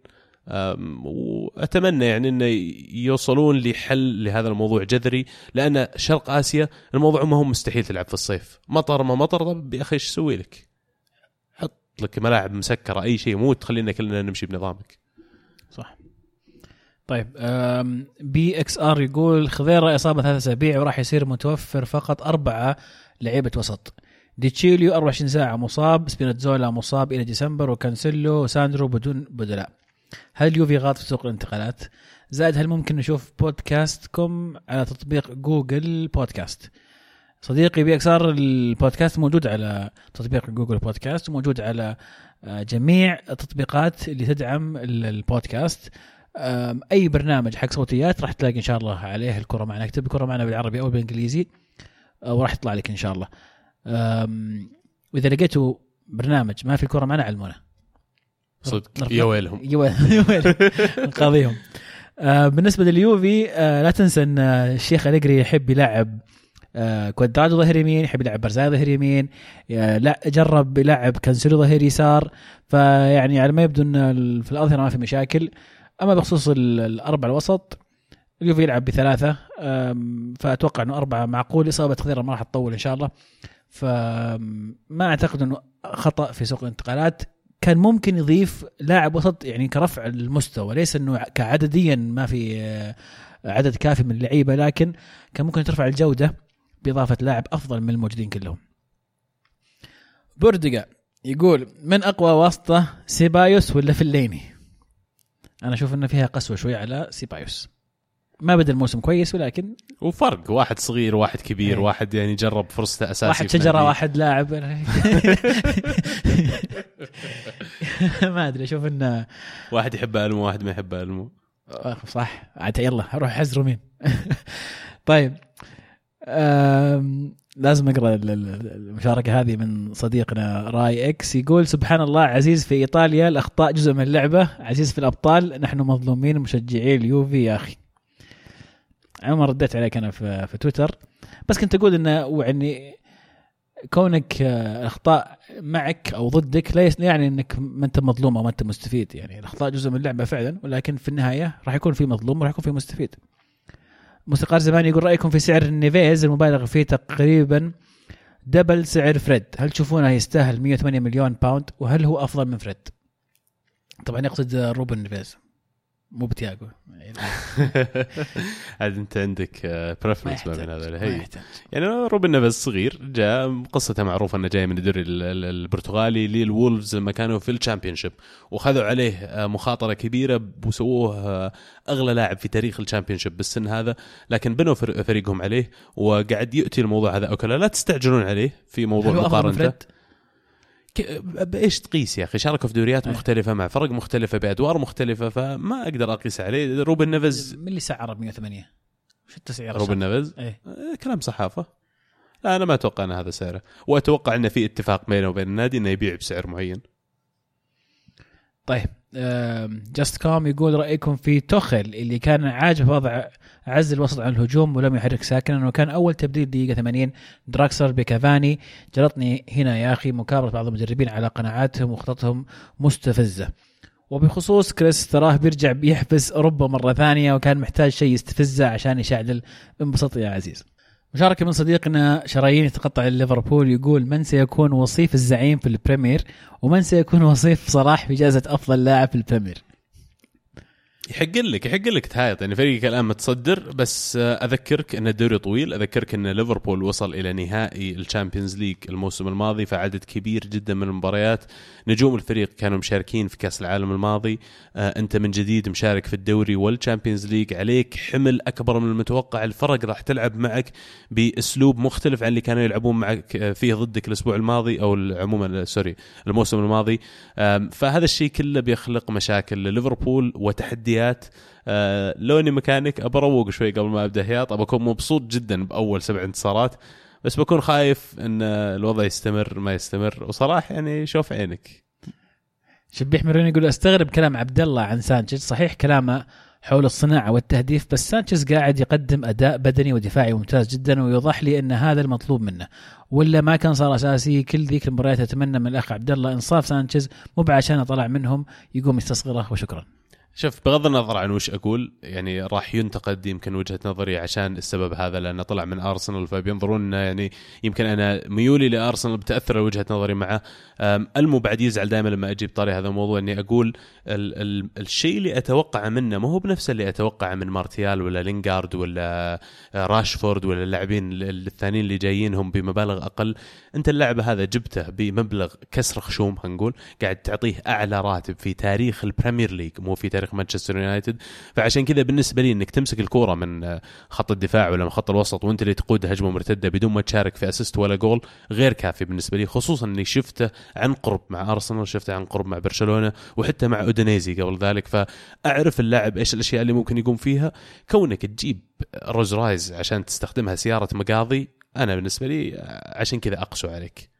وأتمنى يعني أن يوصلون لحل لهذا الموضوع جذري، لأن شرق آسيا الموضوع ما هو مستحيل تلعب في الصيف، مطر ما مطر، طب بأخي إيش سوي لك؟ حط لك ملاعب مسكرة، أي شيء، مو تخلينا كلنا نمشي بنظامك. صح. طيب بي اكس ار يقول خضيرة إصابة ثلاثة أسابيع وراح يصير متوفر فقط أربعة لعيبة وسط. ديتشيليو أربعة وعشرين ساعة مصاب، سبيناتزولا مصاب إلى ديسمبر، وكانسيلو وساندرو بدون بدلاء. هل يوفي غاض في سوق الانتقالات؟ زائد هل ممكن نشوف بودكاستكم على تطبيق جوجل بودكاست؟ صديقي بي اكسار، البودكاست موجود على تطبيق جوجل بودكاست، وموجود على جميع التطبيقات اللي تدعم البودكاست. اي برنامج حق صوتيات راح تلاقي ان شاء الله عليه الكرة معنا، اكتب الكرة معنا بالعربي او بالانجليزي وراح يطلع لك ان شاء الله. واذا لقيتوا برنامج ما في الكرة معنا علمونا صدق، يا ويلهم يا ويلهم نقاضيهم. آه بالنسبة لليوفي آه لا تنسى أن الشيخ أليجري يحب يلعب آه كوادرادو ظهير يمين، يحب يلعب برزاي ظهير يمين، آه لا جرب يلعب كانسيلو ظهير يسار، فيعني على ما يبدو أن في الأظهرة ما في مشاكل. أما بخصوص الأربعة الوسط، اليوفي يلعب بثلاثة، فأتوقع أنه أربعة معقول. إصابة خضيرة ما راح تطول إن شاء الله، فما أعتقد أنه خطأ في سوق الانتقالات. كان ممكن يضيف لاعب وسط يعني كرفع المستوى، ليس انه كعدديا ما في عدد كافي من اللعيبه، لكن كان ممكن ترفع الجوده باضافه لاعب افضل من الموجودين كلهم. بوردقا يقول من اقوى واسطه، سيبايوس ولا فليني؟ انا اشوف انه فيها قسوه شوي على سيبايوس، ما بدا الموسم كويس، ولكن وفرق واحد صغير واحد كبير، ايه. واحد يعني جرب فرصته اساسي، واحد شجره واحد لاعب ما ادري، اشوف انه واحد يحب المو واحد ما يحب المو. صح، عاد يلا اروح حزروا مين. طيب لازم اقرا المشاركه هذه من صديقنا راي اكس، يقول سبحان الله عزيز في ايطاليا الاخطاء جزء من اللعبه، عزيز في الابطال نحن مظلومين مشجعي اليوفي يا اخي. عمر رديت عليك انا في, في تويتر، بس كنت اقول انه يعني كونك الاخطاء معك او ضدك لا يعني انك ما انت مظلوم او ما انت مستفيد. يعني الاخطاء جزء من اللعبه فعلا، ولكن في النهايه راح يكون في مظلوم وراح يكون في مستفيد. موسيقار زمان يقول رايكم في سعر النيفيز المبالغ فيه تقريبا دبل سعر فريد، هل تشوفونه يستاهل مية وثمانية مليون باوند وهل هو افضل من فريد؟ طبعا يقصد روبن نيفيز مو بتياغو. عاد انت عندك بريفرنس ما بين هذول. هي يعني روبن نيفيز صغير جاء قصته معروفه انه جاي من الدوري البرتغالي للوولفز لما كانوا في الشامبيونشيب وخذوا عليه مخاطره كبيره وسووه اغلى لاعب في تاريخ الشامبيونشيب بالسن هذا، لكن بنوا فريقهم عليه وقاعد يؤتي الموضوع هذا. اوكي لا تستعجلون عليه في موضوع مقارنه. بايش تقيس يا اخي؟ شاركوا في دوريات مختلفه مع فرق مختلفه بادوار مختلفه، فما اقدر اقيس عليه. روبن نيفيز من اللي سعره مية وثمانية شو التسعير؟ روبن نيفيز ايه؟ كلام صحافه. لا انا ما اتوقع ان هذا سعره، واتوقع ان في اتفاق بينه وبين النادي انه يبيع بسعر معين. طيب جاست كام يقول رايكم في توخل اللي كان عاجب وضع عزل الوسط عن الهجوم ولم يحرك ساكنا، وكان اول تبديل دقيقه ثمانين دراكسر بكافاني. جلطني هنا يا اخي مكابره بعض المدربين على قناعاتهم وخططهم مستفزه. وبخصوص كريس تراه بيرجع بيحبس اوروبا مره ثانيه وكان محتاج شيء يستفزه عشان يشعل. انبسط يا عزيز. مشاركة من صديقنا شرايين يتقطع ليفربول يقول من سيكون وصيف الزعيم في البريمير ومن سيكون وصيف صلاح في جائزة أفضل لاعب في البريمير؟ يحق لك يحق لك تهايط يعني فريقك الآن متصدر، بس أذكرك أن الدوري طويل. أذكرك أن ليفربول وصل إلى نهائي الشامبيونز ليج الموسم الماضي فعدد كبير جدا من المباريات. نجوم الفريق كانوا مشاركين في كأس العالم الماضي. أنت من جديد مشارك في الدوري والشامبيونز ليج، عليك حمل أكبر من المتوقع. الفرق راح تلعب معك بأسلوب مختلف عن اللي كانوا يلعبون معك فيه ضدك الأسبوع الماضي أو عموما سوري الموسم الماضي. فهذا الشيء كله بيخلق مشاكل لليفربول وتحديات. أه لو اني مكانك ابروق شوي قبل ما ابدا هياط، ابى اكون مبسوط جدا باول سبع انتصارات، بس بكون خايف ان الوضع يستمر ما يستمر. وصراحه يعني شوف عينك. شبيح مرين يقول استغرب كلام عبد الله عن سانشيز، صحيح كلامه حول الصناعه والتهديف، بس سانشيز قاعد يقدم اداء بدني ودفاعي ممتاز جدا ويوضح لي ان هذا المطلوب منه، ولا ما كان صار اساسي كل ذيك المباريات. اتمنى من الاخ عبد الله انصاف سانشيز مو بعشان طلع منهم يقوم يستصغره. وشكرا. شوف بغض النظر عن وش أقول يعني راح ينتقد يمكن وجهة نظري عشان السبب هذا لأنه طلع من أرسنال، فبينظرون يعني يمكن أنا ميولي لأرسنال بتأثر وجهة نظري معه. المو بعد يزعل دائما لما أجيب طاري هذا الموضوع أني أقول ال ال الشيء اللي أتوقع منه ما هو بنفس اللي أتوقع من مارتيال ولا لينغارد ولا راشفورد ولا اللاعبين الثانيين اللي جايينهم بمبالغ أقل. أنت اللاعب هذا جبته بمبلغ كسر خشوم هنقول، قاعد تعطيه أعلى راتب في تاريخ البريمير ليج مو في تاريخ مانشستر يونايتد. فعشان كذا بالنسبه لي انك تمسك الكوره من خط الدفاع ولا من خط الوسط وانت اللي تقود هجمه مرتده بدون ما تشارك في اسيست ولا جول غير كافي بالنسبه لي، خصوصا اني شفته عن قرب مع ارسنال، شفته عن قرب مع برشلونه وحتى مع اودينيزي قبل ذلك، فاعرف اللاعب ايش الاشياء اللي ممكن يقوم فيها. كونك تجيب روز رايز عشان تستخدمها سياره مقاضي انا بالنسبه لي عشان كذا اقسو عليك.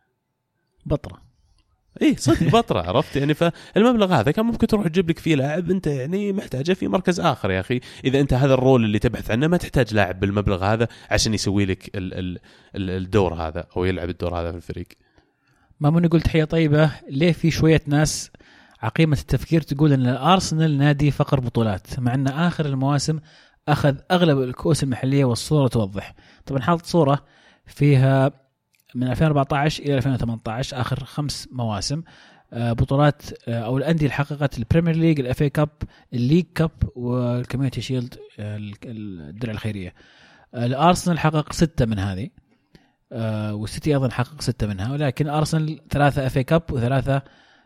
بطره ايه صدق بطرة عرفت يعني. فالمبلغ هذا كان ممكن تروح تجيب لك فيه لاعب انت يعني محتاجه في مركز اخر. يا اخي اذا انت هذا الرول اللي تبحث عنه ما تحتاج لاعب بالمبلغ هذا عشان يسوي لك ال ال ال الدور هذا او يلعب الدور هذا في الفريق. مامون يقول تحية طيبة. ليه في شوية ناس عقيمة التفكير تقول ان الارسنال نادي فقر بطولات مع ان اخر المواسم اخذ اغلب الكؤوس المحلية والصورة توضح. طبعا حاطط صورة فيها من ألفين وأربعة عشر إلى ألفين وثمانية عشر آخر خمس مواسم بطولات أو الأندية اللي حققت البريمير ليج، الأف اي كاب، الليج كاب، والكوميونتي شيلد الدرع الخيرية. الأرسنال حقق ستة من هذه والسيتي أيضا حقق ستة منها، ولكن أرسنال ثلاثة أف اي كاب وثلاثة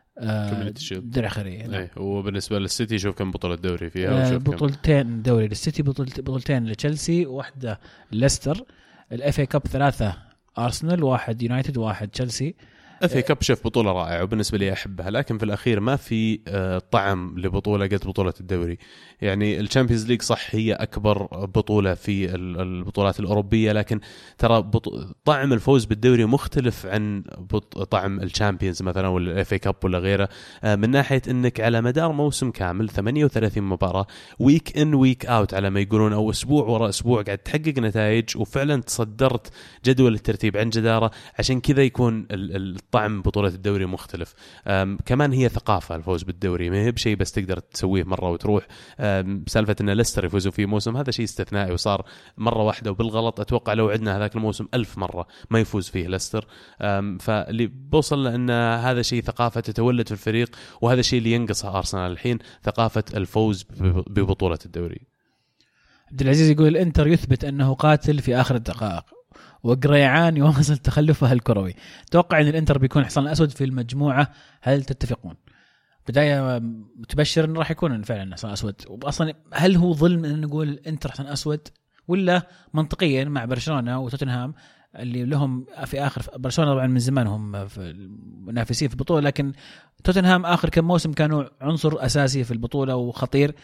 درع خيرية. أي وبالنسبة للسيتي شوف كم بطولة دوري فيها؟ بطولتين دوري للسيتي، بطولتين لتشيلسي وواحدة ليستر. الأف اي كاب ثلاثة أرسنال، واحد يونايتد، واحد تشيلسي. اف اي كاب شوف بطوله رائعه وبالنسبه لي احبها، لكن في الاخير ما في طعم لبطوله قد بطوله الدوري. يعني الشامبيونز ليج صح هي اكبر بطوله في البطولات الاوروبيه، لكن ترى طعم الفوز بالدوري مختلف عن طعم الشامبيونز مثلا ولا الاف اي كاب ولا غيره، من ناحيه انك على مدار موسم كامل ثمانية وثلاثين مباراه ويك ان ويك اوت على ما يقولون، او اسبوع وراء اسبوع قاعد تحقق نتائج وفعلا تصدرت جدول الترتيب عن جداره. عشان كذا يكون الطعم بطوله الدوري مختلف. كمان هي ثقافه الفوز بالدوري، ما هي بشيء بس تقدر تسويه مره وتروح. سالفه ان ليستر يفوزوا في موسم هذا شيء استثنائي وصار مره واحده وبالغلط. اتوقع لو عدنا هذاك الموسم ألف مره ما يفوز فيه ليستر. فاللي بوصل لان هذا شيء ثقافه تتولد في الفريق، وهذا الشيء اللي ينقصه ارسنال الحين، ثقافه الفوز ببطوله الدوري. عبد العزيز يقول الانتر يثبت انه قاتل في اخر الدقائق، وقريعان يواصل تخلفه الكروي. توقع ان الانتر بيكون حصان اسود في المجموعه، هل تتفقون؟ بدايه متبشر انه راح يكون فعلا حصان اسود. واصلا هل هو ظلم ان نقول الانتر حصان اسود، ولا منطقيا مع برشلونه وتوتنهام اللي لهم في اخر برشلونه طبعا من زمان هم في المنافسين في البطوله، لكن توتنهام اخر كم موسم كانوا عنصر اساسي في البطوله وخطير.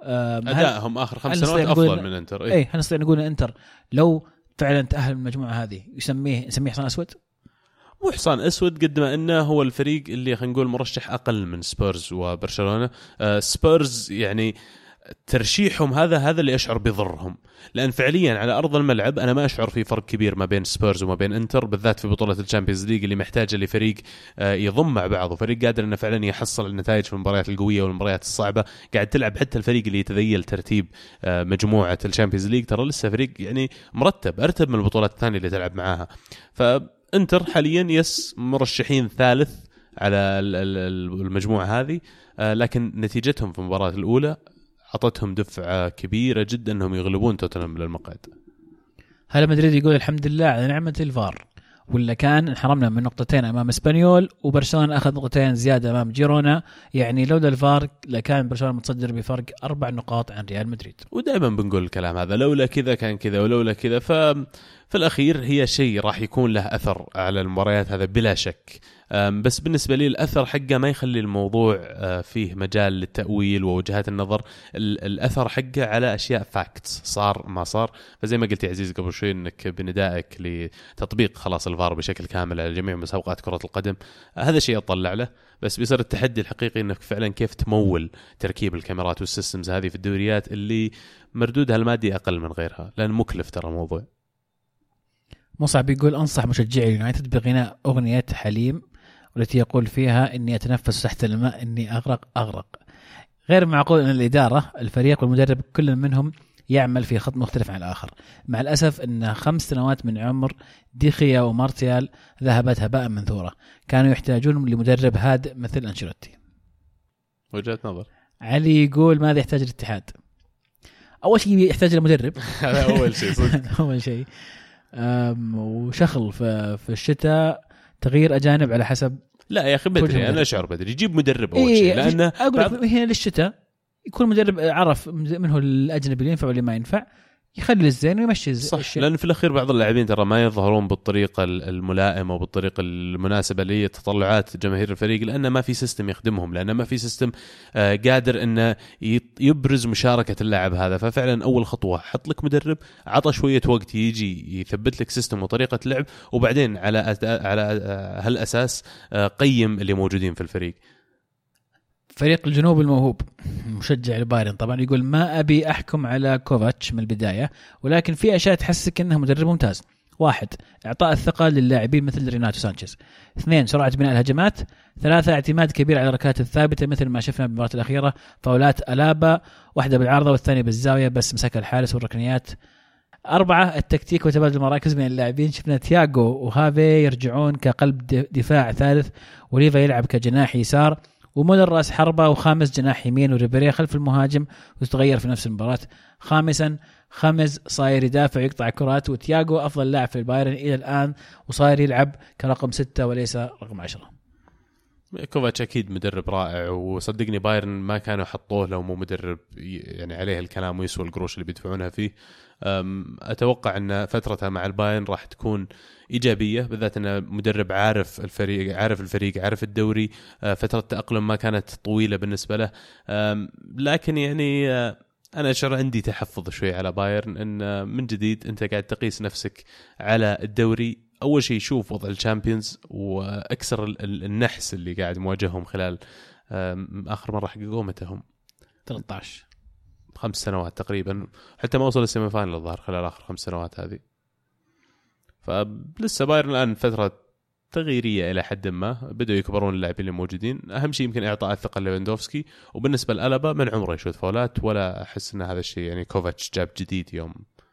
ادائهم اخر خمس سنوات افضل من انتر. اي إيه هل نستطيع نقول الانتر لو فعلا تأهل المجموعة هذه يسميه نسميه حصان أسود؟ مو حصان أسود قد ما إنه هو الفريق اللي خلينا نقول مرشح أقل من سبيرز وبرشلونة. آه سبيرز يعني ترشيحهم هذا هذا اللي أشعر بضرهم، لأن فعليا على أرض الملعب أنا ما أشعر في فرق كبير ما بين سبيرز وما بين إنتر، بالذات في بطولة الشامبيونز ليج اللي محتاجة لفريق يضم مع بعض وفريق قادر إنه فعلا يحصل النتائج في المباريات القوية والمباريات الصعبة. قاعد تلعب حتى الفريق اللي يتذيل ترتيب مجموعة الشامبيونز ليج ترى لسه فريق يعني مرتب أرتب من البطولات الثانية اللي تلعب معاها. فإنتر حاليا يس مرشحين ثالث على المجموعة هذه، لكن نتيجتهم في المباراة الأولى عطتهم دفعة كبيرة جدا أنهم يغلبون توتنهام للمقعد. هل مدريد يقول الحمد لله على نعمة الفار، ولا كان انحرمنا من نقطتين أمام اسبانيول وبرشلونة أخذ نقطتين زيادة أمام جيرونا؟ يعني لولا الفار لكان برشلونة متصدر بفرق أربع نقاط عن ريال مدريد. ودائما بنقول الكلام هذا، لولا كذا كان كذا ولولا كذا. ف في الأخير هي شيء راح يكون له أثر على المباريات هذا بلا شك، بس بالنسبة لي الأثر حقه ما يخلي الموضوع فيه مجال للتأويل ووجهات النظر. الأثر حقه على أشياء فاكتس، صار ما صار. فزي ما قلت يا عزيز قبل شوي إنك بندائك لتطبيق خلاص الفار بشكل كامل على جميع مسابقات كرة القدم، هذا شيء أطلع له. بس بيصير التحدي الحقيقي إنك فعلا كيف تمول تركيب الكاميرات والسيستمز هذه في الدوريات اللي مردودها المادي أقل من غيرها، لأن مكلف ترى الموضوع. مصعب يقول أنصح مشجعي اليونايتد بغناء أغنية حليم والتي يقول فيها إني أتنفس تحت الماء إني أغرق أغرق. غير معقول أن الإدارة الفريق والمدرب كل منهم يعمل في خط مختلف عن الآخر. مع الأسف أن خمس سنوات من عمر ديخيا ومارتيال ذهبت هباء منثورة. كانوا يحتاجون لمدرب هادئ مثل أنشيلوتي. وجهة نظر. علي يقول ماذا يحتاج الاتحاد؟ أول شيء يحتاج المدرب. هذا أول شيء صدق. أول شيء وشغل في في الشتاء تغيير أجانب على حسب. لا يا أخي بدري، أنا أشعر بدري يجيب مدرب أول إيه شيء، لأنه أقول بعض... هنا للشتاء يكون مدرب عرف منه الأجنبي اللي ينفع واللي ما ينفع، يخلي الزين ويمشي الشيء. لأن في الأخير بعض اللاعبين ترى ما يظهرون بالطريقة الملائمة وبالطريقة المناسبة لي تطلعات جماهير الفريق، لأنه ما في سيستم يخدمهم، لأنه ما في سيستم قادر إنه يبرز مشاركة اللاعب هذا. ففعلا أول خطوة حط لك مدرب عطى شوية وقت يجي يثبت لك سيستم وطريقة لعب، وبعدين على على هالأساس قيم اللي موجودين في الفريق. فريق الجنوب الموهوب مشجع البايرن طبعا يقول ما أبي أحكم على كوفاتش من البداية، ولكن في أشياء تحسك أنه مدرب ممتاز. واحد، إعطاء الثقة للاعبين مثل ريناتو سانشيز. اثنين، سرعة بناء الهجمات. ثلاثة، اعتماد كبير على الركلات الثابتة مثل ما شفنا بالمباراة الأخيرة. فاولات ألابا، واحدة بالعارضة والثانية بالزاوية بس مسك الحارس والركنيات. أربعة، التكتيك وتبادل المراكز بين اللاعبين. شفنا تياغو وهافي يرجعون كقلب دفاع ثالث، وليفا يلعب كجناح يسار، ومولر راس حربة، وخامس جناح يمين، وريبيري خلف المهاجم وتتغير في نفس المباراة. خامسا، خمس صاير يدافع ويقطع كرات، وتياغو أفضل لاعب في البايرن إلى الآن وصاير يلعب كرقم ستة وليس رقم عشرة. كوفاتش أكيد مدرب رائع، وصدقني بايرن ما كانوا حطوه لو مو مدرب يعني عليه الكلام ويسوى القروش اللي بيدفعونها فيه. أتوقع أن فترته مع البايرن راح تكون إيجابية، بالذات أنه مدرب عارف الفريق عارف الفريق عارف الدوري. فترة تأقلم ما كانت طويلة بالنسبة له، لكن يعني أنا أشعر عندي تحفظ شوي على بايرن، أن من جديد أنت قاعد تقيس نفسك على الدوري. أول شيء شوف وضع الشامبيونز وأكسر النحس اللي قاعد مواجههم خلال آخر مرة حققوه متى هم ثلاثة عشر خمس سنوات تقريبا، حتى ما وصل السيمي فاينل الظاهر خلال آخر خمس سنوات هذه. فلسه بايرن الآن فترة تغييرية إلى حد ما، بدأوا يكبرون اللاعبين الموجودين. أهم شيء يمكن إعطاء الثقة ليفاندوفسكي، وبالنسبة لألابا من عمره يشوت فاولات، ولا أحس أن هذا الشيء يعني كوفاتش جاب جديد يوم.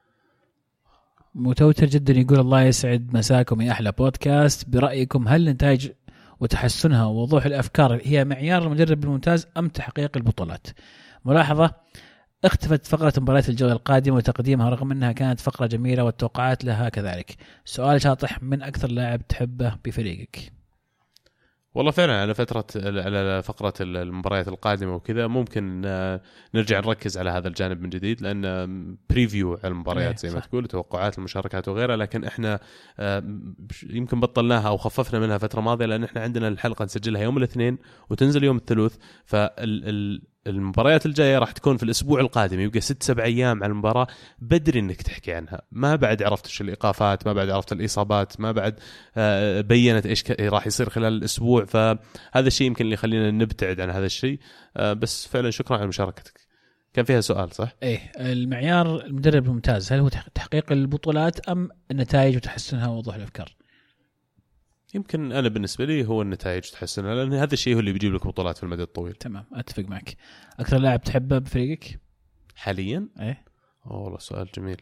متوتر جدا يقول الله يسعد مساكم يا أحلى بودكاست، برأيكم هل النتائج وتحسنها ووضوح الأفكار هي معيار المدرب الممتاز أم تحقيق البطولات؟ ملاحظة: اختفت فقرة مباريات الجولة القادمة وتقديمها رغم أنها كانت فقرة جميلة والتوقعات لها كذلك. سؤال شاطح: من أكثر لاعب تحبه بفريقك؟ والله فعلا على فترة على فقرة المباريات القادمة وكذا ممكن نرجع نركز على هذا الجانب من جديد، لأن بريفيو على المباريات زي ما تقول، توقعات المشاركات وغيرها. لكن احنا يمكن بطلناها أو خففنا منها فترة ماضية، لأن احنا عندنا الحلقة نسجلها يوم الاثنين وتنزل يوم الثلاث، فال المباريات الجاية راح تكون في الأسبوع القادم، يبقى ست سبع أيام على المباراة بدري إنك تحكي عنها. ما بعد عرفت إيش الإيقافات، ما بعد عرفت الإصابات، ما بعد بيّنت إيش راح يصير خلال الأسبوع. فهذا الشيء يمكن اللي يخلينا نبتعد عن هذا الشيء. بس فعلا شكرا على مشاركتك. كان فيها سؤال صح؟ إيه، المعيار المدرب الممتاز هل هو تحقيق البطولات أم النتائج وتحسنها ووضوح الأفكار؟ يمكن أنا بالنسبة لي هو النتائج تحسنها، لأن هذا الشيء هو اللي بيجيب لك بطولات في المدى الطويل. تمام، أتفق معك. أكثر لاعب تحبه بفريقك حاليا؟ إيه أوه والله سؤال جميل.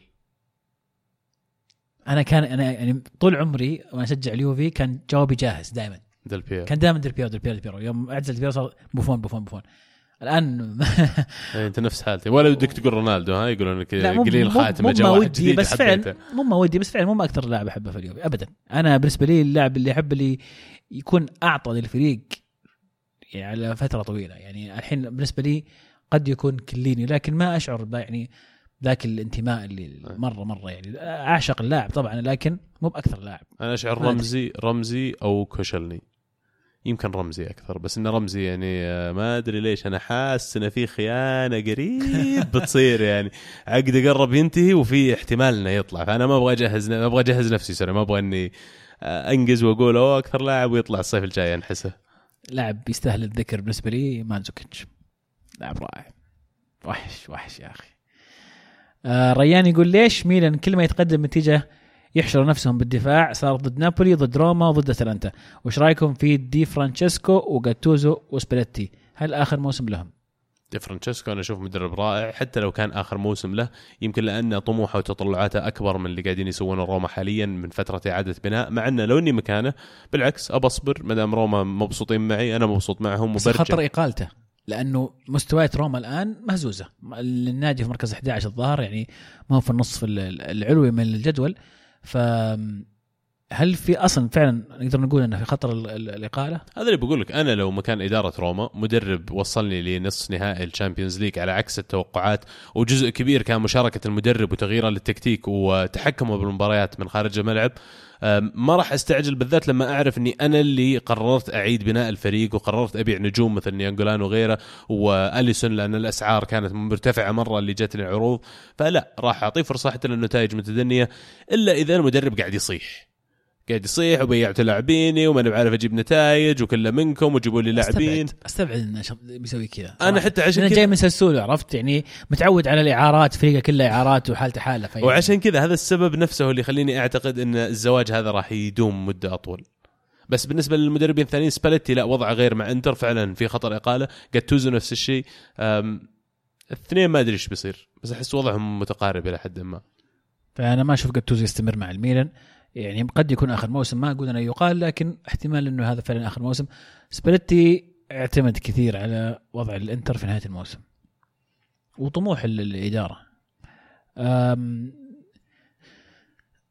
أنا كان أنا يعني طول عمري وأنا أشجع اليوفي كان جوابي جاهز دائما ديل بيرو، كان دائما ديل بيرو ديل بيرو, ديل بيرو. يوم أعزل ديل بيرو صار بوفون بوفون بوفون. الآن أنت نفس حالتي، ولا بدك تقول رونالدو ها يقولون إنك قليل خاتمة جا واحد جديد بس فعلا مو ما ودي، بس فعلا مو أكثر لاعب أحبه في اليوفي أبدا. أنا بالنسبة لي اللاعب اللي أحب اللي يكون أعطى للفريق يعني على فترة طويلة. يعني الحين بالنسبة لي قد يكون كليني، لكن ما أشعر يعني ذاك الانتماء اللي مرة مرة يعني أعشق اللاعب طبعا، لكن مو بأكثر لاعب. أنا أشعر رمزي رمزي أو كوشلني، يمكن رمزي أكثر، بس إن رمزي يعني ما أدري ليش أنا حاسس إن في خيانة قريب بتصير، يعني عقد قرب ينتهي وفي احتمال إنه يطلع، فأنا ما أبغى أجهز ما أبغى أجهز نفسي سنة، ما أبغى إني أنجز وأقول أوه أكثر لاعب ويطلع الصيف الجاي أنحسه. لاعب يستاهل الذكر بالنسبة لي مانزوكيتش، لاعب رائع، وحش وحش يا أخي. آه ريان يقول ليش ميلان كل ما يتقدم نتيجة يحشروا نفسهم بالدفاع؟ صار ضد نابولي ضد روما وضد أتلانتا. وش رايكم في دي فرانشيسكو وغاتوزو وسباليتي؟ هل آخر موسم لهم؟ دي فرانشيسكو أنا أشوف مدرب رائع حتى لو كان آخر موسم له، يمكن لأن طموحه وتطلعاته أكبر من اللي قاعدين يسوونه روما حاليا من فترة إعادة بناء. مع أنه لو إني مكانه بالعكس أبصبر، مدام روما مبسوطين معي أنا مبسوط معهم. بس خطر إقالته لأنه مستويات روما الآن مهزوزة، النادي في مركز أحد عشر الظاهر، يعني ما هو في النصف العلوي من الجدول. فهل في أصلا فعلا نقدر نقول أنه في خطر الإقالة؟ هذا اللي بقول لك، أنا لو مكان إدارة روما مدرب وصلني لنصف نهائي الشامبيونز ليج على عكس التوقعات، وجزء كبير كان مشاركة المدرب وتغييره للتكتيك وتحكمه بالمباريات من خارج الملعب، ما راح استعجل، بالذات لما أعرف أني أنا اللي قررت أعيد بناء الفريق وقررت أبيع نجوم مثل نيانجولان وغيره وأليسون، لأن الأسعار كانت مرتفعة مرة اللي جت لي عروض. فلا راح أعطيه فرصة حتى للنتائج متدنية، إلا إذا المدرب قاعد يصيح قاعد يصيح وبيعت لاعبيني وما نعرف اجيب نتائج وكله منكم وجيبوا لي لاعبين. استبعد انه بيسوي كذا. انا حتى عشان كذا جاي من سلسول، عرفت يعني متعود على الاعارات، فريقه كلها اعارات وحالته حاله، وعشان كذا هذا السبب نفسه اللي يخليني اعتقد ان الزواج هذا راح يدوم مده اطول. بس بالنسبه للمدربين الثانيين سباليتي لا، وضعه غير مع انتر فعلا في خطر اقاله، جاتوزو نفس الشيء، الاثنين ما ادري ايش بيصير، بس احس وضعهم متقارب الى حد ما. فانا ما اشوف جاتوزو يستمر مع الميلان، يعني قد يكون آخر موسم، ما أقول أنه يقال، لكن احتمال أنه هذا فعلا آخر موسم. سباليتي اعتمد كثير على وضع الانتر في نهاية الموسم وطموح الإدارة.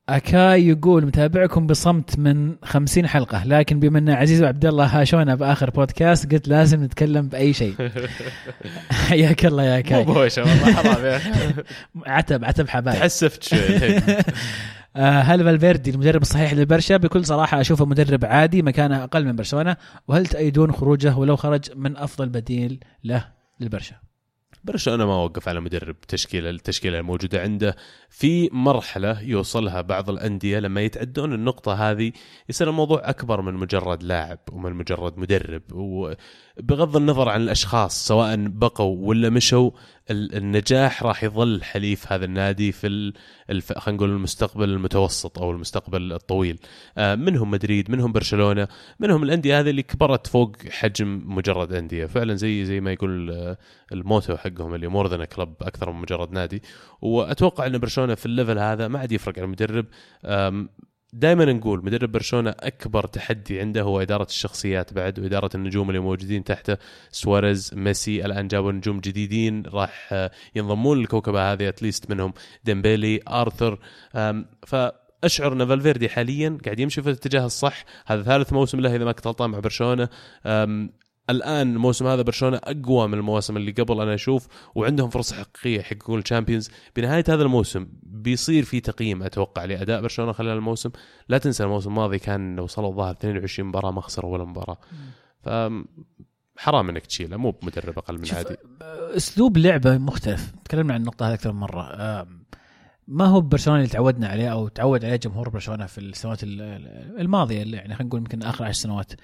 أكاي يقول متابعكم بصمت من خمسين حلقة، لكن بما أن عزيز وعبد الله هاشونا بآخر بودكاست قلت لازم نتكلم بأي شيء. حياك الله يا أكاي. مو بوشة والله حرام يا عتب عتب حبايب. تحسفت شوي. هل فالفيردي المدرب الصحيح للبرشا؟ بكل صراحة أشوفه مدرب عادي مكانه أقل من برشلونة. وهل تأيدون خروجه ولو خرج من أفضل بديل له للبرشا؟ برشلونة ما وقف على مدرب. تشكيلة التشكيلة الموجودة عنده في مرحلة يوصلها بعض الأندية لما يتعدون النقطة هذه يصير الموضوع أكبر من مجرد لاعب ومن مجرد مدرب، وبغض النظر عن الأشخاص سواء بقوا ولا مشوا النجاح راح يظل حليف هذا النادي في الف... خلينا نقول المستقبل المتوسط أو المستقبل الطويل. منهم مدريد، منهم برشلونة، منهم الأندية هذه اللي كبرت فوق حجم مجرد أندية فعلا، زي زي ما يقول الموتو حقهم اللي مور ذان كلب، أكثر من مجرد نادي. وأتوقع أن برشلونة في الليفل هذا ما عاد يفرق عن المدرب. دائما نقول مدرب برشلونة أكبر تحدي عنده هو إدارة الشخصيات بعد، وإدارة النجوم اللي موجودين تحته. سواريز، ميسي، الآن جابوا نجوم جديدين راح ينضمون للكوكبة هذه، أتليست منهم ديمبيلي، آرثر. فأشعر أن فالفيردي حاليا قاعد يمشي في الاتجاه الصح. هذا ثالث موسم له إذا ما كنت غلطان مع برشلونة. الآن الموسم هذا برشلونة أقوى من المواسم اللي قبل أنا أشوف، وعندهم فرصة حقيقية يحققون الشامبيونز. بنهاية هذا الموسم بيصير في تقييم أتوقع لأداء برشلونة خلال الموسم. لا تنسى الموسم الماضي كان وصلوا الظاهر اثنين وعشرين مباراة ما خسروا ولا مباراة. فحرام إنك تشيله، مو بمدرب أقل من عادي. أسلوب لعبة مختلف، تكلمنا عن النقطة هذه أكثر من مرة. ما هو برشلونة اللي تعودنا عليه أو تعود عليه جمهور برشلونة في السنوات الماضية، اللي يعني خلينا نقول يمكن آخر عشر سنوات.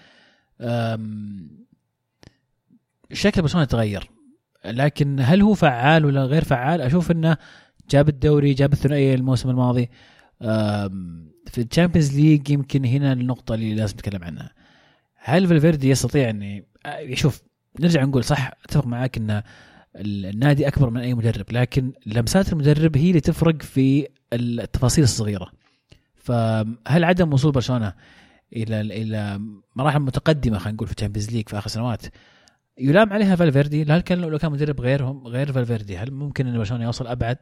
شكل برشلونة تغير، لكن هل هو فعال ولا غير فعال؟ أشوف إنه جاب الدوري، جاب الثنائية الموسم الماضي في الشامبيونز ليج. يمكن هنا النقطة اللي لازم نتكلم عنها. هل فالفيردي يستطيع أن يشوف؟ نرجع نقول صح، أتفق معاك إن النادي أكبر من أي مدرب، لكن لمسات المدرب هي اللي تفرق في التفاصيل الصغيرة. فهل عدم وصول برشلونة إلى إلى مراحل متقدمة خلينا نقول في الشامبيونز ليج في آخر سنوات يلام عليها فالفيردي؟ هل كان لو كان مدرب غيرهم غير فالفيردي هل ممكن ان برشلونة يوصل ابعد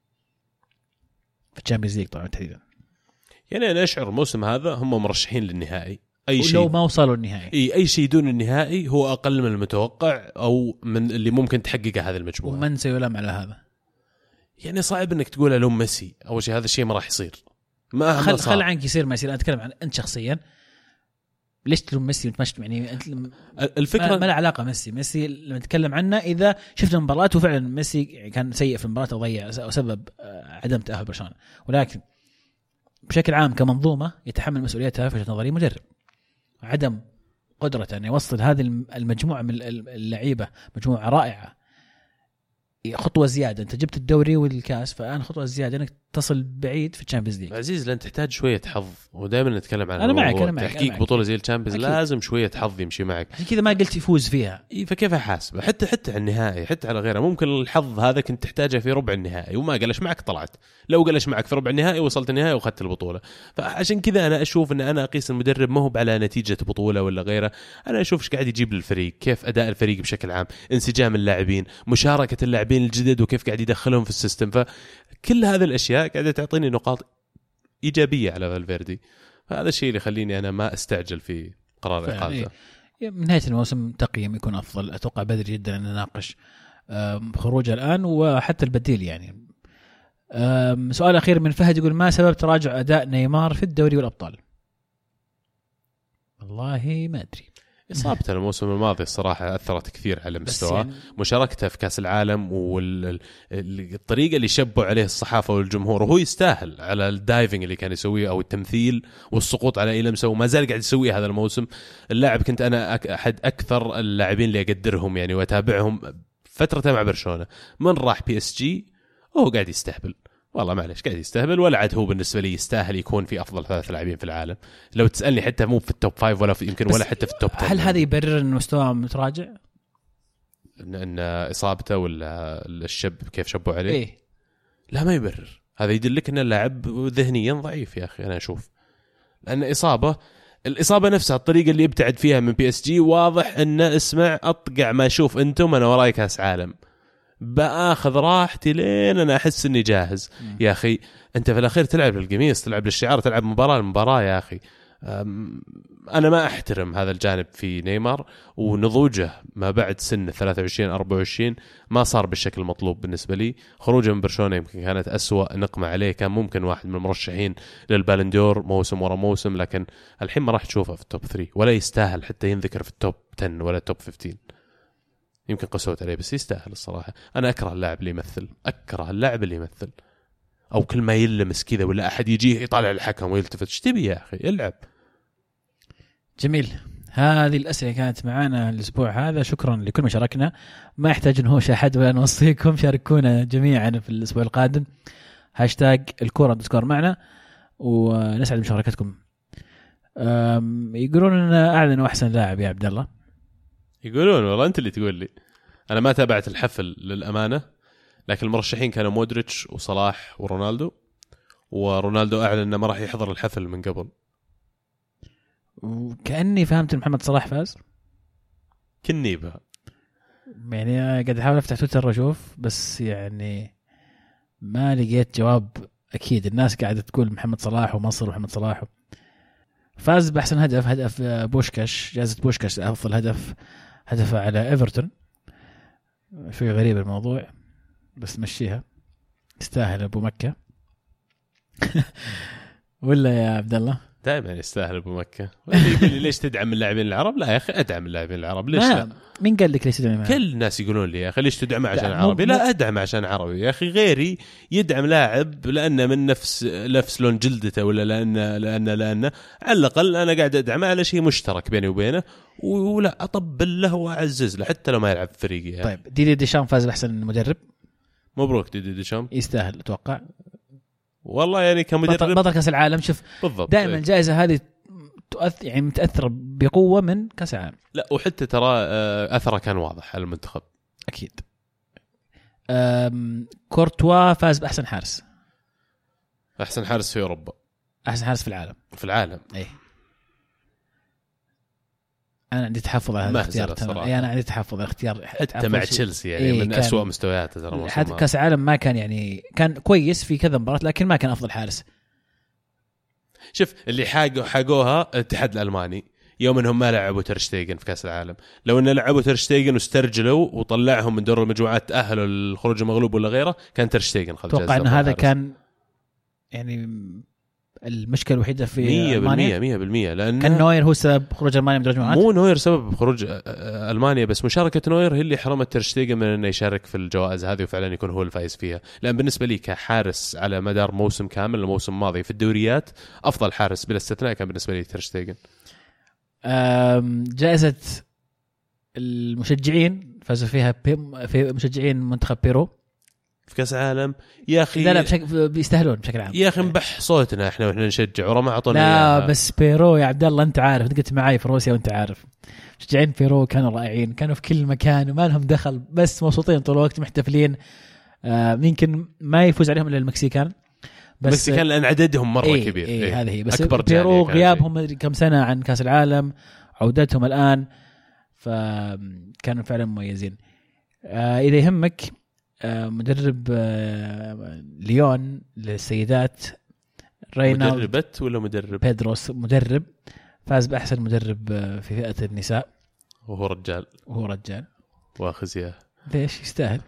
في الشامبيونز ليج طبعا تحديدا؟ يعني انا اشعر الموسم هذا هم مرشحين للنهائي. اي شيء لو ما وصلوا النهائي، اي اي شيء دون النهائي هو اقل من المتوقع او من اللي ممكن تحققه هذه المجموعه. ومن سيلام على هذا؟ يعني صعب انك تقول لهم ميسي اول شيء، هذا الشيء ما راح يصير. ما خل خل عنك يصير ما يصير. انا اتكلم عن انت شخصيا، ليش تلوم ميسي وتمشي؟ يعني الفكره ما له علاقه. ميسي ميسي لما نتكلم عنه اذا شفت المباراه وفعلا ميسي كان سيء في المباراه وضيع وسبب عدم تاهل برشلونه، ولكن بشكل عام كمنظومه يتحمل مسؤوليتها في وجهه نظري مدرب. عدم قدرته ان يوصل هذه المجموعه من اللعيبه مجموعه رائعه خطوه زياده. انت جبت الدوري والكاس، فالان خطوه زياده انك تصل بعيد في الشامبيونز ليج. عزيز لن تحتاج شويه حظ، ودائما نتكلم عن انا معك انا معك تحقيق معك. بطوله زي الشامبيونز لازم شويه حظ يمشي معك. عشان كذا ما قلت يفوز فيها. اي فكيف احاسبه؟ حتى حتى على النهائي، حتى على غيره ممكن الحظ هذا كنت تحتاجه في ربع النهائي وما قلش معك طلعت. لو قلش معك في ربع النهائي وصلت النهائي واخذت البطوله. فعشان كذا انا اشوف ان انا اقيس المدرب ما هو على نتيجه بطوله ولا غيره، انا اشوف ايش قاعد يجيب للفريق، كيف اداء الفريق بشكل عام، انسجام اللاعبين، مشاركه اللاعبين الجدد وكيف قاعد يدخلهم في السيستم. فكل هذه الاشياء قاعده تعطيني نقاط ايجابيه على فالفيردي. فهذا الشيء اللي يخليني انا ما استعجل في قرار اقالته. من نهايه الموسم تقييم يكون افضل. اتوقع بدري جدا ان نناقش خروجه الان وحتى البديل. يعني سؤال اخير من فهد يقول ما سبب تراجع اداء نيمار في الدوري والابطال؟ والله ما ادري. إصابته الموسم الماضي الصراحة أثرت كثير على مستواه. يعني مشاركته في كأس العالم والطريقة اللي شبوا عليه الصحافة والجمهور، وهو يستاهل على الدايفنج اللي كان يسويه أو التمثيل والسقوط على أي لمسة، وما زال قاعد يسويه هذا الموسم. اللاعب كنت أنا أحد أكثر اللاعبين اللي أقدرهم يعني وأتابعهم فترة مع برشلونة. من راح بي اس جي وهو قاعد يستهبل، والله معلش قاعد يستهبل، ولا عاد هو بالنسبة لي يستاهل يكون في أفضل ثلاث لاعبين في العالم. لو تسألني حتى مو في التوب فايف ولا في يمكن ولا حتى في التوب عشرة. هل هذا يبرر أن مستواه متراجع؟ إن, إن إصابته ولا الشب كيف شبوا عليه؟ إيه؟ لا ما يبرر. هذا يدلك أن اللاعب ذهنيا ضعيف يا أخي. أنا أشوف لأن إصابة الإصابة نفسها الطريقة اللي يبتعد فيها من بي اس جي واضح أن اسمع أطقع ما أشوف أنتم أنا وراي كاس عالم. باخذ راحتي لين انا احس اني جاهز. م. يا اخي انت في الاخير تلعب للقميص، تلعب للشعار، تلعب مباراه المباراه. يا اخي انا ما احترم هذا الجانب في نيمار، ونضوجه ما بعد سن ثلاثة وعشرين أربعة وعشرين ما صار بالشكل المطلوب بالنسبه لي. خروجه من برشلونه يمكن كانت أسوأ نقمه عليه، كان ممكن واحد من المرشحين للبالندور موسم ورا موسم، لكن الحين ما راح تشوفه في التوب ثلاثة ولا يستاهل حتى ينذكر في التوب عشرة ولا التوب خمسة عشر. يمكن قسوت عليه بس يستاهل الصراحه. انا اكره اللاعب اللي يمثل، اكره اللاعب اللي يمثل او كل ما يلمس كذا ولا احد يجيه يطالع الحكم ويلتفت. ايش تبي يا اخي؟ العب. جميل. هذه الأسئلة كانت معنا الأسبوع هذا. شكرا لكل من شاركنا. ما يحتاج نهوش أحد ولا نوصيكم، شاركونا جميعا في الأسبوع القادم. هاشتاج الكورة تذكر معنا ونسعد بمشاركتكم. يقولون أن أعلنوا أحسن لاعب يا عبد الله. يقولون والله أنت اللي تقول لي. أنا ما تابعت الحفل للأمانة، لكن المرشحين كانوا مودريتش وصلاح ورونالدو، ورونالدو أعلن أنه ما راح يحضر الحفل من قبل. وكأني فهمت محمد صلاح فاز. كني بها يعني قاعد أحاول أفتح تويتر وأشوف، بس يعني ما لقيت جواب أكيد. الناس قاعدة تقول محمد صلاح ومصر ومحمد صلاح. فاز بأحسن هدف، هدف بوشكاش، جائزة بوشكاش أفضل هدف، هدفه على إيفرتون. شوي غريب الموضوع بس مشيها، يستاهل أبو مكة. ولا يا عبد الله؟ دائما يستاهل ابو مكه. يقول لي ليش تدعم اللاعبين العرب؟ لا يا اخي ادعم اللاعبين العرب. ليش لا؟ مين قال لك ليش تدعم؟ كل الناس يقولون لي يا اخي ليش تدعم عشان عربي. لا ادعم عشان عربي يا اخي. غيري يدعم لاعب لانه من نفس نفس لون جلدته، ولا لان لان لان على الاقل انا قاعد ادعمه على شيء مشترك بيني وبينه، ولا اطبل له واعزز له حتى لو ما يلعب فريقي يعني. طيب ديدي ديشام فاز باحسن مدرب. مبروك ديدي ديشام، يستاهل اتوقع والله يعني كمدرب بطل, بطل كاس العالم. شوف دائما الجائزه هذه تؤثر يعني متاثره بقوه من كاس العالم. لا وحتى ترى اثره كان واضح على المنتخب اكيد. كورتوا فاز باحسن حارس. احسن حارس في اوروبا، احسن حارس في العالم. في العالم اي انا عندي تحفظ على هذا الاختيار. اي انا عندي تحفظ على الاختيار حتى مع تشيلسي يعني إيه من أسوأ مستوياته ترى. حتى كاس العالم ما كان يعني كان كويس في كذا مباراة، لكن ما كان افضل حارس. شوف اللي حاجوا حاجوها الاتحاد الالماني يوم انهم ما لعبوا ترشتيجن في كاس العالم. لو ان لعبوا ترشتيجن واسترجلوا وطلعهم من دور المجموعات تاهلوا للخروج المغلوب ولا غيره، كان ترشتيجن خلص. اتوقع ان هذا كان يعني المشكله الوحيده في مية بالمية مية بالمية لأن كان نوير هو سبب خروج ألمانيا من دور المجموعات. مو نوير سبب خروج ألمانيا، بس مشاركة نوير هي اللي حرمت تير شتيجن من أنه يشارك في الجوائز هذه وفعلا يكون هو الفائز فيها. لأن بالنسبة لي كحارس على مدار موسم كامل، الموسم الماضي في الدوريات أفضل حارس بلا استثناء كان بالنسبة لي تير شتيجن. جائزة المشجعين فازوا فيها في مشجعين منتخب بيرو في كاس عالم يا اخي. لا لا بشكل بيستاهلون بشكل عام يا اخي. نبح صوتنا احنا واحنا نشجع ورا ما اعطونا. لا إياها. بس بيرو يا عبد الله انت عارف، قلت معاي في روسيا وانت عارف مشجعين بيرو كانوا رائعين، كانوا في كل مكان وما لهم دخل، بس مبسوطين طول الوقت محتفلين. آه يمكن ما يفوز عليهم الا المكسيكان، بس المكسيكان لان عددهم مره إيه كبير. إيه إيه هذه هي. بس بيرو غيابهم كم سنه عن كاس العالم، عودتهم الان، فكانوا فعلا مميزين. آه اذا يهمك مدرب ليون للسيدات رينالد مدربت ولا مدرب بيدروس مدرب فاز بأحسن مدرب في فئة النساء، وهو رجال وهو رجال واخزيه. ليش يستاهل.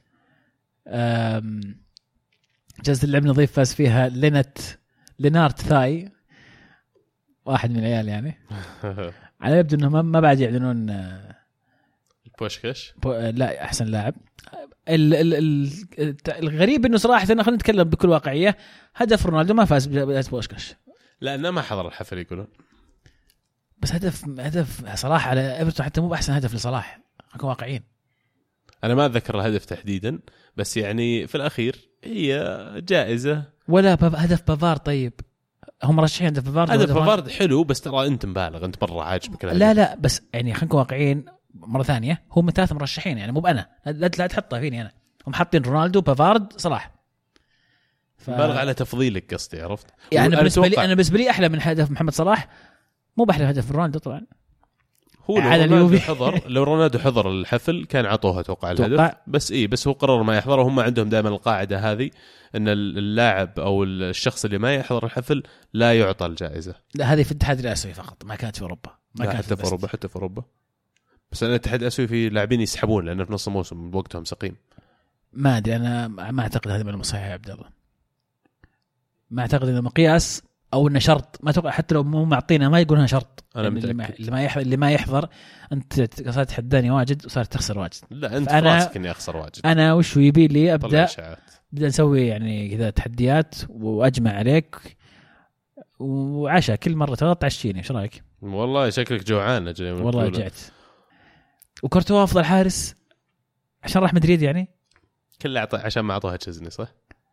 جائزة اللعب النظيف فاز فيها لينت لينارد ثاي، واحد من العيال يعني. على يبدو انه ما بعد يعلنون بوشكاش لا احسن لاعب. ال ال ال الغريب انه صراحه خلينا نتكلم بكل واقعيه، هدف رونالدو ما فاز بوشكاش لانه ما حضر الحفل يقولون، بس هدف هدف صلاح على ايفرتون حتى مو باحسن هدف لصلاح، نكون واقعيين. انا ما اتذكر الهدف تحديدا، بس يعني في الاخير هي جائزه. ولا هدف بافارد. طيب هم مرشحين هدف بافارد. هدف بافارد حلو، بس ترى انت مبالغ، انت مره عاجبك الهدف. لا لا بس يعني خلينا نكون واقعيين مرة ثانية، هم ثلاثة مرشحين يعني مو بأنا، لا لا تحطها فيني أنا. هم حاطين رونالدو بافارد صلاح. ف... بالغ على تفضيلك قصدي، عرفت يعني بالنسبة لي أنا بالنسبة لي أحلى من هدف محمد صلاح، مو بأحلى هدف رونالدو طبعا. هو لو رونالدو حضر لو رونالدو حضر الحفل كان عطوها اتوقع الهدف، بس ايه بس هو قرر ما يحضر. وهم عندهم دائما القاعده هذه ان اللاعب او الشخص اللي ما يحضر الحفل لا يعطى الجائزه. لا هذه في الاتحاد الاسيوي فقط، ما كانت في اوروبا، ما كانت حتى في اوروبا حتى في اوروبا بس انا الاتحاد الاسيوي في لاعبين يسحبون لانه في نص الموسم وقتهم سقيم. ما ادري انا ما اعتقد هذا من صحيح يا عبد الله، ما اعتقد انه مقياس او انه شرط. ما اتوقع حتى لو مو معطينا ما يقولونها شرط. انا اللي ما اللي ما يحضر اللي ما يحضر انت صارت تحداني واجد وصارت تخسر واجد. لا انت راسك اني اخسر واجد. انا وش يبي لي ابدا بدنا نسوي يعني كذا تحديات واجمع عليك وعشاء كل مره تغطي عشيني. ايش رايك؟ والله شكلك جوعان اجل. والله جعت. وكورتوا افضل حارس عشان راح مدريد يعني كله اعطى عشان ما اعطوها تشزني صح.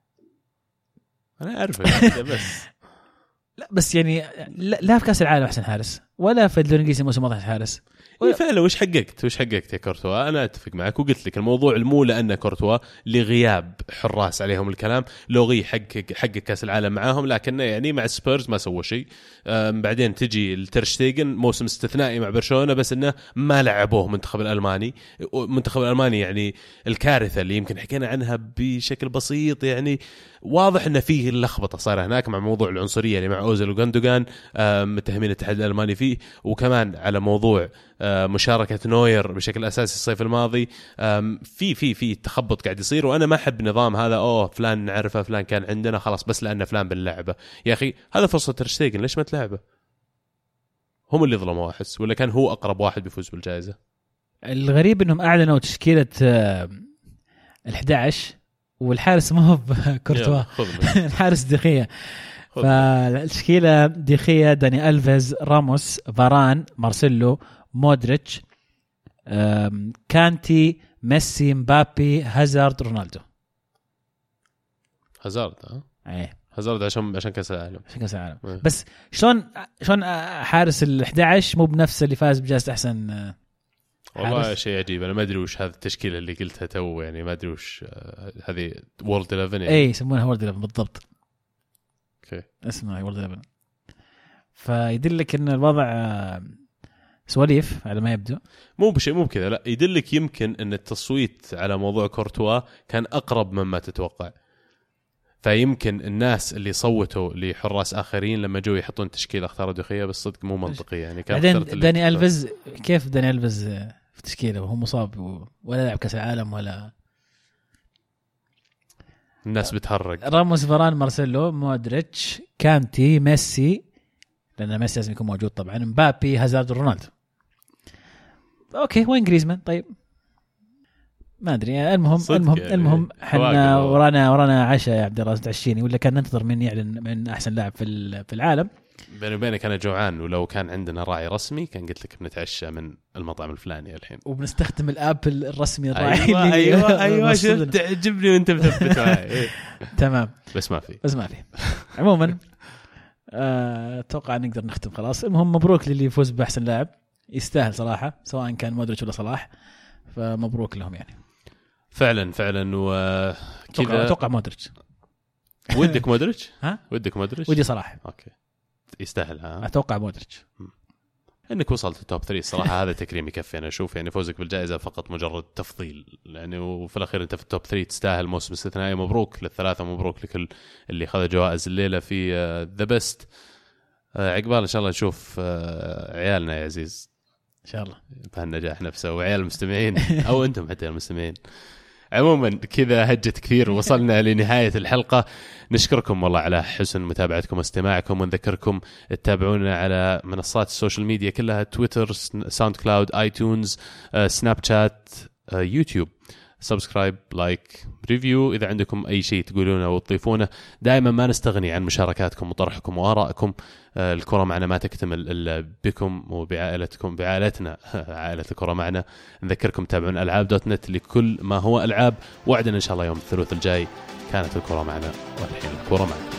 انا اعرف بس لا بس يعني لا, لا في كاس العالم احسن حارس ولا في الدوري الانجليزي الموسم الماضي حارس. إيه فعلا وش حققت وش حققت يا كورتوا؟ انا اتفق معك وقلت لك الموضوع المو لان كورتوا لغياب حراس عليهم الكلام، لو غي حقق حقق كاس العالم معاهم، لكن يعني مع سبيرز ما سوى شيء. بعدين تجي الترشتيجن موسم استثنائي مع برشلونة بس انه ما لعبوه منتخب الالماني. منتخب الالماني يعني الكارثه اللي يمكن حكينا عنها بشكل بسيط، يعني واضح ان فيه اللخبطه صار هناك مع موضوع العنصريه اللي مع اوزيل وغاندوغان متهمين الاتحاد الالماني فيه، وكمان على موضوع مشاركه نوير بشكل اساسي الصيف الماضي. في في في تخبط قاعد يصير، وانا ما احب نظام هذا اوه فلان نعرفه فلان كان عندنا خلاص بس لان فلان بنلعبه. يا اخي هذا فرصه ترشتيجن ليش ما تلعبه؟ هم اللي ظلموا احس، ولا كان هو اقرب واحد بيفوز بالجائزه. الغريب انهم اعلنوا تشكيله الأحد عشر والحارس ما هو كورتوا الحارس دخية. فالتشكيلة دخية، داني ألفيز، راموس، فاران، مارسيلو، مودريتش، كانتي، ميسي، مبابي، هازارد، رونالدو. هازارد ها ايه هازارد عشان عشان كاس العالم عشان كاس العالم. بس شلون شلون حارس الأحد عشر مو بنفس اللي فاز بجائزة احسن؟ والله شيء عجيب. انا ما ادري وش هذه التشكيله اللي قلتها تو، يعني ما ادري وش هذه وورلد إحدى عشر يعني. اي يسمونها وورلد إحدى عشر بالضبط. اوكي اسمها وورلد إحدى عشر. فيدلك ان الوضع سواليف على ما يبدو. مو بشيء مو بكذا، لا يدلك يمكن ان التصويت على موضوع كورتوا كان اقرب مما تتوقع. فيمكن الناس اللي صوتوا لحراس آخرين لما جو يحطون تشكيلة اختاروا دخية بالصدق مو منطقي يعني. كان بعدين داني ألفيز كيف داني ألفيز في تشكيلة وهو مصاب ولا لعب كأس العالم ولا الناس بتهرج. راموس، فاران، مارسيلو، مودريتش، كانتي، ميسي لأن ميسي لازم يكون موجود طبعا، مبابي، هازارد، رونالدو. أوكي وين جريزمان؟ طيب ما ادري. المهم المهم يعني المهم احنا ورانا ورانا عشاء يا عبد الله تعشيني ولا كان ننتظر من يعلن من احسن لاعب في في العالم؟ بيني وبينك انا جوعان، ولو كان عندنا راعي رسمي كان قلت لك بنتعشى من المطعم الفلاني الحين وبنستخدم الاب الرسمي الراعي. ايوه ايوه ايوه شفت تعجبني وانت مثبت معي. تمام بس ما في بس ما في عموما اتوقع أه نقدر نختم خلاص. المهم مبروك للي يفوز باحسن لاعب، يستاهل صراحه سواء كان مودريتش ولا صلاح، فمبروك لهم يعني فعلا فعلا. وكذا اتوقع مودريتش. ودك مودريتش؟ ها ودك مودريتش؟ ودي صلاح. اوكي يستاهل. ها اتوقع مودريتش. انك وصلت التوب ثلاثة صراحه هذا تكريم يكفي. انا اشوف يعني فوزك بالجائزه فقط مجرد تفضيل يعني، وفي الاخير انت في التوب ثلاثة تستاهل موسم استثنائي. مبروك للثلاثه، مبروك لكل اللي خذ جوائز الليله في ذا بيست. عقبال ان شاء الله نشوف عيالنا يا عزيز ان شاء الله بهالنجاح نفسه وعيال المستمعين او انتم حتى المستمعين. عموما كذا هجت كثير وصلنا لنهاية الحلقة. نشكركم والله على حسن متابعتكم واستماعكم، ونذكركم تتابعونا على منصات السوشيال ميديا كلها: تويتر، ساوند كلاود، آيتونز، سناب شات، يوتيوب. سبسكرايب، لايك، ريفيو. إذا عندكم أي شيء تقولونه وتضيفونه. دائما ما نستغني عن مشاركاتكم وطرحكم وآرائكم. الكرة معنا ما تكتمل إلا بكم وبعائلتكم، بعائلتنا عائلة الكرة معنا. نذكركم تابعون ألعاب دوت نت لكل ما هو ألعاب. وعدنا إن شاء الله يوم الثلاثاء الجاي. كانت الكرة معنا والحين الكرة معنا.